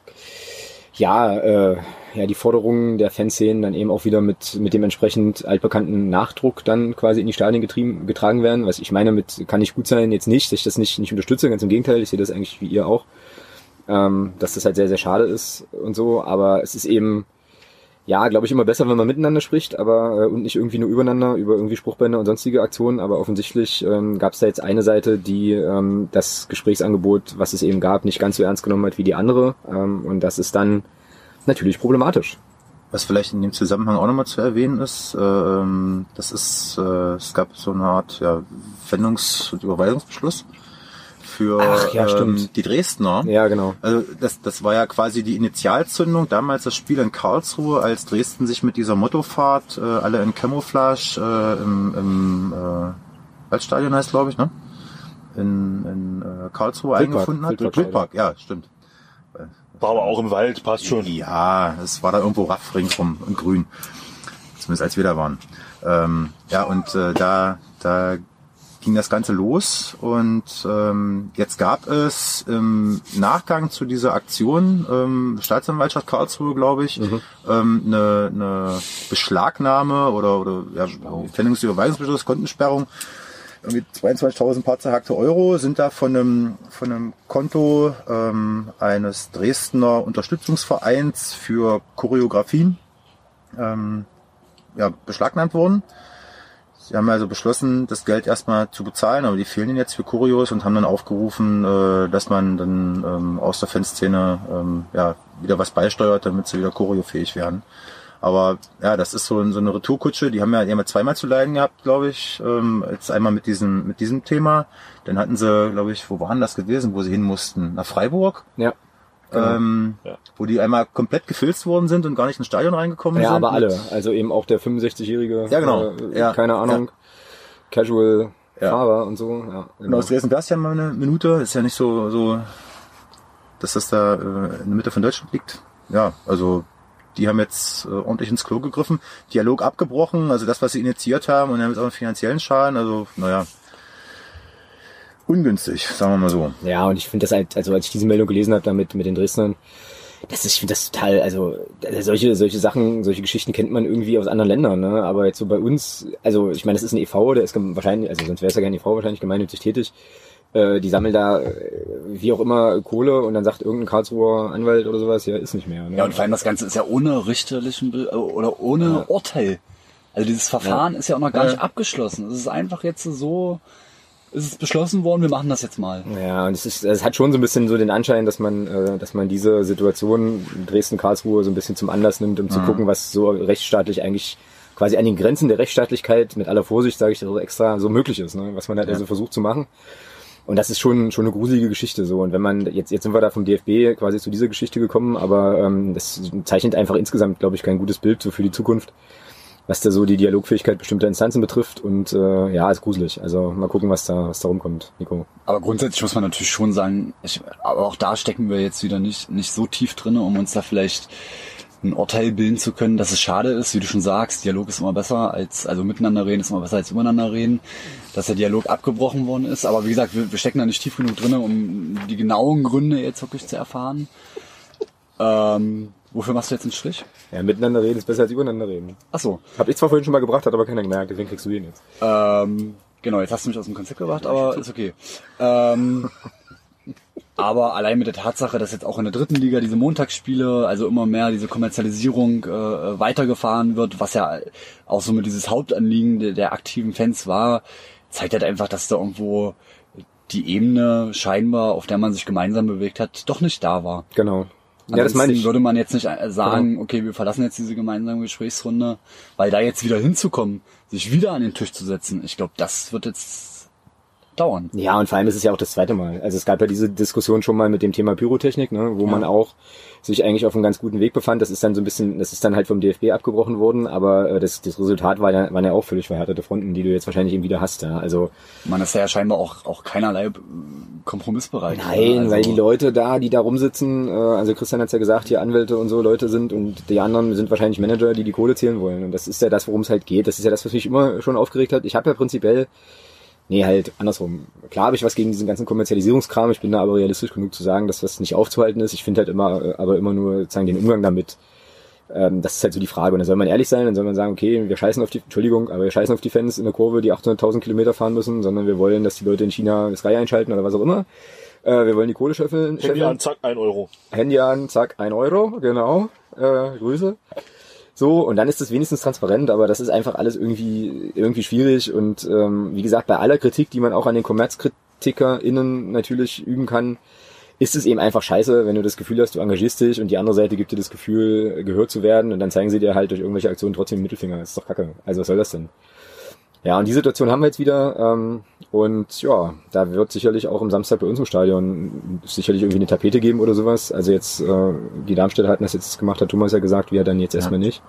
ja, äh, ja, die Forderungen der Fanszenen dann eben auch wieder mit mit dem entsprechend altbekannten Nachdruck dann quasi in die Stadien getrieben, getragen werden. Was ich meine mit kann nicht gut sein, jetzt nicht, dass ich das nicht nicht unterstütze, ganz im Gegenteil, ich sehe das eigentlich wie ihr auch, ähm, dass das halt sehr, sehr schade ist und so, aber es ist eben, ja, glaube ich, immer besser, wenn man miteinander spricht, aber äh, und nicht irgendwie nur übereinander, über irgendwie Spruchbänder und sonstige Aktionen. Aber offensichtlich ähm, gab es da jetzt eine Seite, die ähm, das Gesprächsangebot, was es eben gab, nicht ganz so ernst genommen hat wie die andere. Ähm, und das ist dann natürlich problematisch. Was vielleicht in dem Zusammenhang auch nochmal zu erwähnen ist, ähm, das ist, äh, es gab so eine Art ja, Pfändungs- und Überweisungsbeschluss für Ach, ja, ähm, stimmt. die Dresdner. Ja, genau. Also das, das war ja quasi die Initialzündung, damals das Spiel in Karlsruhe, als Dresden sich mit dieser Mottofahrt, äh, alle in Camouflage, äh, im, im äh, Waldstadion heißt glaube ich, ne? In, in äh, Karlsruhe Wildpark. eingefunden hat. Wildpark, Wildpark, ja, stimmt. War aber auch im Wald, passt schon. Ja, es war da irgendwo raff ringsrum und grün. Zumindest als wir da waren. Ähm, ja, und äh, da, da ging das Ganze los und ähm, jetzt gab es im Nachgang zu dieser Aktion, ähm, Staatsanwaltschaft Karlsruhe, glaube ich, mhm. ähm, eine, eine Beschlagnahme oder, oder ja, Pfändungsüberweisungsbeschluss, Kontensperrung, irgendwie zweiundzwanzigtausend paar zerhackte Euro sind da von einem, von einem Konto ähm, eines Dresdner Unterstützungsvereins für Choreografien ähm, ja, beschlagnahmt worden. Sie haben also beschlossen, das Geld erstmal zu bezahlen, aber die fehlen ihnen jetzt für Choreos und haben dann aufgerufen, äh, dass man dann ähm, aus der Fanszene ähm, ja, wieder was beisteuert, damit sie wieder choreofähig werden. Aber ja, das ist so, so eine Retourkutsche, die haben ja, die haben ja zweimal zu leiden gehabt, glaube ich. Ähm, jetzt einmal mit diesem, mit diesem Thema. Dann hatten sie, glaube ich, wo waren das gewesen, wo sie hin mussten? Nach Freiburg. Ja. Genau. Ähm, ja. Wo die einmal komplett gefilzt worden sind und gar nicht ins Stadion reingekommen ja, sind. Ja, aber alle. Also eben auch der fünfundsechzigjährige, ja, genau. äh, ja. keine Ahnung, ja. Casual ja. Fahrer und so. Ja, genau. Aus Dresden gab ja mal eine Minute. Ist ja nicht so, so, dass das da äh, in der Mitte von Deutschland liegt. Ja, also die haben jetzt äh, ordentlich ins Klo gegriffen, Dialog abgebrochen, also das, was sie initiiert haben, und dann mit auch einen finanziellen Schaden, also naja, ungünstig, sagen wir mal so. Ja, und ich finde das halt, also als ich diese Meldung gelesen habe, damit mit den Dresdnern, das ist, ich finde das total, also solche solche Sachen, solche Geschichten kennt man irgendwie aus anderen Ländern, ne? Aber jetzt so bei uns, also ich meine, das ist ein E V, der ist wahrscheinlich, also sonst wäre es ja kein E V, wahrscheinlich gemeinnützig tätig. Die sammeln da, wie auch immer, Kohle und dann sagt irgendein Karlsruher Anwalt oder sowas, ja, ist nicht mehr. Ne? Ja, und vor allem das Ganze ist ja ohne richterlichen Be- oder ohne ja. Urteil. Also dieses Verfahren ja. ist ja auch noch gar ja. nicht abgeschlossen. Es ist einfach jetzt so, es ist beschlossen worden, wir machen das jetzt mal. Ja, und es ist, es hat schon so ein bisschen so den Anschein, dass man, äh, dass man diese Situation Dresden-Karlsruhe so ein bisschen zum Anlass nimmt, um mhm. zu gucken, was so rechtsstaatlich eigentlich quasi an den Grenzen der Rechtsstaatlichkeit, mit aller Vorsicht sage ich das extra, so möglich ist, ne? Was man halt ja. also versucht zu machen. Und das ist schon schon eine gruselige Geschichte so. Und wenn man jetzt jetzt sind wir da vom D F B quasi zu dieser Geschichte gekommen, aber ähm, das zeichnet einfach insgesamt, glaube ich, kein gutes Bild so für die Zukunft, was da so die Dialogfähigkeit bestimmter Instanzen betrifft. Und äh, ja, ist gruselig. Also mal gucken, was da was da rumkommt, Nico. Aber grundsätzlich muss man natürlich schon sagen, ich, aber auch da stecken wir jetzt wieder nicht nicht so tief drin, um uns da vielleicht ein Urteil bilden zu können, dass es schade ist, wie du schon sagst, Dialog ist immer besser als, also miteinander reden ist immer besser als übereinander reden, dass der Dialog abgebrochen worden ist. Aber wie gesagt, wir, wir stecken da nicht tief genug drin, um die genauen Gründe jetzt wirklich zu erfahren. Ähm, wofür machst du jetzt einen Strich? Ja, miteinander reden ist besser als übereinander reden. Ach so. Hab ich zwar vorhin schon mal gebracht, hat aber keiner gemerkt, deswegen kriegst du den jetzt. Ähm, genau, jetzt hast du mich aus dem Konzept gebracht, aber ist okay. Ähm, aber allein mit der Tatsache, dass jetzt auch in der dritten Liga diese Montagsspiele, also immer mehr diese Kommerzialisierung äh, weitergefahren wird, was ja auch so mit dieses Hauptanliegen der, der aktiven Fans war, zeigt halt einfach, dass da irgendwo die Ebene scheinbar, auf der man sich gemeinsam bewegt hat, doch nicht da war. Genau. Ja, das meine ich. Würde man jetzt nicht sagen, okay, wir verlassen jetzt diese gemeinsame Gesprächsrunde, weil da jetzt wieder hinzukommen, sich wieder an den Tisch zu setzen, ich glaube, das wird jetzt dauern. Ja, und vor allem ist es ja auch das zweite Mal. Also es gab ja diese Diskussion schon mal mit dem Thema Pyrotechnik, ne, wo ja. man auch sich eigentlich auf einem ganz guten Weg befand. Das ist dann so ein bisschen, das ist dann halt vom D F B abgebrochen worden, aber äh, das, das Resultat war ja, waren ja auch völlig verhärtete Fronten, die du jetzt wahrscheinlich eben wieder hast. Ja. Also man ist ja scheinbar auch auch keinerlei kompromissbereit. Nein, also, weil die Leute da, die da rumsitzen, äh, also Christian hat's ja gesagt, hier Anwälte und so Leute sind und die anderen sind wahrscheinlich Manager, die die Kohle zählen wollen. Und das ist ja das, worum es halt geht. Das ist ja das, was mich immer schon aufgeregt hat. Ich habe ja prinzipiell Nee, halt andersrum. Klar habe ich was gegen diesen ganzen Kommerzialisierungskram, ich bin da aber realistisch genug zu sagen, dass das nicht aufzuhalten ist. Ich finde halt immer, aber immer nur sozusagen den Umgang damit. Ähm, das ist halt so die Frage. Und dann soll man ehrlich sein, dann soll man sagen, okay, wir scheißen auf die, Entschuldigung, aber wir scheißen auf die Fans in der Kurve, die achthunderttausend Kilometer fahren müssen, sondern wir wollen, dass die Leute in China das Sky einschalten oder was auch immer. Äh, wir wollen die Kohle scheffeln. Handy an, zack, ein Euro. Handy an, zack, ein Euro, genau. Äh, Grüße. So, und dann ist das wenigstens transparent, aber das ist einfach alles irgendwie irgendwie schwierig und ähm, wie gesagt, bei aller Kritik, die man auch an den KommerzkritikerInnen natürlich üben kann, ist es eben einfach scheiße, wenn du das Gefühl hast, du engagierst dich und die andere Seite gibt dir das Gefühl, gehört zu werden und dann zeigen sie dir halt durch irgendwelche Aktionen trotzdem den Mittelfinger. Das ist doch kacke. Also was soll das denn? Ja, und die Situation haben wir jetzt wieder ähm, und ja, da wird sicherlich auch am Samstag bei uns im Stadion sicherlich irgendwie eine Tapete geben oder sowas. Also jetzt, äh, die Darmstädter hatten das jetzt gemacht, hat Thomas ja gesagt, wir dann jetzt erstmal ja. nicht.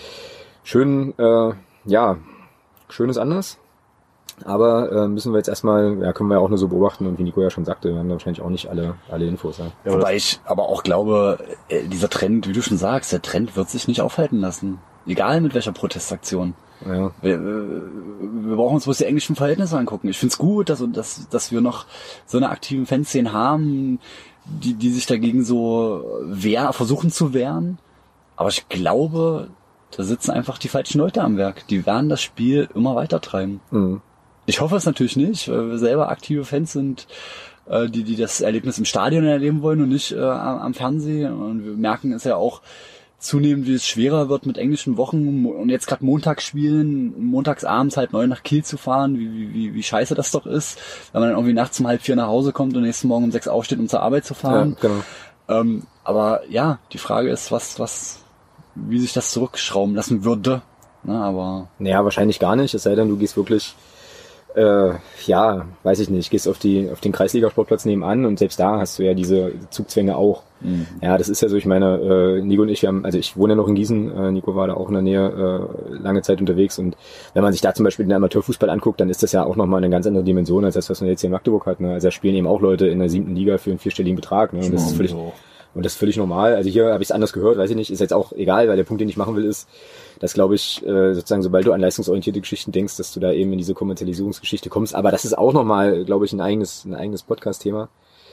Schön, äh, ja, schön ist anders. Aber äh, müssen wir jetzt erstmal, ja, können wir ja auch nur so beobachten und wie Nico ja schon sagte, wir haben da wahrscheinlich auch nicht alle alle Infos. Ja. Ja, wobei ich aber auch glaube, äh, dieser Trend, wie du schon sagst, der Trend wird sich nicht aufhalten lassen. Egal mit welcher Protestaktion. Ja. Wir, wir brauchen uns bloß die englischen Verhältnisse angucken. Ich find's gut, dass, dass, dass wir noch so eine aktiven Fanszene haben, die, die sich dagegen so wehr, versuchen zu wehren. Aber ich glaube, da sitzen einfach die falschen Leute am Werk. Die werden das Spiel immer weiter treiben. Mhm. Ich hoffe es natürlich nicht, weil wir selber aktive Fans sind, äh, die, die das Erlebnis im Stadion erleben wollen und nicht äh, am, am Fernsehen. Und wir merken es ja auch zunehmend, wie es schwerer wird mit englischen Wochen und jetzt gerade Montagsspielen, montagsabends halb neun nach Kiel zu fahren, wie, wie, wie scheiße das doch ist, wenn man dann irgendwie nachts um halb vier nach Hause kommt und nächsten Morgen um sechs aufsteht, um zur Arbeit zu fahren. Ja, genau. Ähm, aber ja, die Frage ist, was, was, wie sich das zurückschrauben lassen würde. Na, aber. Naja, wahrscheinlich gar nicht, es sei denn, du gehst wirklich Äh, ja, weiß ich nicht, gehst auf die auf den Kreisliga-Sportplatz nebenan und selbst da hast du ja diese Zugzwänge auch. Mhm. Ja, das ist ja so, ich meine, äh, Nico und ich, wir haben, also ich wohne ja noch in Gießen, äh, Nico war da auch in der Nähe äh, lange Zeit unterwegs und wenn man sich da zum Beispiel den Amateurfußball anguckt, dann ist das ja auch nochmal eine ganz andere Dimension als das, was man jetzt hier in Magdeburg hat. Ne? Also da spielen eben auch Leute in der siebten Liga für einen vierstelligen Betrag. Ne? Und das ist völlig, und das ist völlig normal. Also hier habe ich es anders gehört, weiß ich nicht, ist jetzt auch egal, weil der Punkt, den ich machen will, ist, dass, glaube ich, äh, sozusagen, sobald du an leistungsorientierte Geschichten denkst, dass du da eben in diese Kommerzialisierungsgeschichte kommst. Aber das ist auch nochmal, glaube ich, ein eigenes, ein eigenes Podcast-Thema.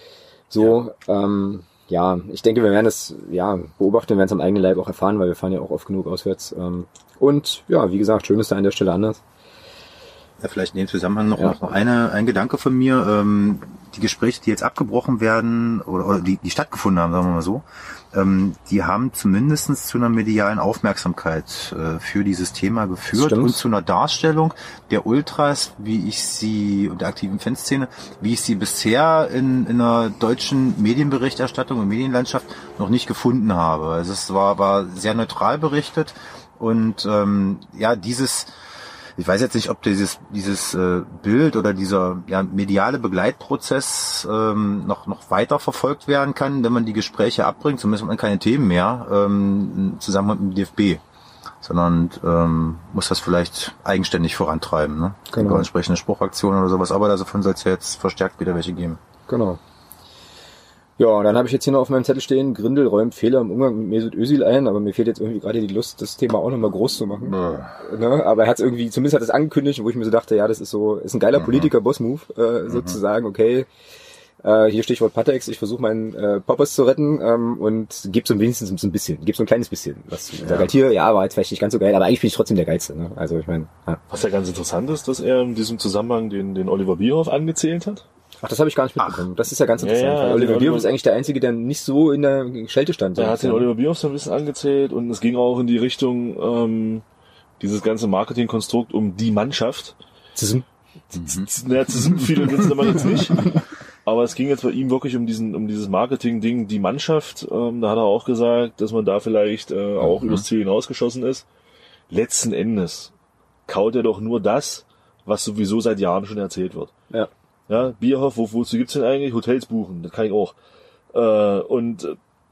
So, ja. Ähm, ja, ich denke, wir werden es ja beobachten, wir werden es am eigenen Leib auch erfahren, weil wir fahren ja auch oft genug auswärts. Ähm, und ja, wie gesagt, schön ist da an der Stelle anders. Ja, vielleicht in dem Zusammenhang noch, ja. noch eine, ein Gedanke von mir. Ähm, die Gespräche, die jetzt abgebrochen werden oder, oder die, die stattgefunden haben, sagen wir mal so, ähm, die haben zumindest zu einer medialen Aufmerksamkeit äh, für dieses Thema geführt und zu einer Darstellung der Ultras, wie ich sie und der aktiven Fanszene, wie ich sie bisher in, in einer deutschen Medienberichterstattung und Medienlandschaft noch nicht gefunden habe. Also es war, war sehr neutral berichtet und ähm, ja, dieses Ich weiß jetzt nicht, ob dieses dieses äh, Bild oder dieser ja, mediale Begleitprozess ähm, noch noch weiter verfolgt werden kann, wenn man die Gespräche abbringt, zumindest hat man keine Themen mehr ähm, zusammen mit dem D F B, sondern ähm, muss das vielleicht eigenständig vorantreiben, ne? Genau. Über entsprechende Spruchaktionen oder sowas, aber davon soll es ja jetzt verstärkt wieder welche geben. Genau. Ja, und dann habe ich jetzt hier noch auf meinem Zettel stehen, Grindel räumt Fehler im Umgang mit Mesut Özil ein, aber mir fehlt jetzt irgendwie gerade die Lust, das Thema auch nochmal groß zu machen. Ja. Ne? Aber er hat es irgendwie, zumindest hat es angekündigt, wo ich mir so dachte, ja, das ist so, ist ein geiler mhm. Politiker-Boss-Move, äh, mhm. sozusagen, okay, äh, hier Stichwort Patex, ich versuche meinen äh, Poppers zu retten ähm, und gebe so wenigstens so ein bisschen, gebe so ein kleines bisschen. Was ja. Sag halt hier, ja, war jetzt vielleicht nicht ganz so geil, aber eigentlich bin ich trotzdem der Geilste. Ne? Also ich meine, ja. Was ja ganz interessant ist, dass er in diesem Zusammenhang den, den Oliver Bierhoff angezählt hat. Ach, das habe ich gar nicht mitbekommen. Ach. Das ist ja ganz interessant. Ja, ja, weil Oliver Bierhoff ist eigentlich der Einzige, der nicht so in der Schelte stand. Er hat den Oliver Bierhoff so ein bisschen angezählt und es ging auch in die Richtung ähm, dieses ganze Marketingkonstrukt um die Mannschaft. Zism. Naja, Zism viele nutzen aber jetzt nicht. Aber es ging jetzt bei ihm wirklich um diesen, um dieses Marketing-Ding, die Mannschaft. Ähm, da hat er auch gesagt, dass man da vielleicht äh, auch mhm. übers Ziel hinausgeschossen ist. Letzten Endes kaut er doch nur das, was sowieso seit Jahren schon erzählt wird. Ja. Ja, Bierhoff, wo, wozu gibt's denn eigentlich? Hotels buchen, das kann ich auch. Äh, und,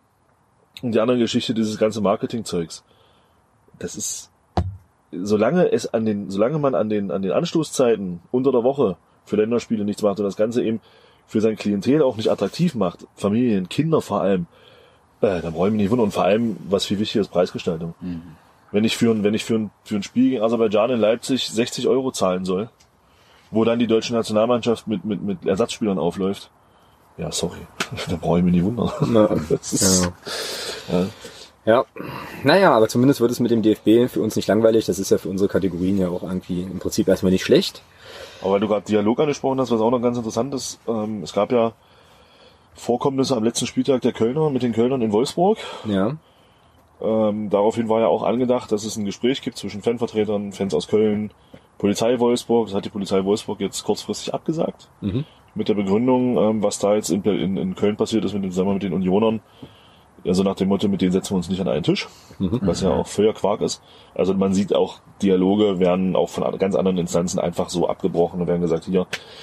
und die andere Geschichte, dieses ganze Marketing-Zeugs. Das ist, solange es an den, solange man an den, an den Anstoßzeiten unter der Woche für Länderspiele nichts macht und das Ganze eben für sein Klientel auch nicht attraktiv macht, Familien, Kinder vor allem, äh, dann brauche ich mich nicht wundern. Und vor allem, was viel wichtiger ist, Preisgestaltung. Mhm. Wenn ich für ein, wenn ich für ein, für ein Spiel gegen Aserbaidschan in Leipzig sechzig Euro zahlen soll, wo dann die deutsche Nationalmannschaft mit, mit, mit Ersatzspielern aufläuft. Ja, sorry. Da brauche ich mich nicht wundern. Na, das ist, ja. Ja. ja. Naja, aber zumindest wird es mit dem D F B für uns nicht langweilig. Das ist ja für unsere Kategorien ja auch irgendwie im Prinzip erstmal nicht schlecht. Aber weil du gerade Dialog angesprochen hast, was auch noch ganz interessant ist, ähm, es gab ja Vorkommnisse am letzten Spieltag der Kölner mit den Kölnern in Wolfsburg. Ja. Ähm, daraufhin war ja auch angedacht, dass es ein Gespräch gibt zwischen Fanvertretern, Fans aus Köln, Polizei Wolfsburg. Das hat die Polizei Wolfsburg jetzt kurzfristig abgesagt. Mhm. Mit der Begründung, ähm, was da jetzt in, in, in Köln passiert ist mit dem Zusammenhang mit den Unionern. Also nach dem Motto, mit denen setzen wir uns nicht an einen Tisch, mhm. was ja auch völliger Quark ist. Also man sieht auch, Dialoge werden auch von ganz anderen Instanzen einfach so abgebrochen und werden gesagt, hier,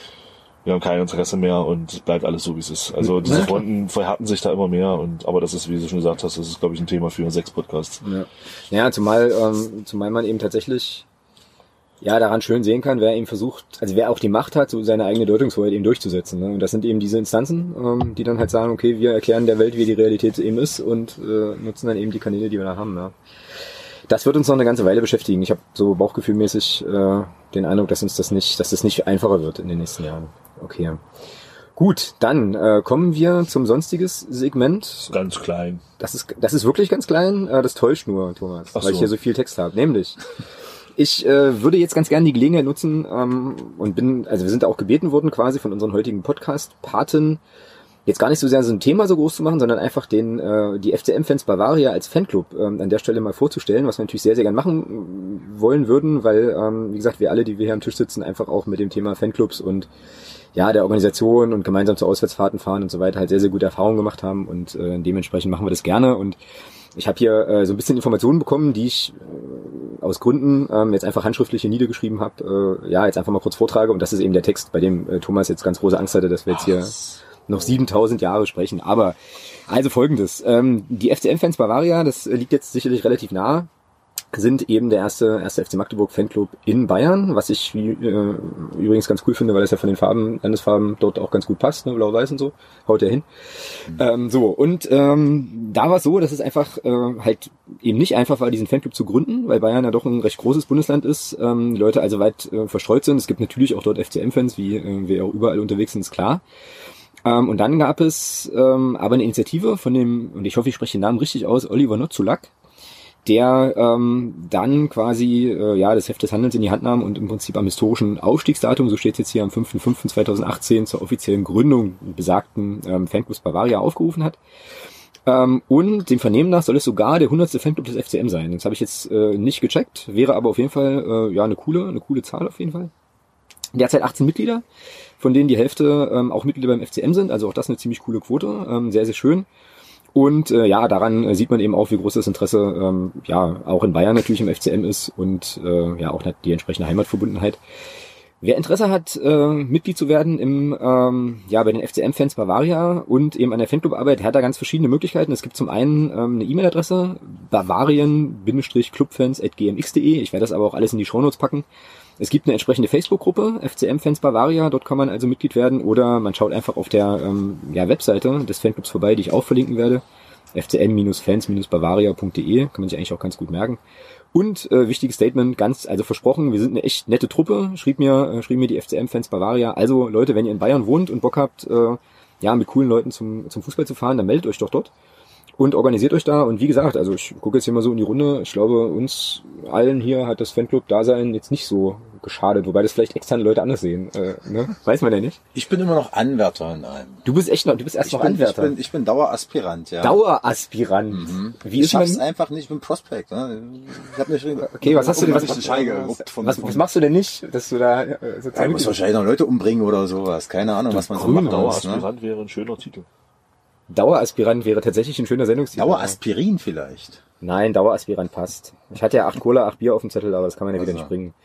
wir haben kein Interesse mehr und bleibt alles so, wie es ist. Also diese ja, Fronten verhärten sich da immer mehr, und aber das ist, wie du schon gesagt hast, das ist, glaube ich, ein Thema für sechs Podcasts. Ja, ja zumal, ähm, zumal man eben tatsächlich ja daran schön sehen kann, wer eben versucht, also wer auch die Macht hat, so seine eigene Deutungshoheit eben durchzusetzen. Ne? Und das sind eben diese Instanzen, ähm, die dann halt sagen, okay, wir erklären der Welt, wie die Realität eben ist, und äh, nutzen dann eben die Kanäle, die wir da haben. Ja. Das wird uns noch eine ganze Weile beschäftigen. Ich habe so bauchgefühlmäßig äh, den Eindruck, dass uns das nicht, dass das nicht einfacher wird in den nächsten Jahren. Okay. Gut, dann äh, kommen wir zum sonstiges Segment. Ganz klein. Das ist, das ist wirklich ganz klein. Äh, das täuscht nur, Thomas, Ach weil so. ich hier so viel Text habe. Nämlich, ich äh, würde jetzt ganz gerne die Gelegenheit nutzen ähm, und bin, also wir sind auch gebeten worden quasi von unseren heutigen Podcast-Paten, jetzt gar nicht so sehr so ein Thema so groß zu machen, sondern einfach den äh, die F C M-Fans Bavaria als Fanclub ähm, an der Stelle mal vorzustellen, was wir natürlich sehr, sehr gern machen wollen würden, weil, ähm, wie gesagt, wir alle, die wir hier am Tisch sitzen, einfach auch mit dem Thema Fanclubs und ja, der Organisation und gemeinsam zu Auswärtsfahrten fahren und so weiter halt sehr, sehr gute Erfahrungen gemacht haben, und äh, dementsprechend machen wir das gerne. Und ich habe hier äh, so ein bisschen Informationen bekommen, die ich äh, aus Gründen ähm, jetzt einfach handschriftlich hier niedergeschrieben habe, äh, ja, jetzt einfach mal kurz vortrage, und das ist eben der Text, bei dem äh, Thomas jetzt ganz große Angst hatte, dass wir jetzt hier noch siebentausend Jahre sprechen. Aber, also Folgendes, ähm, die F C M-Fans Bavaria, das liegt jetzt sicherlich relativ nah, sind eben der erste erste F C Magdeburg Fanclub in Bayern, was ich äh, übrigens ganz cool finde, weil das ja von den Farben, Landesfarben dort auch ganz gut passt, ne, blau-weiß und so, haut ja hin. Mhm. Ähm, so, und ähm, da war es so, dass es einfach äh, halt eben nicht einfach war, diesen Fanclub zu gründen, weil Bayern ja doch ein recht großes Bundesland ist, ähm, die Leute also weit äh, verstreut sind. Es gibt natürlich auch dort F C M-Fans, wie äh, wir auch überall unterwegs sind, ist klar. Ähm, und dann gab es ähm, aber eine Initiative von dem, und ich hoffe, ich spreche den Namen richtig aus, Oliver Notzulak, der ähm, dann quasi äh, ja das Heft des Handelns in die Hand nahm und im Prinzip am historischen Aufstiegsdatum, so steht es jetzt hier am fünfter fünfter zweitausendachtzehn, zur offiziellen Gründung besagten ähm, Fanclubs Bavaria aufgerufen hat. Ähm, und dem Vernehmen nach soll es sogar der hundertste Fanclub des F C M sein. Das habe ich jetzt äh, nicht gecheckt, wäre aber auf jeden Fall äh, ja eine coole, eine coole Zahl auf jeden Fall. Derzeit achtzehn Mitglieder, von denen die Hälfte ähm, auch Mitglieder beim F C M sind, also auch das eine ziemlich coole Quote, ähm, sehr, sehr schön. Und äh, ja, daran äh, sieht man eben auch, wie groß das Interesse ähm, ja auch in Bayern natürlich im F C M ist, und äh, ja auch die entsprechende Heimatverbundenheit. Wer Interesse hat, äh, Mitglied zu werden im ähm, ja bei den F C M-Fans Bavaria und eben an der Fanclubarbeit, hat da ganz verschiedene Möglichkeiten. Es gibt zum einen ähm, eine E-Mail-Adresse, bavarien-clubfans at g m x punkt d e. Ich werde das aber auch alles in die Shownotes packen. Es gibt eine entsprechende Facebook-Gruppe, F C M-Fans Bavaria, dort kann man also Mitglied werden, oder man schaut einfach auf der ähm, ja, Webseite des Fanclubs vorbei, die ich auch verlinken werde, f c m fans bavaria punkt d e, kann man sich eigentlich auch ganz gut merken. Und äh, wichtiges Statement, ganz, also versprochen, wir sind eine echt nette Truppe, schrieb mir, äh, schrieb mir die F C M-Fans Bavaria. Also Leute, wenn ihr in Bayern wohnt und Bock habt, äh, ja, mit coolen Leuten zum zum Fußball zu fahren, dann meldet euch doch dort und organisiert euch da. Und wie gesagt, also ich gucke jetzt hier mal so in die Runde, ich glaube, uns allen hier hat das Fanclub-Dasein jetzt nicht so geschadet, wobei das vielleicht externe Leute anders sehen, äh, ne? Weiß man ja nicht. Ich bin immer noch Anwärter in einem. Du bist echt noch, du bist erst ich noch bin, Anwärter. Ich bin, ich bin Daueraspirant, ja. Daueraspirant. Mhm. Wie ich ist schaff's man? einfach nicht, ich bin Prospect. Ne? Ich hab mich okay, was hast du denn, was, was, von, was, was machst du denn nicht, dass du da äh, sozusagen... Ja, du musst wahrscheinlich noch Leute umbringen oder sowas, keine Ahnung, was man so macht. Daueraspirant ne? wäre ein schöner Titel. Daueraspirant wäre tatsächlich ein schöner Sendungstitel. Daueraspirin vielleicht. Nein, Daueraspirant passt. Ich hatte ja acht Cola, acht Bier auf dem Zettel, aber das kann man ja also. wieder nicht bringen.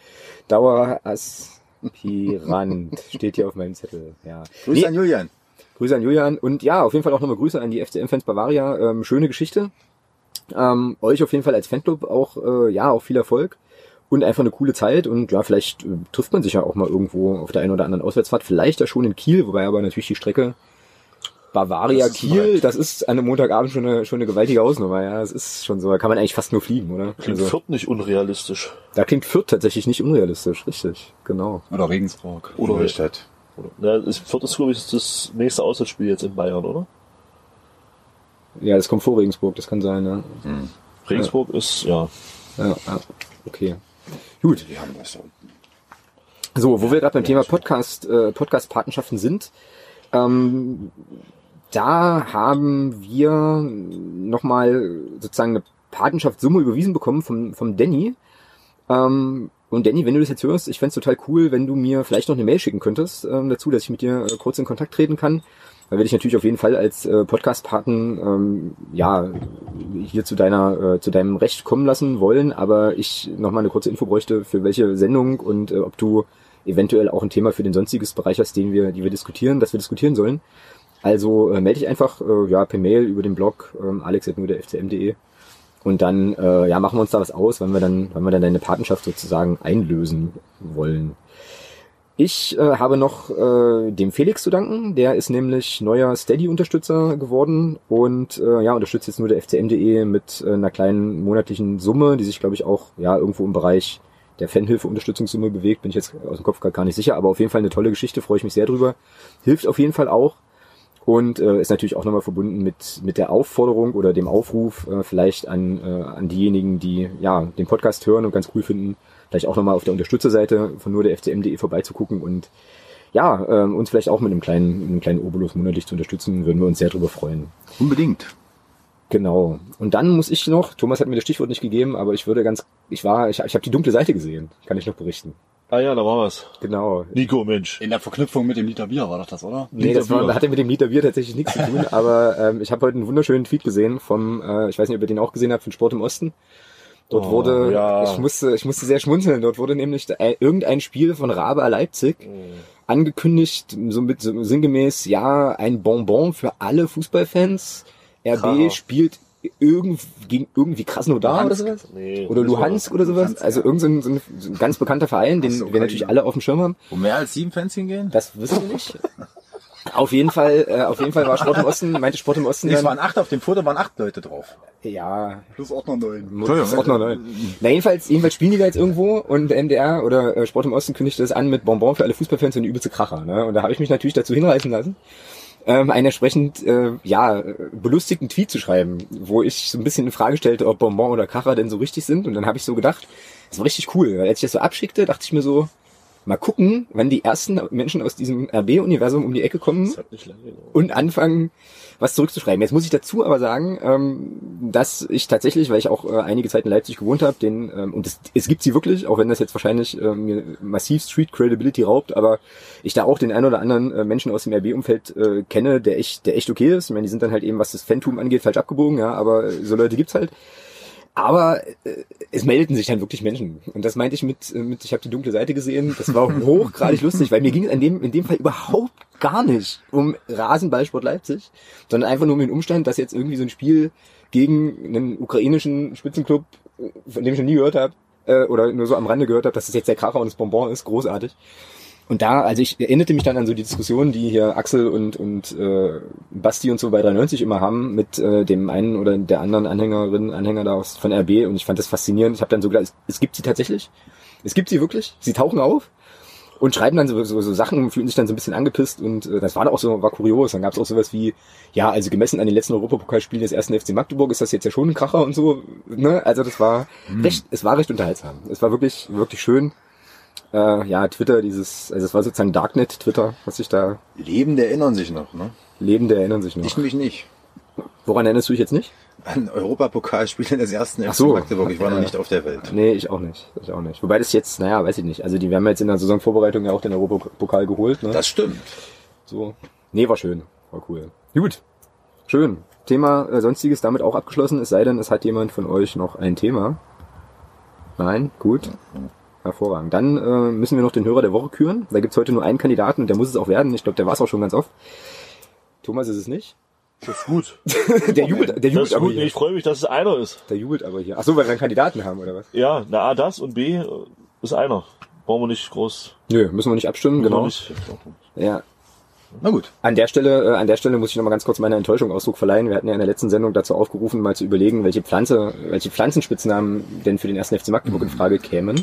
Daueraspirant steht hier auf meinem Zettel. Ja. Grüße nee. an Julian. Grüße an Julian und ja, auf jeden Fall auch nochmal Grüße an die F C M-Fans Bavaria. Ähm, schöne Geschichte. Ähm, euch auf jeden Fall als Fanclub auch äh, ja auch viel Erfolg und einfach eine coole Zeit, und ja, vielleicht äh, trifft man sich ja auch mal irgendwo auf der einen oder anderen Auswärtsfahrt, vielleicht ja schon in Kiel, wobei aber natürlich die Strecke Bavaria das Kiel, das ist an einem Montagabend schon eine, schon eine gewaltige Hausnummer, ja, das ist schon so, da kann man eigentlich fast nur fliegen, oder? Klingt also, Fürth nicht unrealistisch. Da klingt Fürth tatsächlich nicht unrealistisch, richtig, genau. Oder Regensburg. Oder Neustadt. Ja, Fürth ist, glaube ich, das nächste Auswärtsspiel jetzt in Bayern, oder? Ja, das kommt vor Regensburg, das kann sein, ja. Hm. Regensburg ja. ist, ja. Ja, ja, okay. Gut. Die haben das so, wo wir gerade beim Thema Podcast, äh, Podcast-Patenschaften sind, ähm, da haben wir nochmal sozusagen eine Patenschaftssumme überwiesen bekommen vom, vom Danny. Ähm, und Danny, wenn du das jetzt hörst, ich fänd's total cool, wenn du mir vielleicht noch eine Mail schicken könntest ähm, dazu, dass ich mit dir äh, kurz in Kontakt treten kann. Da werde ich natürlich auf jeden Fall als äh, Podcast-Paten ähm, ja hier zu deiner äh, zu deinem Recht kommen lassen wollen, aber ich nochmal eine kurze Info bräuchte, für welche Sendung und äh, ob du eventuell auch ein Thema für den sonstiges Bereich hast, den wir, die wir diskutieren, dass wir diskutieren sollen. Also äh, melde dich einfach äh, ja per Mail über den Blog ähm, alex at nur der f c m punkt de und dann äh, ja machen wir uns da was aus, wenn wir dann, wenn wir dann deine Patenschaft sozusagen einlösen wollen. Ich äh, habe noch äh, dem Felix zu danken, der ist nämlich neuer Steady-Unterstützer geworden und äh, ja unterstützt jetzt nur der f c m punkt de mit äh, einer kleinen monatlichen Summe, die sich glaube ich auch ja irgendwo im Bereich der Fanhilfe-Unterstützungssumme bewegt, bin ich jetzt aus dem Kopf gar nicht sicher, aber auf jeden Fall eine tolle Geschichte, freue ich mich sehr drüber. Hilft auf jeden Fall auch und äh, ist natürlich auch nochmal verbunden mit mit der Aufforderung oder dem Aufruf äh, vielleicht an äh, an diejenigen, die ja den Podcast hören und ganz cool finden, vielleicht auch nochmal auf der Unterstützerseite von nur der f c m punkt de vorbeizugucken und ja, ähm, uns vielleicht auch mit einem kleinen, mit einem kleinen Obolus monatlich zu unterstützen, würden wir uns sehr drüber freuen. Unbedingt. Genau. Und dann muss ich noch, Thomas hat mir das Stichwort nicht gegeben, aber ich würde ganz, ich war, ich, ich habe die dunkle Seite gesehen, kann ich noch berichten. Ah ja, da war was. Genau. Nico, Mensch. In der Verknüpfung mit dem Liter Bier war doch das, oder? Nee, das war, hatte mit dem Liter Bier tatsächlich nichts zu tun, aber ähm, ich habe heute einen wunderschönen Tweet gesehen vom, äh, ich weiß nicht, ob ihr den auch gesehen habt, von Sport im Osten. Dort Oh, wurde, ja. ich musste, ich musste sehr schmunzeln. Dort wurde nämlich äh, irgendein Spiel von Rabe Leipzig angekündigt, so mit so sinngemäß, ja, ein Bonbon für alle Fußballfans. R B Kracher. spielt irgend, gegen irgendwie Krasnodar oder sowas. Nee, Oder das war- Luhansk oder sowas. Luhansk, Also ja. irgend so ein, so ein, so ein ganz bekannter Verein, den Aus der wir Ukraine. natürlich alle auf dem Schirm haben. Wo mehr als sieben Fans hingehen? Das wissen wir nicht. Auf jeden Fall, äh, auf jeden Fall war Sport im Osten, meinte Sport im Osten Nee, es dann, waren acht, auf dem Foto waren acht Leute drauf. ja, Plus Ordner neun. Das ist auch noch neu. Na, jedenfalls, jedenfalls spielen die da jetzt irgendwo und der M D R oder äh, Sport im Osten kündigte das an mit Bonbon für alle Fußballfans und die übelste Kracher. Ne? Und da habe ich mich natürlich dazu hinreißen lassen, ähm, einen entsprechend äh, ja äh, belustigten Tweet zu schreiben, wo ich so ein bisschen in Frage stellte, ob Bonbon oder Kracher denn so richtig sind. Und dann habe ich so gedacht, das war richtig cool. Weil als ich das so abschickte, dachte ich mir so, mal gucken, wann die ersten Menschen aus diesem R B-Universum um die Ecke kommen Das hat nicht lange gedauert. und anfangen, was zurückzuschreiben. Jetzt muss ich dazu aber sagen, ähm, dass ich tatsächlich, weil ich auch äh, einige Zeit in Leipzig gewohnt habe, den ähm, und es, es gibt sie wirklich, auch wenn das jetzt wahrscheinlich äh, mir massiv Street Credibility raubt, aber ich da auch den einen oder anderen äh, Menschen aus dem R B-Umfeld äh, kenne, der echt, der echt okay ist. Ich meine, die sind dann halt eben, was das Fantum angeht, falsch abgebogen, ja, aber äh, so Leute gibt's halt. Aber äh, es meldeten sich dann wirklich Menschen. Und das meinte ich mit, äh, mit ich habe die dunkle Seite gesehen. Das war hochgradig lustig, weil mir ging es in dem, in dem Fall überhaupt gar nicht um Rasenballsport Leipzig, sondern einfach nur um den Umstand, dass jetzt irgendwie so ein Spiel gegen einen ukrainischen Spitzenclub, äh, von dem ich noch nie gehört habe, äh, oder nur so am Rande gehört habe, dass das jetzt der Kracher und das Bonbon ist, großartig. Und da, also ich erinnerte mich dann an so die Diskussion, die hier Axel und und äh, Basti und so bei dreiundneunzig immer haben mit äh, dem einen oder der anderen Anhängerin, Anhänger da aus von R B und ich fand das faszinierend. Ich habe dann so gedacht, es, es gibt sie tatsächlich. Es gibt sie wirklich. Sie tauchen auf und schreiben dann so, so, so Sachen, fühlen sich dann so ein bisschen angepisst und äh, das war da auch so, war kurios. Dann gab es auch sowas wie, ja, also gemessen an den letzten Europapokalspielen des ersten F C Magdeburg ist das jetzt ja schon ein Kracher und so. Ne? Also das war recht, es war recht unterhaltsam. Es war wirklich, wirklich schön. Äh, ja, Twitter, dieses, also es war sozusagen Darknet, Twitter, was sich da, Lebende erinnern sich noch, ne? Lebende erinnern sich noch. Ich mich nicht. Woran erinnerst du dich jetzt nicht? An Europapokalspiele des ersten Ach F C so. Magdeburg. Ich war noch Ja. nicht auf der Welt. Nee, ich auch nicht. Ich auch nicht. Wobei das jetzt, naja, weiß ich nicht. Also die, wir haben jetzt in der Saisonvorbereitung ja auch den Europapokal geholt, ne? Das stimmt. So. Nee, war schön. War cool. Gut. Schön. Thema äh, Sonstiges damit auch abgeschlossen, es sei denn, es hat jemand von euch noch ein Thema. Nein? Gut. Hervorragend. Dann äh, müssen wir noch den Hörer der Woche küren. Da gibt's heute nur einen Kandidaten, der muss es auch werden. Ich glaube, der war es auch schon ganz oft. Thomas ist es nicht. Das ist gut. Der jubelt, der Das jubelt ist aber gut. hier. Ich freue mich, dass es einer ist. Der jubelt aber hier. Ach so, weil wir einen Kandidaten haben, oder was? Ja, na A, das und B äh, ist einer. Brauchen wir nicht groß. Nö, müssen wir nicht abstimmen, genau. Nicht. Ja. Na gut. An der Stelle, äh, an der Stelle muss ich noch mal ganz kurz meiner Enttäuschung Ausdruck verleihen. Wir hatten ja in der letzten Sendung dazu aufgerufen, mal zu überlegen, welche Pflanze, welche Pflanzenspitznamen denn für den ersten F C Magdeburg in Frage kämen.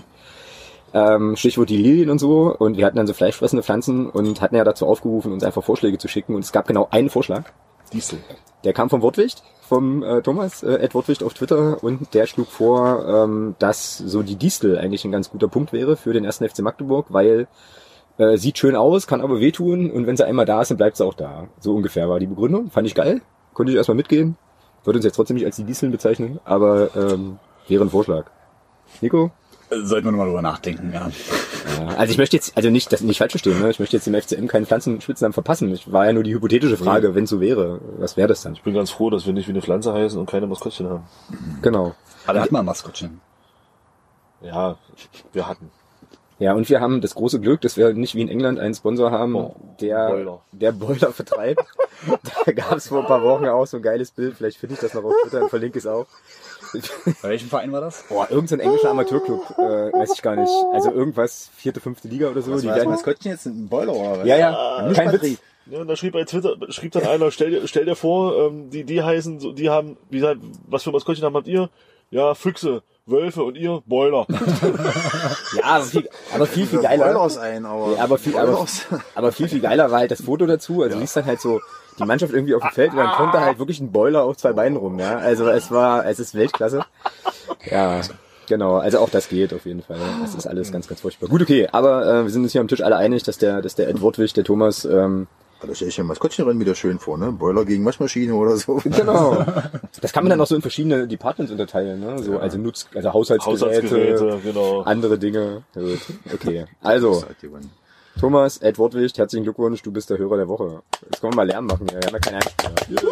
Ähm, Stichwort die Lilien und so. Und wir hatten dann so fleischfressende Pflanzen und hatten ja dazu aufgerufen, uns einfach Vorschläge zu schicken. Und es gab genau einen Vorschlag. Diesel. Der kam vom Wortwicht, vom äh, Thomas, äh, Ed Wortwicht auf Twitter, und der schlug vor, ähm, dass so die Distel eigentlich ein ganz guter Punkt wäre für den ersten F C Magdeburg, weil äh, sieht schön aus, kann aber wehtun, und wenn sie einmal da ist, dann bleibt sie auch da. So ungefähr war die Begründung. Fand ich geil. Konnte ich erstmal mitgehen. Würde uns jetzt trotzdem nicht als die Dieseln bezeichnen, aber ähm, wäre ein Vorschlag. Nico? Sollten wir nochmal drüber nachdenken, ja. Ja, also ich möchte jetzt, also nicht, das nicht falsch verstehen, ne? Ich möchte jetzt dem F C M keinen Pflanzenspitznamen verpassen. Ich war ja nur die hypothetische Frage, wenn es so wäre. Was wäre das dann? Ich bin ganz froh, dass wir nicht wie eine Pflanze heißen und keine Maskottchen haben. Genau. Alle hatten mal ein Maskottchen. Ja, wir hatten. Ja, und wir haben das große Glück, dass wir nicht wie in England einen Sponsor haben, Oh, der Boiler. der Boiler vertreibt. Da gab es vor ein paar Wochen auch so ein geiles Bild. Vielleicht finde ich das noch auf Twitter und verlinke es auch. Bei welchem Verein war das? Boah, irgend so ein englischer Amateurclub, äh, weiß ich gar nicht. Also irgendwas, vierte, fünfte Liga oder so. Was die war das werden, Maskottchen jetzt? Ein Boiler oder was? ja, ja, kein Witz. Ja, und da schrieb bei Twitter, schrieb dann einer, stell dir, stell dir vor, ähm, die, die heißen, so, die haben, wie gesagt, was für Maskottchen habt ihr? Ja, Füchse, Wölfe und ihr, Boiler. Ja, aber viel, aber viel, viel geiler. Boilers ein, aber. Ja, aber viel, aber, Boilers. aber viel, viel geiler war halt das Foto dazu. Also du siehst dann halt so die Mannschaft irgendwie auf dem Feld und dann kommt da halt wirklich ein Boiler auf zwei Beinen rum, ja. Also es war, es ist Weltklasse. Ja, genau. Also auch das geht auf jeden Fall. Das ist alles ganz, ganz furchtbar. Gut, okay. Aber äh, wir sind uns hier am Tisch alle einig, dass der, dass der Ed Wortwig, der Thomas, ähm, Da stelle ich ja Maskottchenrennen wieder schön vor, ne? Boiler gegen Waschmaschine oder so. genau. Das kann man dann auch so in verschiedene Departments unterteilen, ne? So, also Nutz, also Haushaltsgeräte, Haushaltsgeräte, genau. andere Dinge. Gut. Okay. Also, Thomas, Ed Wortwig, herzlichen Glückwunsch, du bist der Hörer der Woche. Jetzt können wir mal Lärm machen, ja. Wir haben ja keinen Einspieler.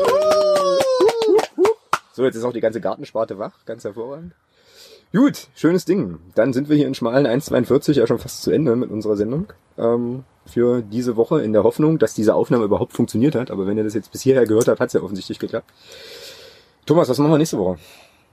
So, jetzt ist auch die ganze Gartensparte wach, ganz hervorragend. Gut, schönes Ding. Dann sind wir hier in schmalen eins zweiundvierzig ja schon fast zu Ende mit unserer Sendung. Ähm, für diese Woche in der Hoffnung, dass diese Aufnahme überhaupt funktioniert hat. Aber wenn ihr das jetzt bis hierher gehört habt, hat es ja offensichtlich geklappt. Thomas, was machen wir nächste Woche?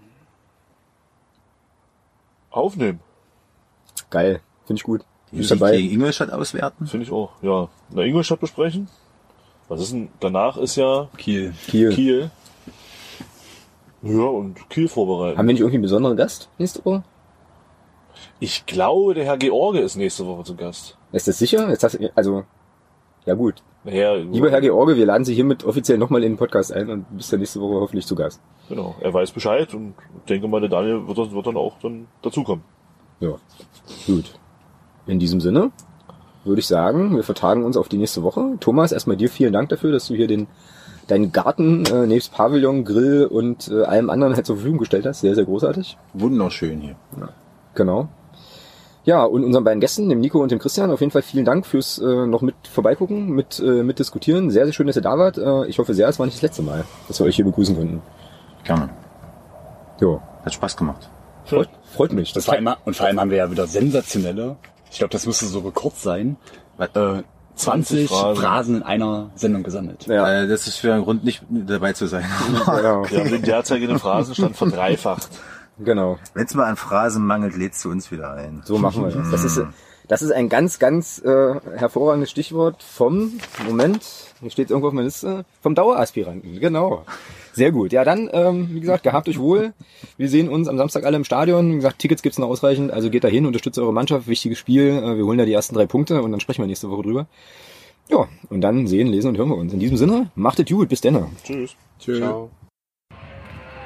Aufnehmen. Geil, finde ich gut. Die Bist Musik dabei? gegen Ingolstadt auswerten. Finde ich auch, ja. In der Ingolstadt besprechen. Was ist denn, danach ist ja Kiel. Kiel. Kiel. Ja, und Kiel vorbereiten. Haben wir nicht irgendwie einen besonderen Gast nächste Woche? Ich glaube, der Herr George ist nächste Woche zu Gast. Ist das sicher? Jetzt hast du, also, ja gut. Naja, Lieber Herr George, wir laden Sie hiermit offiziell nochmal in den Podcast ein und bist dann nächste Woche hoffentlich zu Gast. Genau, er weiß Bescheid und ich denke mal, der Daniel wird, wird dann auch dann dazukommen. Ja, gut. In diesem Sinne würde ich sagen, wir vertagen uns auf die nächste Woche. Thomas, erstmal dir vielen Dank dafür, dass du hier den deinen Garten äh, nebst Pavillon, Grill und äh, allem anderen halt zur Verfügung gestellt hast. Sehr, sehr großartig. Wunderschön hier. Genau. Ja, und unseren beiden Gästen, dem Nico und dem Christian, auf jeden Fall vielen Dank fürs äh, noch mit vorbeigucken, mit äh, mit diskutieren. Sehr, sehr schön, dass ihr da wart. Äh, ich hoffe sehr, es war nicht das letzte Mal, dass wir euch hier begrüßen konnten. Gerne. Jo. Hat Spaß gemacht. Freut, freut mich. Und Das vor, allem, und vor allem haben wir ja wieder sensationelle, ich glaube, das müsste so Rekord sein, äh, zwanzig Phrasen. Phrasen in einer Sendung gesammelt. ja, Äh, das ist für einen Grund, nicht dabei zu sein. genau. Wir haben den derzeitigen Phrasenstand verdreifacht. Genau. Wenn es mal an Phrasen mangelt, lädst du uns wieder ein. So machen wir das. Das ist, das ist ein ganz, ganz äh, hervorragendes Stichwort vom, Moment, hier steht es irgendwo auf meiner Liste, vom Daueraspiranten, genau. Sehr gut. Ja, dann, ähm, wie gesagt, gehabt euch wohl. Wir sehen uns am Samstag alle im Stadion. Wie gesagt, Tickets gibt's noch ausreichend, also geht da hin, unterstützt eure Mannschaft, wichtiges Spiel. Äh, wir holen da die ersten drei Punkte und dann sprechen wir nächste Woche drüber. Ja, und dann sehen, lesen und hören wir uns. In diesem Sinne, macht es gut, bis dann. Tschüss. Tschüss. Ciao.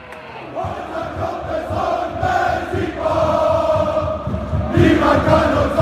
Niemand kann uns